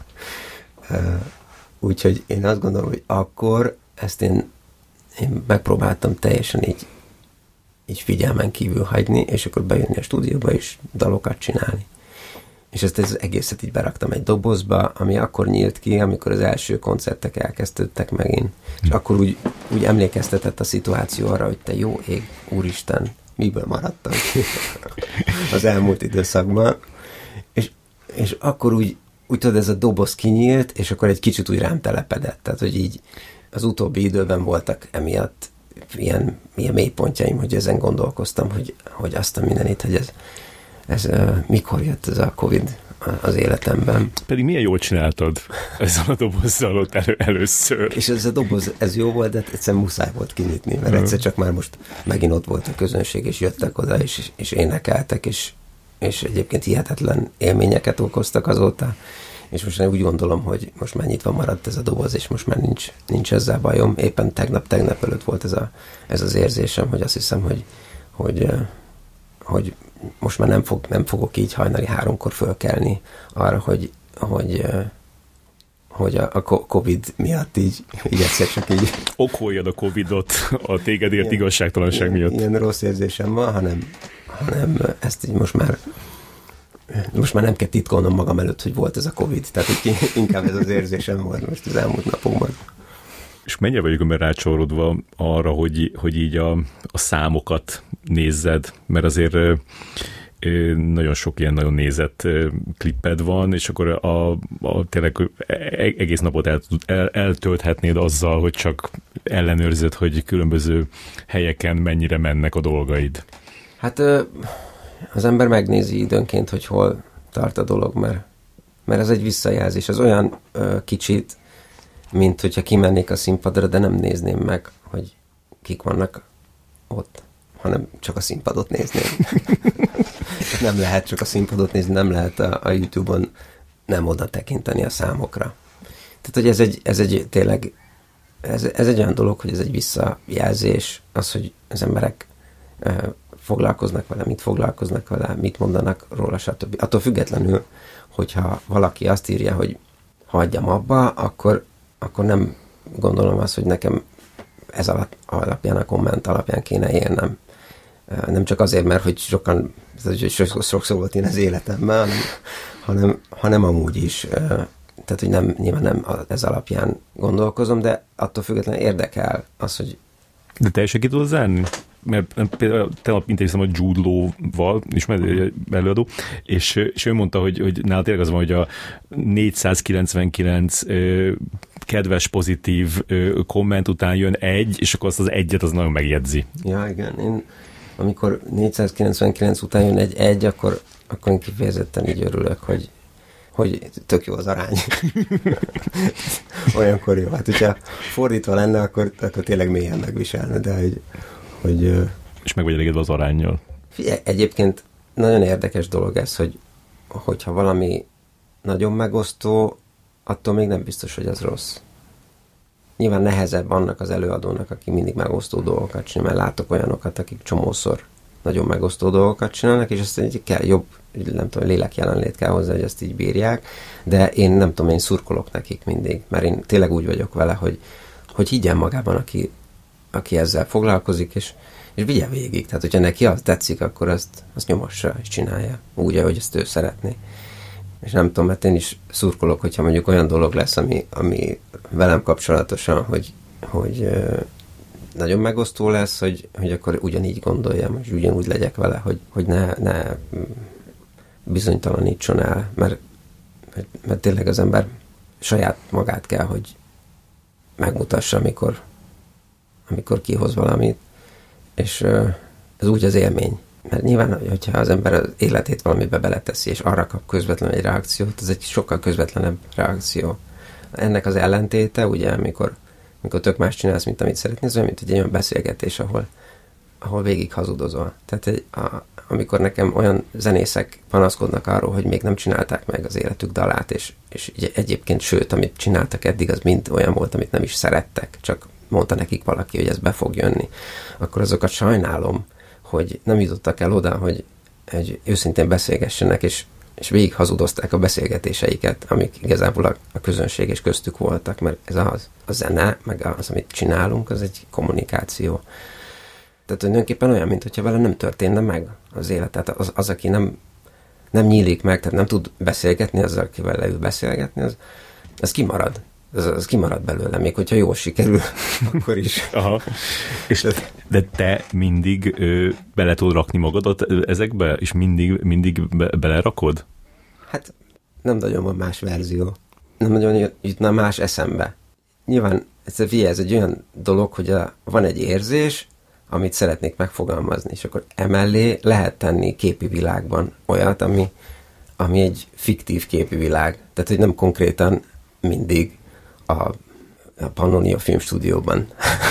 Úgyhogy én azt gondolom, hogy akkor ezt én, én megpróbáltam teljesen így, így figyelmen kívül hagyni, és akkor bejönni a stúdióba, és dalokat csinálni. És ezt az egészet így beraktam egy dobozba, ami akkor nyílt ki, amikor az első koncertek elkezdődtek megint. És akkor úgy, úgy emlékeztetett a szituáció arra, hogy te jó ég, úristen, miből maradtam az elmúlt időszakban. És, és akkor úgy, úgy tudod, ez a doboz kinyílt, és akkor egy kicsit úgy rám telepedett. Tehát, hogy így az utóbbi időben voltak emiatt ilyen, ilyen mélypontjaim, hogy ezen gondolkoztam, hogy, hogy azt a mindenit, hogy ez Ez, uh, mikor jött ez a Covid az életemben. Pedig milyen jól csináltad ezzel a dobozzal ott elő, először. És ez a doboz, ez jó volt, de egyszerűen muszáj volt kinyitni, mert uh-huh. egyszer csak már most megint ott volt a közönség, és jöttek oda, és, és énekeltek, és, és egyébként hihetetlen élményeket okoztak azóta, és most én úgy gondolom, hogy most már nyitva maradt ez a doboz, és most már nincs, nincs ezzel bajom. Éppen tegnap-tegnap előtt volt ez, a, ez az érzésem, hogy azt hiszem, hogy, hogy, hogy most már nem, fog, nem fogok így hajnali háromkor fölkelni arra, hogy, hogy, hogy a, a Covid miatt így, így egyszer csak így... Okoljad a Covidot a téged ért igazságtalanság miatt. Ilyen rossz érzésem van, hanem, hanem ezt így most már most már nem kell titkolnom magam előtt, hogy volt ez a Covid. Tehát így inkább ez az érzésem volt most az elmúlt napokban. És mennyire vagyok önben rácsorodva arra, hogy, hogy így a, a számokat nézzed, mert azért nagyon sok ilyen nagyon nézett klipped van, és akkor a, a, tényleg egész napot el, el, eltölthetnéd azzal, hogy csak ellenőrzed, hogy különböző helyeken mennyire mennek a dolgaid. Hát az ember megnézi időnként, hogy hol tart a dolog, mert, mert ez egy visszajelzés. Az olyan ö, kicsit, mint hogyha kimennék a színpadra, de nem nézném meg, hogy kik vannak ott, hanem csak a színpadot nézném. Nem lehet csak a színpadot nézni, nem lehet a, a YouTube-on nem oda tekinteni a számokra. Tehát, hogy ez egy, ez egy tényleg, ez, ez egy olyan dolog, hogy ez egy visszajelzés, az, hogy az emberek ö, foglalkoznak vele, mit foglalkoznak vele, mit mondanak róla, stb. Attól függetlenül, hogyha valaki azt írja, hogy hagyjam abba, akkor, akkor nem gondolom azt, hogy nekem ez alapján, a komment alapján kéne élnem. Nem csak azért, mert hogy sokan, sokszor volt én az életemben, hanem, hanem, hanem amúgy is. Tehát, hogy nem, nyilván nem ez alapján gondolkozom, de attól függetlenül érdekel az, hogy... De teljesen ki tudod zárni? Mert például tegnap interjúztam a Jude Law-val, ismert előadó, és, és ő mondta, hogy, hogy nála tényleg az van, hogy a négyszázkilencvenkilenc ö, kedves, pozitív ö, komment után jön egy, és akkor azt az egyet az nagyon megjegyzi. Ja, igen. Én, amikor négyszázkilencvenkilenc után jön egy egy, akkor, akkor én kifejezetten így örülök, hogy, hogy tök jó az arány. Olyankor jó. Hát, hogyha fordítva lenne, akkor, akkor tényleg mélyen megviselne, de hogy Hogy, és meg vagy elégedve az aránnyal. Figyelj, egyébként nagyon érdekes dolog ez, hogy hogyha valami nagyon megosztó, attól még nem biztos, hogy az rossz. Nyilván nehezebb annak az előadónak, aki mindig megosztó dolgokat csinál, mert látok olyanokat, akik csomószor nagyon megosztó dolgokat csinálnak, és azt így kell jobb, nem tudom, lélek jelenlét kell hozzá, hogy ezt így bírják, de én nem tudom, én szurkolok nekik mindig, mert én tényleg úgy vagyok vele, hogy, hogy higgyen magában, aki aki ezzel foglalkozik, és, és vigye végig. Tehát, hogyha neki az tetszik, akkor azt, azt nyomassa, és csinálja úgy, ahogy ezt ő szeretné. És nem tudom, mert én is szurkolok, hogyha mondjuk olyan dolog lesz, ami, ami velem kapcsolatosan, hogy, hogy ö, nagyon megosztó lesz, hogy, hogy akkor ugyanígy gondoljam, és ugyanúgy legyek vele, hogy, hogy ne, ne bizonytalanítson el, mert, mert, mert tényleg az ember saját magát kell, hogy megmutassa, amikor amikor kihoz valamit, és uh, ez úgy az élmény. Mert nyilván, hogyha az ember az életét valamibe beleteszi, és arra kap közvetlenül egy reakciót, ez egy sokkal közvetlenebb reakció. Ennek az ellentéte, ugye, amikor, amikor tök más csinálsz, mint amit szeretnél, ez olyan, mint egy olyan beszélgetés, ahol, ahol végig hazudozol. Tehát egy, a, amikor nekem olyan zenészek panaszkodnak arról, hogy még nem csinálták meg az életük dalát, és, és egyébként sőt, amit csináltak eddig, az mind olyan volt, amit nem is szerettek, csak mondta nekik valaki, hogy ez be fog jönni, akkor azokat sajnálom, hogy nem jutottak el oda, hogy egy őszintén beszélgessenek, és, és végig hazudozták a beszélgetéseiket, amik igazából a, a közönség és köztük voltak, mert ez az, a zene, meg az, amit csinálunk, az egy kommunikáció. Tehát tulajdonképpen olyan, mintha vele nem történne meg az élet. Tehát az, az aki nem, nem nyílik meg, tehát nem tud beszélgetni, azzal, akivel leül beszélgetni, az, az kimarad. Az, az kimarad belőle, még hogyha jól sikerül, akkor is. Aha. És de te mindig ö, bele tudod rakni magadat ezekbe, és mindig, mindig be, belerakod? Hát nem nagyon van más verzió. Nem nagyon jutna más eszembe. Nyilván ez, ez egy olyan dolog, hogy a, van egy érzés, amit szeretnék megfogalmazni, és akkor emellé lehet tenni képi világban olyat, ami, ami egy fiktív képű világ. Tehát, hogy nem konkrétan mindig a, a Pannonia filmstúdióban,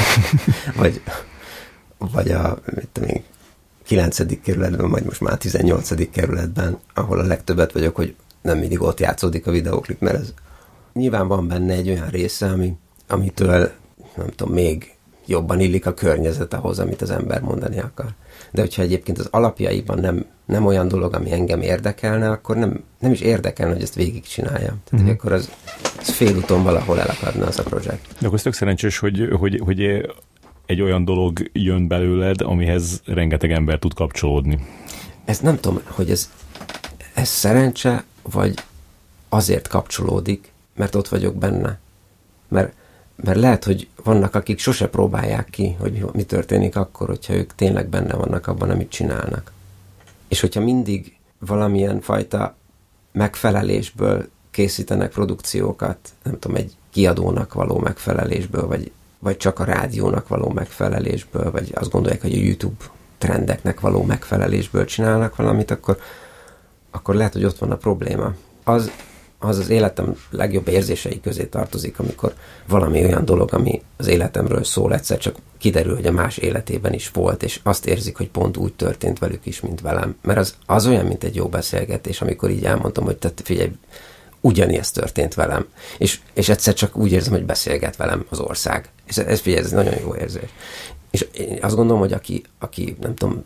vagy, vagy a mit tudom én, kilencedik kerületben, vagy most már tizennyolcadik kerületben, ahol a legtöbbet vagyok, hogy nem mindig ott játszódik a videóklip, mert ez nyilván van benne egy olyan része, ami, amitől nem tudom, még jobban illik a környezet ahhoz, amit az ember mondani akar. De hogyha egyébként az alapjaiban nem, nem olyan dolog, ami engem érdekelne, akkor nem, nem is érdekelne, hogy ezt végigcsináljam. Tehát mm-hmm. akkor az, az félúton valahol elakadna az a projekt. De akkor ez tök szerencsés, hogy, hogy, hogy egy olyan dolog jön belőled, amihez rengeteg ember tud kapcsolódni. Ez nem tudom, hogy ez, ez szerencse, vagy azért kapcsolódik, mert ott vagyok benne. Mert Mert lehet, hogy vannak, akik sose próbálják ki, hogy mi történik akkor, hogyha ők tényleg benne vannak abban, amit csinálnak. És hogyha mindig valamilyen fajta megfelelésből készítenek produkciókat, nem tudom, egy kiadónak való megfelelésből, vagy, vagy csak a rádiónak való megfelelésből, vagy azt gondolják, hogy a YouTube trendeknek való megfelelésből csinálnak valamit, akkor, akkor lehet, hogy ott van a probléma. Az az az életem legjobb érzései közé tartozik, amikor valami olyan dolog, ami az életemről szól, egyszer csak kiderül, hogy a más életében is volt, és azt érzik, hogy pont úgy történt velük is, mint velem. Mert az, az olyan, mint egy jó beszélgetés, amikor így elmondtam, hogy te figyelj, ugyanezt történt velem. És, és egyszer csak úgy érzem, hogy beszélget velem az ország. És ez, figyelj, ez nagyon jó érzés. És én azt gondolom, hogy aki, aki nem tudom,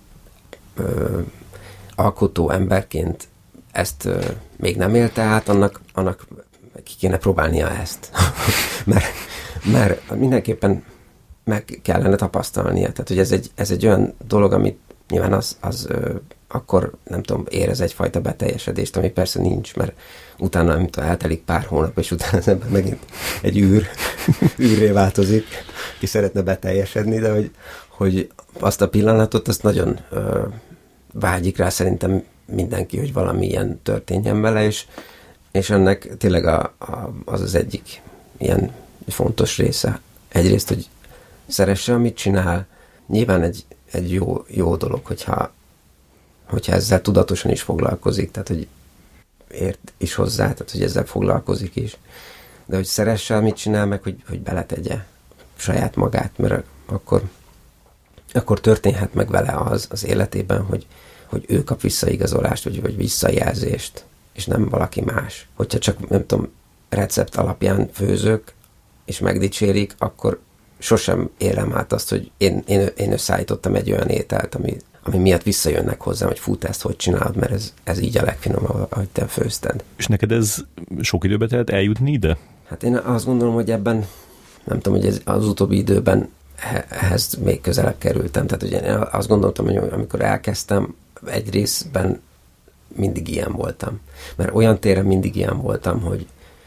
ö, alkotó emberként ezt ö, még nem élte át, annak, annak ki kéne próbálnia ezt. mert, mert mindenképpen meg kellene tapasztalnia. Tehát, hogy ez egy, ez egy olyan dolog, amit nyilván az, az ö, akkor, nem tudom, érez egyfajta beteljesedést, ami persze nincs, mert utána, amit eltelik pár hónap, és utána az ember megint egy űr, űrré változik, ki szeretne beteljesedni, de hogy, hogy azt a pillanatot, azt nagyon ö, vágyik rá szerintem mindenki, hogy valami ilyen történjen vele, és, és ennek tényleg a, a, az az egyik ilyen fontos része. Egyrészt, hogy szeresse, amit csinál. Nyilván egy, egy jó, jó dolog, hogyha, hogyha ezzel tudatosan is foglalkozik, tehát, hogy ért is hozzá, tehát, hogy ezzel foglalkozik is. De hogy szeresse, amit csinál, meg, hogy, hogy beletegye saját magát, mert akkor, akkor történhet meg vele az az életében, hogy hogy ő kap visszaigazolást, vagy, vagy visszajelzést, és nem valaki más. Hogyha csak, nem tudom, recept alapján főzök, és megdicsérik, akkor sosem élem át azt, hogy én, én, én összeállítottam egy olyan ételt, ami, ami miatt visszajönnek hozzám, hogy fut, ezt hogy csinálod, mert ez, ez így a legfinomabb, ahogy te főzted. És neked ez sok időbe telt eljutni ide? Hát én azt gondolom, hogy ebben, nem tudom, hogy ez az utóbbi időben ehhez még közelebb kerültem. Tehát ugye én azt gondoltam, hogy amikor elkezdtem, egy részben mindig ilyen voltam. Mert olyan téren mindig ilyen voltam, hogy,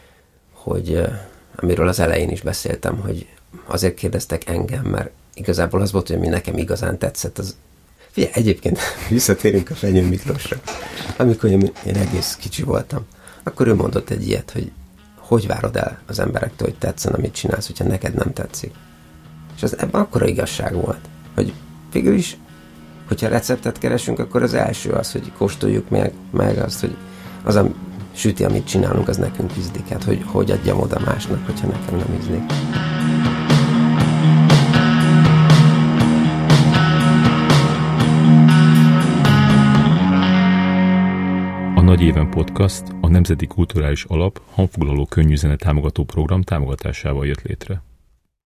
hogy amiről az elején is beszéltem, hogy azért kérdeztek engem, mert igazából az volt, hogy ami nekem igazán tetszett. Az... Figyelj, egyébként visszatérünk a Fenyő Miklósra. Amikor én, én egész kicsi voltam, akkor ő mondott egy ilyet, hogy hogy várod el az emberektől, hogy tetszen, amit csinálsz, hogyha neked nem tetszik. És ez ebben akkora igazság volt, hogy végül is hogyha receptet keresünk, akkor az első az, hogy kóstoljuk meg, meg azt, hogy az a süti, amit csinálunk, az nekünk ízlik. Hát, hogy hogy adjam oda másnak, hogyha nekem nem ízlik. A Nagy Éven Podcast a Nemzeti Kulturális Alap hangfoglaló könnyűzene támogató program támogatásával jött létre.